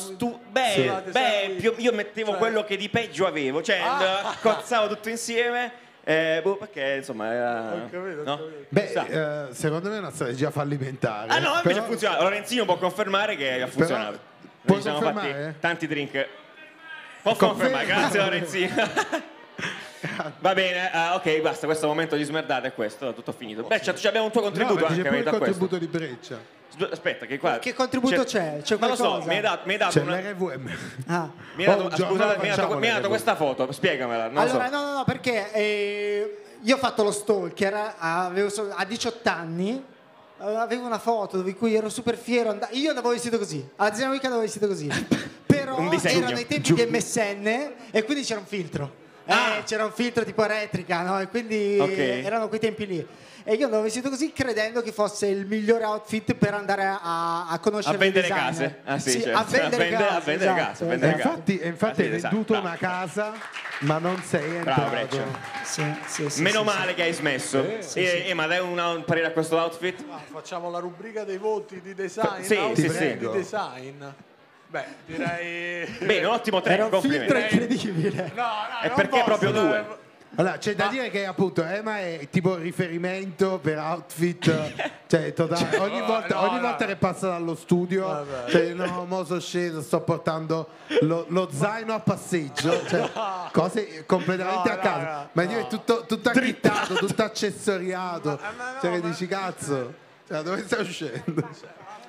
io mettevo quello che di peggio avevo, cioè cozzavo tutto insieme. Perché insomma era... secondo me è una strategia fallimentare. Invece ha funzionato. Lorenzino può confermare che ha funzionato. Noi siamo fatti tanti drink. Può confermare, grazie Lorenzino. Va bene, ok, basta, questo momento di smerdata è questo, tutto finito. Abbiamo un tuo contributo anche, c'è il contributo di Breccia. Aspetta, che qua che contributo c'è? C'è qualcosa? Non lo so, mi hai dato una... l'RVM. Mi hai dato questa foto, spiegamela. No, perché io ho fatto lo stalker, a 18 anni. Avevo una foto di cui ero super fiero. Io andavo vestito così. Alla Design Week andavo vestito così. Però erano i tempi di MSN e quindi c'era un filtro. C'era un filtro tipo retrica, no? E quindi erano quei tempi lì. E io andavo vestito così credendo che fosse il migliore outfit per andare a conoscere a vendere case. A vendere case. Infatti hai venduto una casa, ma non sei entrato. Meno male che hai smesso. Ma dai un parere a questo outfit? Facciamo la rubrica dei voti di design. Ti prego. Di design. Beh, direi... Bene, un ottimo 3, complimenti. Era un filtro incredibile. E perché proprio 2? Allora, c'è da dire che appunto Emma è tipo riferimento per outfit, cioè totale. Ogni volta che passa dallo studio, cioè, mo sono sceso, sto portando lo zaino a passeggio, cioè, cose completamente a caso. Ma io è tutto acchittato, tutto accessoriato. Cioè che dici cazzo, cioè, dove stai uscendo?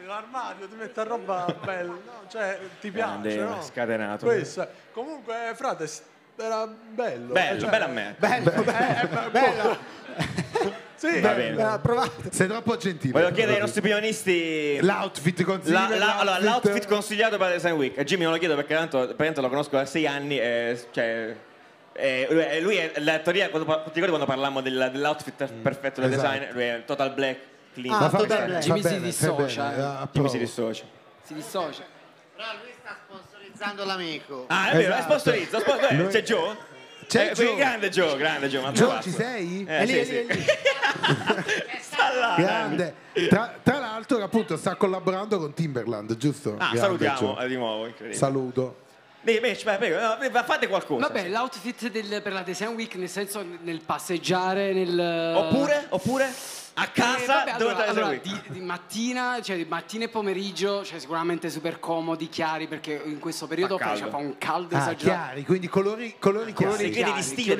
l'armadio, ti mette roba bella, no? Cioè, ti piace, no? Scatenato. Questo. Comunque, frate, era bello. Bello, cioè, bello a me. Bello. Sì, va bene. Provato. Sei troppo gentile. Voglio chiedere ai nostri opinionisti l'outfit consigliato. Allora, l'outfit consigliato per la Design Week. A Jimmy non lo chiedo perché tanto praticamente lo conosco da 6 anni. Lui è la teoria, ti ricordi quando parlammo dell'outfit perfetto del design? Lui è total black, clean. Total black. Jimmy si dissocia. Jimmy si dissocia. Si dissocia. Però lui sta sponsorizzando l'amico. Ah, è vero, è sponsorizza. C'è Joe? C'è Joe. Grande Joe. Joe, ci sei? È lì. Sta là. Grande. Tra l'altro, appunto, sta collaborando con Timberland, giusto? Ah, grande, salutiamo Joe. di nuovo, incredibile. Saluto. Prego, fate qualcosa. Vabbè, l'outfit per la Design Week, nel senso nel passeggiare, nel... Oppure? A casa di mattina, cioè di mattina e pomeriggio, cioè sicuramente super comodi, chiari, perché in questo periodo fa un caldo esagerato. Chiari, quindi colori chiari. Segreti di stile,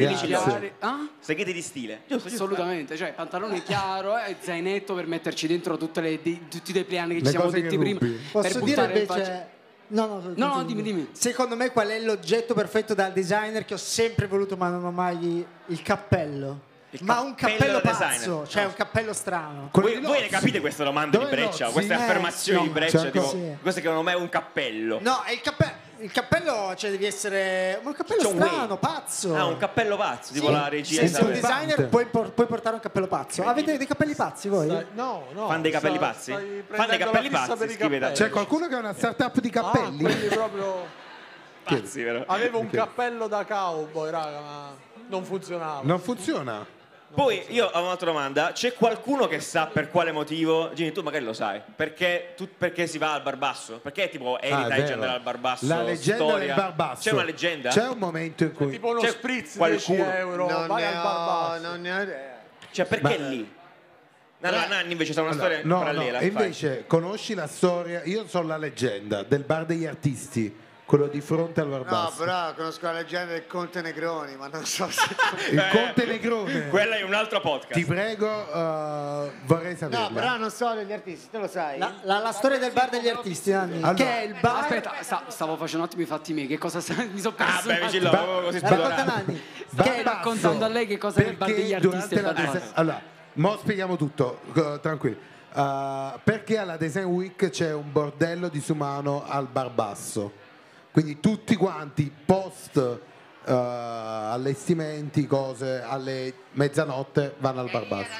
segreti di stile. Giusto, assolutamente, cioè pantalone chiaro e zainetto per metterci dentro tutti i depliani che ci siamo detti prima. Posso dire invece... No, dimmi. Secondo me qual è l'oggetto perfetto da designer che ho sempre voluto ma non ho mai il cappello. Ma un cappello pazzo, cioè un cappello strano. Voi ne capite queste domande di Breccia? Queste affermazioni di Breccia? Questo che non è un cappello. No, è il cappello, cioè devi essere un cappello strano, pazzo. Ah, un cappello pazzo, tipo la regia. Se sei un designer puoi portare un cappello pazzo. Avete dei capelli pazzi voi? No. Fan dei capelli pazzi? Fan dei capelli pazzi? C'è qualcuno che ha una startup di cappelli? Quindi proprio... Pazzi, vero? Avevo un cappello da cowboy, raga, ma non funzionava. Non funziona? Poi io ho un'altra domanda, c'è qualcuno che sa per quale motivo, Gini tu magari lo sai, perché si va al Barbasso? Perché tipo Heritage andare al Barbasso? La leggenda storia. del Barbasso. C'è una leggenda? C'è un momento in cui... È tipo uno spritz 10 euro, vai al Barbasso. Non ne ho idea. Cioè perché lì? Nanni invece c'è una storia parallela. E invece conosci la storia, io so la leggenda del bar degli artisti, quello di fronte al Barbasso. No, però conosco la leggenda del Conte Negroni, ma non so se... Il Conte Negrone. Quella è un altro podcast. Ti prego, vorrei saperla. No, però non so degli artisti, te lo sai? La storia del bar degli artisti, Nanni. Allora, che è il bar... Aspetta, stavo facendo un attimo i fatti miei, che cosa mi sono perso? Così Nanni. Che raccontando a lei che cosa è il bar degli artisti. Allora, mo spieghiamo tutto, tranquilli. Perché alla Design Week c'è un bordello disumano al Barbasso? Quindi tutti quanti post allestimenti, cose, alle mezzanotte vanno al Barbasso.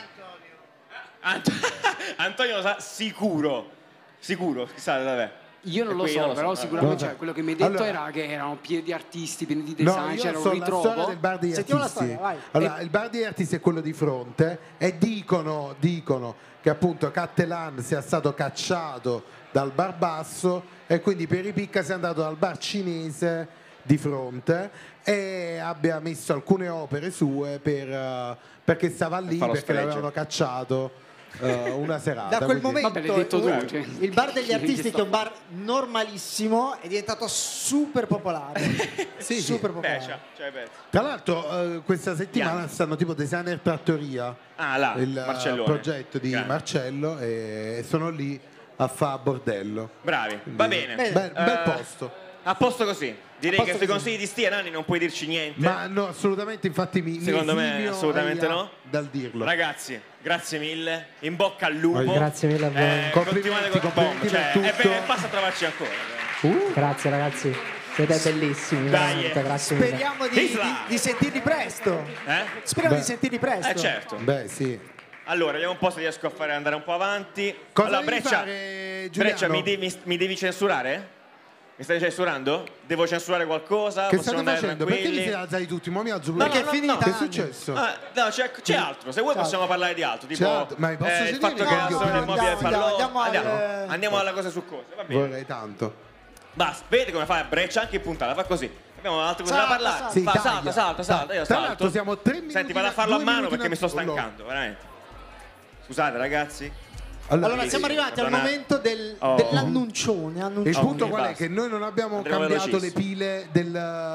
Antonio lo sa sicuro, chissà, vabbè. Io non lo so, però sicuramente cioè, quello che mi hai detto era che erano pieni di artisti, pieni di design, c'era un ritrovo. La storia del bar degli artisti. Allora, il bar degli artisti è quello di fronte e dicono che appunto Cattelan sia stato cacciato dal Barbasso e quindi Pieri Picca sia andato al bar cinese di fronte e abbia messo alcune opere sue perché stava lì, perché l'avevano cacciato una serata. Da quel momento cioè. il bar degli artisti, che è un bar normalissimo, è diventato super popolare. Super popolare. Tra l'altro questa settimana stanno tipo Designer Trattoria, il progetto di Marcello, e sono lì a fa bordello. Bravi, va bene. Bel posto. A posto così. Direi che sui consigli di Stia, Nanni, non puoi dirci niente. Ma no, assolutamente, infatti secondo me assolutamente no. Dal dirlo. Ragazzi, grazie mille. In bocca al lupo. Grazie mille a voi. Continuate con il bomb. Passa a trovarci ancora. Grazie ragazzi. Siete bellissimi, veramente, grazie mille. Speriamo di sentirli presto. Speriamo di sentirli presto. Certo. Beh, sì. Allora, vediamo un po' se riesco a fare andare un po' avanti. Cosa allora, Breccia, mi devi censurare? Mi stai censurando? Devo censurare qualcosa? Che state facendo? Perché vi siete alzati tutti? Ma mi alzo perché è finita. Che è successo? No, c'è altro. Se vuoi possiamo parlare di altro. Tipo ma posso il fatto che la storia del mobile parlò. Andiamo alla cosa su cosa. Va bene. Vorrei tanto. Basta, vedete come fai a Breccia anche in puntata, fa così. Abbiamo altre cose da parlare. Salta. Io tra l'altro siamo 3 minuti. Senti, vado a farlo a mano perché mi sto stancando, veramente. Scusate ragazzi. Allora siamo arrivati al momento dell'annuncione. Il punto qual è? Che noi non abbiamo cambiato le pile del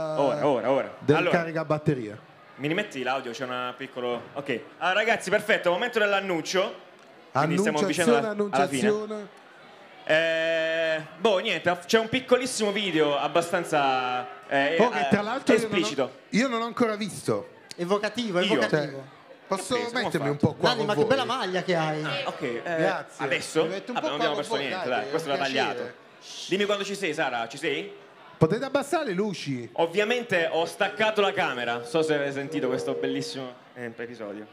caricabatteria. Mi rimetti l'audio? C'è una piccolo... Ok. Allora ragazzi, perfetto, momento dell'annuncio. Quindi stiamo avvicinando alla fine. Boh, niente, c'è un piccolissimo video abbastanza tra l'altro esplicito. Io non ho ancora visto. Evocativo. Posso mettermi un po' qua? Dani, ma che bella maglia che hai. Ok, grazie. Adesso? Mi metto un non po' abbiamo qua perso con voi, niente, dai, dai, questo è un l'ha tagliato. piacere. Dimmi quando ci sei, Sara, ci sei? Potete abbassare le luci? Ovviamente ho staccato la camera, so se avete sentito questo bellissimo episodio.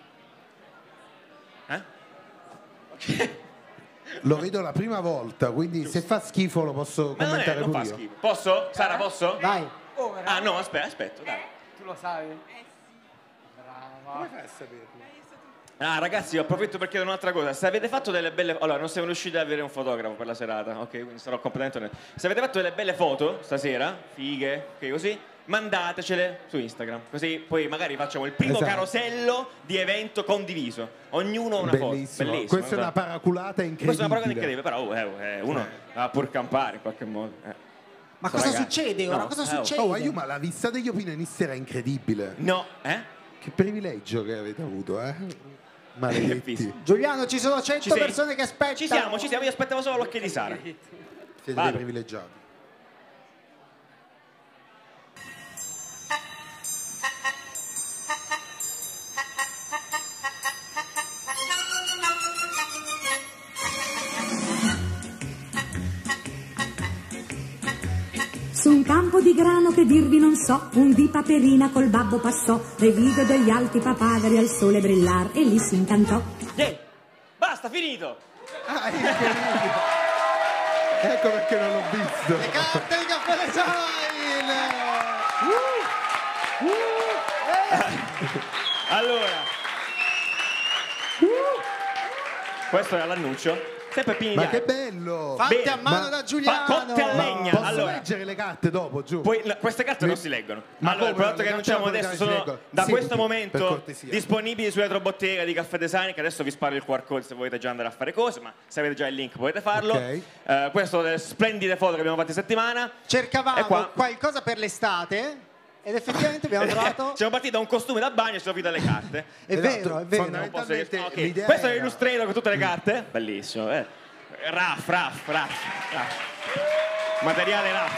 Lo vedo la prima volta, quindi se fa schifo lo posso commentare non pure fa io. schifo. Posso? Sara, posso? Vai. Ah no, aspetta, dai. Tu lo sai? Brava. Come fai a saperlo? Ah ragazzi, approfitto per chiedere un'altra cosa. Se avete fatto delle belle... Allora, non siamo riusciti ad avere un fotografo per la serata, ok? Quindi sarò completamente onesto. Se avete fatto delle belle foto stasera, fighe, ok, così, mandatecele su Instagram. Così poi magari facciamo il primo carosello di evento condiviso. Ognuno una foto. Bellissimo. Questa è una paraculata incredibile. Questa è una paraculata incredibile, però uno va pur campare in qualche modo. Ma cosa succede ora? Cosa succede? Ma la vista degli opinionisti era incredibile. No, Che privilegio che avete avuto, maledetti. Giuliano, ci sono 100 persone che aspettano. Ci siamo, io aspettavo solo l'occhio di Sara. Siete dei privilegiati. Su un campo di grano che dirvi non so, un di paperina col babbo passò, e vide degli alti papaveri al sole brillar, e lì si incantò. Basta, finito! Ecco perché non l'ho visto. Le carte di Caffè Design! Allora, questo è l'annuncio. Ma che bello! Fatti a mano da Giuliano! Cotte a legna! Posso leggere le carte dopo, giù? Poi queste carte non si leggono. Allora, il prodotto che annunciamo adesso sono da questo momento disponibili su Retrobottega di Caffè Design, che adesso vi sparo il QR code se volete già andare a fare cose, ma se avete già il link potete farlo. Questo delle splendide foto che abbiamo fatto settimana. Cercavamo qualcosa per l'estate. Ed effettivamente abbiamo trovato. Siamo partiti da un costume da bagno e siamo finiti dalle carte. È vero, è vero. Okay. Questo è l'illustrator con tutte le carte. Bellissimo. Raff. Materiale raff.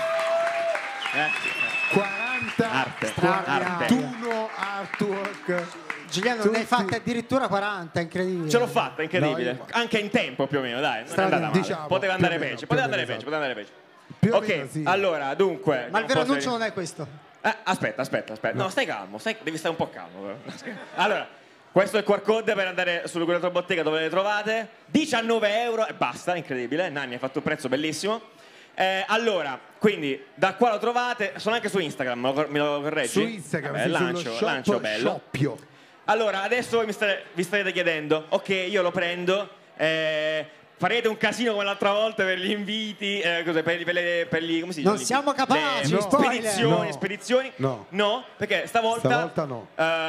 40 arte. Tuno artwork. Giuliano, ne hai fatte addirittura 40, incredibile. Ce l'ho fatta, incredibile. Anche in tempo più o meno, dai. Non è andata male. Diciamo, poteva andare peggio. Ok, allora, dunque. Ma il vero annuncio non è questo. Aspetta. No, stai calmo, devi stare un po' calmo. Allora, questo è il QR code per andare sulla Retrobottega dove le trovate. 19 euro e basta, incredibile. Nanni ha fatto un prezzo bellissimo. Allora, quindi da qua lo trovate, sono anche su Instagram, me lo correggi? Su Instagram, lancio bello. Shoppio. Allora, adesso voi vi starete chiedendo, ok, io lo prendo, farete un casino come l'altra volta per gli inviti, per gli come si dice? Non siamo capaci, spedizioni? No, perché stavolta no.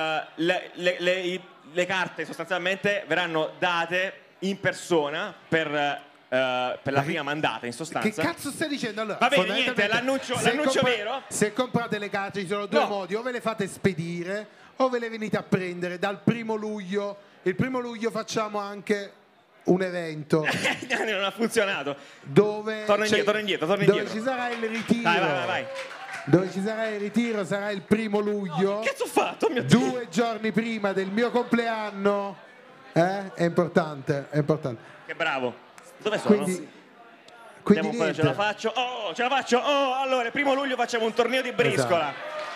Le carte sostanzialmente verranno date in persona per la prima mandata, in sostanza. Che cazzo stai dicendo? Allora, va bene, niente, l'annuncio vero. Se comprate le carte ci sono due modi: o ve le fate spedire o ve le venite a prendere dal 1° luglio. Il 1° luglio facciamo anche un evento non ha funzionato. Dove torna indietro. Dove ci sarà il ritiro. Vai. Dove ci sarà il ritiro sarà il 1° luglio. Che cazzo ho fatto? Mio Dio. 2 giorni prima del mio compleanno. È importante. Che bravo. Dove sono? Quindi un po', ce la faccio. Allora, il 1° luglio facciamo un torneo di briscola.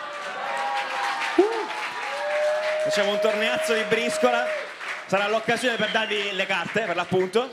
Facciamo un torneazzo di briscola. Sarà l'occasione per darvi le carte, per l'appunto.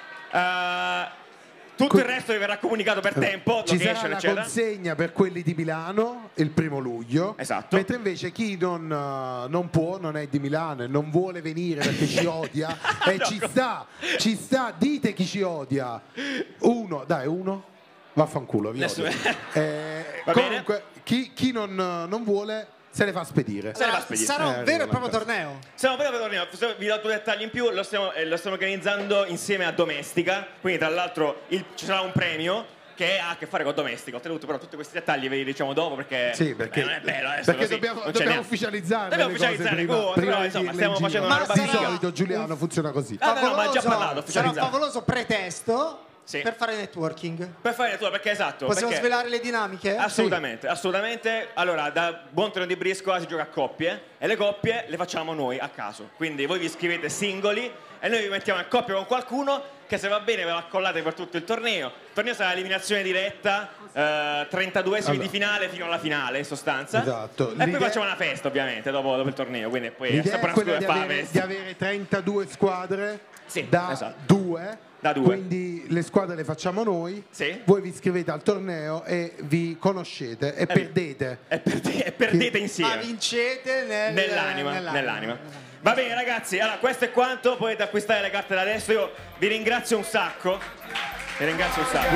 Tutto il resto vi verrà comunicato per tempo. Ci sarà la consegna per quelli di Milano il 1° luglio. Esatto. Mentre invece chi non può, non è di Milano e non vuole venire perché ci odia, ci sta, dite chi ci odia. Uno. Vaffanculo, vi odio. Comunque, chi non vuole se le fa spedire. Sarà un vero e proprio torneo. Vi do 2 dettagli in più. Lo stiamo organizzando insieme a Domestica. Quindi, tra l'altro, ci sarà un premio che ha a che fare con Domestica. Oltretutto, però, tutti questi dettagli ve li diciamo dopo perché non è bello adesso. Perché dobbiamo ufficializzare le cose prima insomma, stiamo facendo una roba di solito. Giuliano funziona così. Ma già parlato. Sarà un favoloso pretesto per fare networking. Per fare networking, perché esatto. Possiamo svelare le dinamiche? Assolutamente, assolutamente. Allora, da buon treno di Briscola si gioca a coppie e le coppie le facciamo noi a caso. Quindi voi vi iscrivete singoli e noi vi mettiamo in coppia con qualcuno che se va bene ve la accollate per tutto il torneo. Il torneo sarà eliminazione diretta, 32esimi di finale fino alla finale in sostanza. Esatto. E poi facciamo una festa ovviamente dopo il torneo. Quindi poi è l'idea sempre è una quella scuola che fa di avere 32 squadre da esatto. 2. Da 2. Quindi le squadre le facciamo noi, voi vi iscrivete al torneo e vi conoscete e perdete. E perdete insieme. Ma vincete nell'anima. Va bene ragazzi, allora questo è quanto, potete acquistare le carte da adesso, io vi ringrazio un sacco. Vi ringrazio un sacco.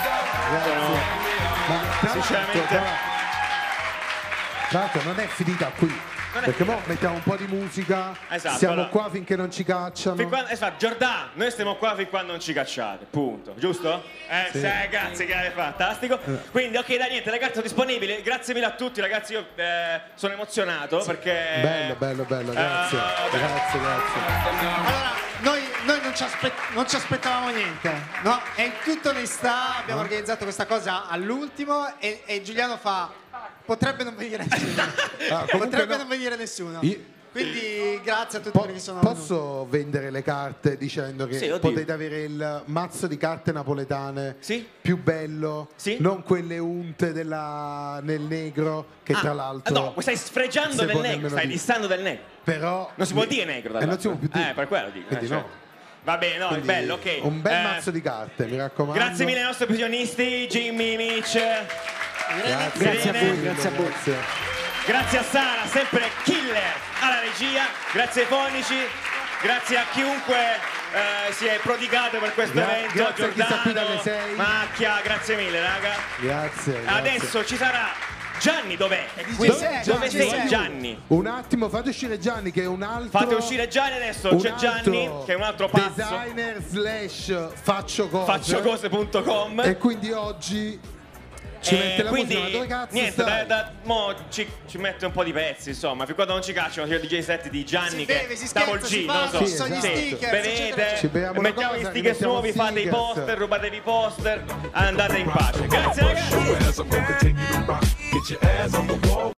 Sinceramente. Tra l'altro non è finita qui. Perché mo mettiamo un po' di musica, siamo qua finché non ci cacciano. Esatto, Giordano, noi stiamo qua fin quando non ci cacciate, punto, giusto? Sì. Grazie, che fantastico. Quindi, ok, dai, niente, le carte sono disponibili. Grazie mille a tutti, ragazzi, io sono emozionato perché... Bello, grazie. Grazie. Allora, noi non ci aspettavamo niente, no? E in tutta onestà abbiamo organizzato questa cosa all'ultimo e Giuliano fa... Potrebbe non venire nessuno. Quindi grazie a tutti quelli che sono Posso vendere le carte dicendo che potete avere il mazzo di carte napoletane più bello, non quelle unte nel negro, che tra l'altro... No, stai sfregiando del negro, stai dissando del negro. Però... Non si può dire negro, non si può più dire. Per quello dico. Quindi no. Va bene, no, Quindi è bello, ok. Un bel mazzo di carte, mi raccomando. Grazie mille ai nostri professionisti, Jimmy, Mitch. Grazie a voi. Grazie a Sara, sempre killer alla regia. Grazie ai fonici. Grazie a chiunque si è prodigato per questo evento. Grazie Giordano, a chi sta qui dalle 6. Macchia, grazie mille, raga. Grazie. Adesso ci sarà Gianni, dov'è? Dove sei Gianni? Un attimo, fate uscire Gianni che è un altro... Fate uscire Gianni adesso, c'è Gianni che è un altro pazzo. Designer / faccio cose. FaccioCose.com. E quindi oggi... Ci mette la musica, dove cazzo niente, stai? mo ci mette un po' di pezzi, insomma, fin quando non ci cacciano c'è il DJ set di Gianni che scherza, G, non lo so. Sono gli stickers, bevete, mettiamo gli stickers nuovi, fate i poster, rubatevi i poster, andate in pace. Grazie ragazzi.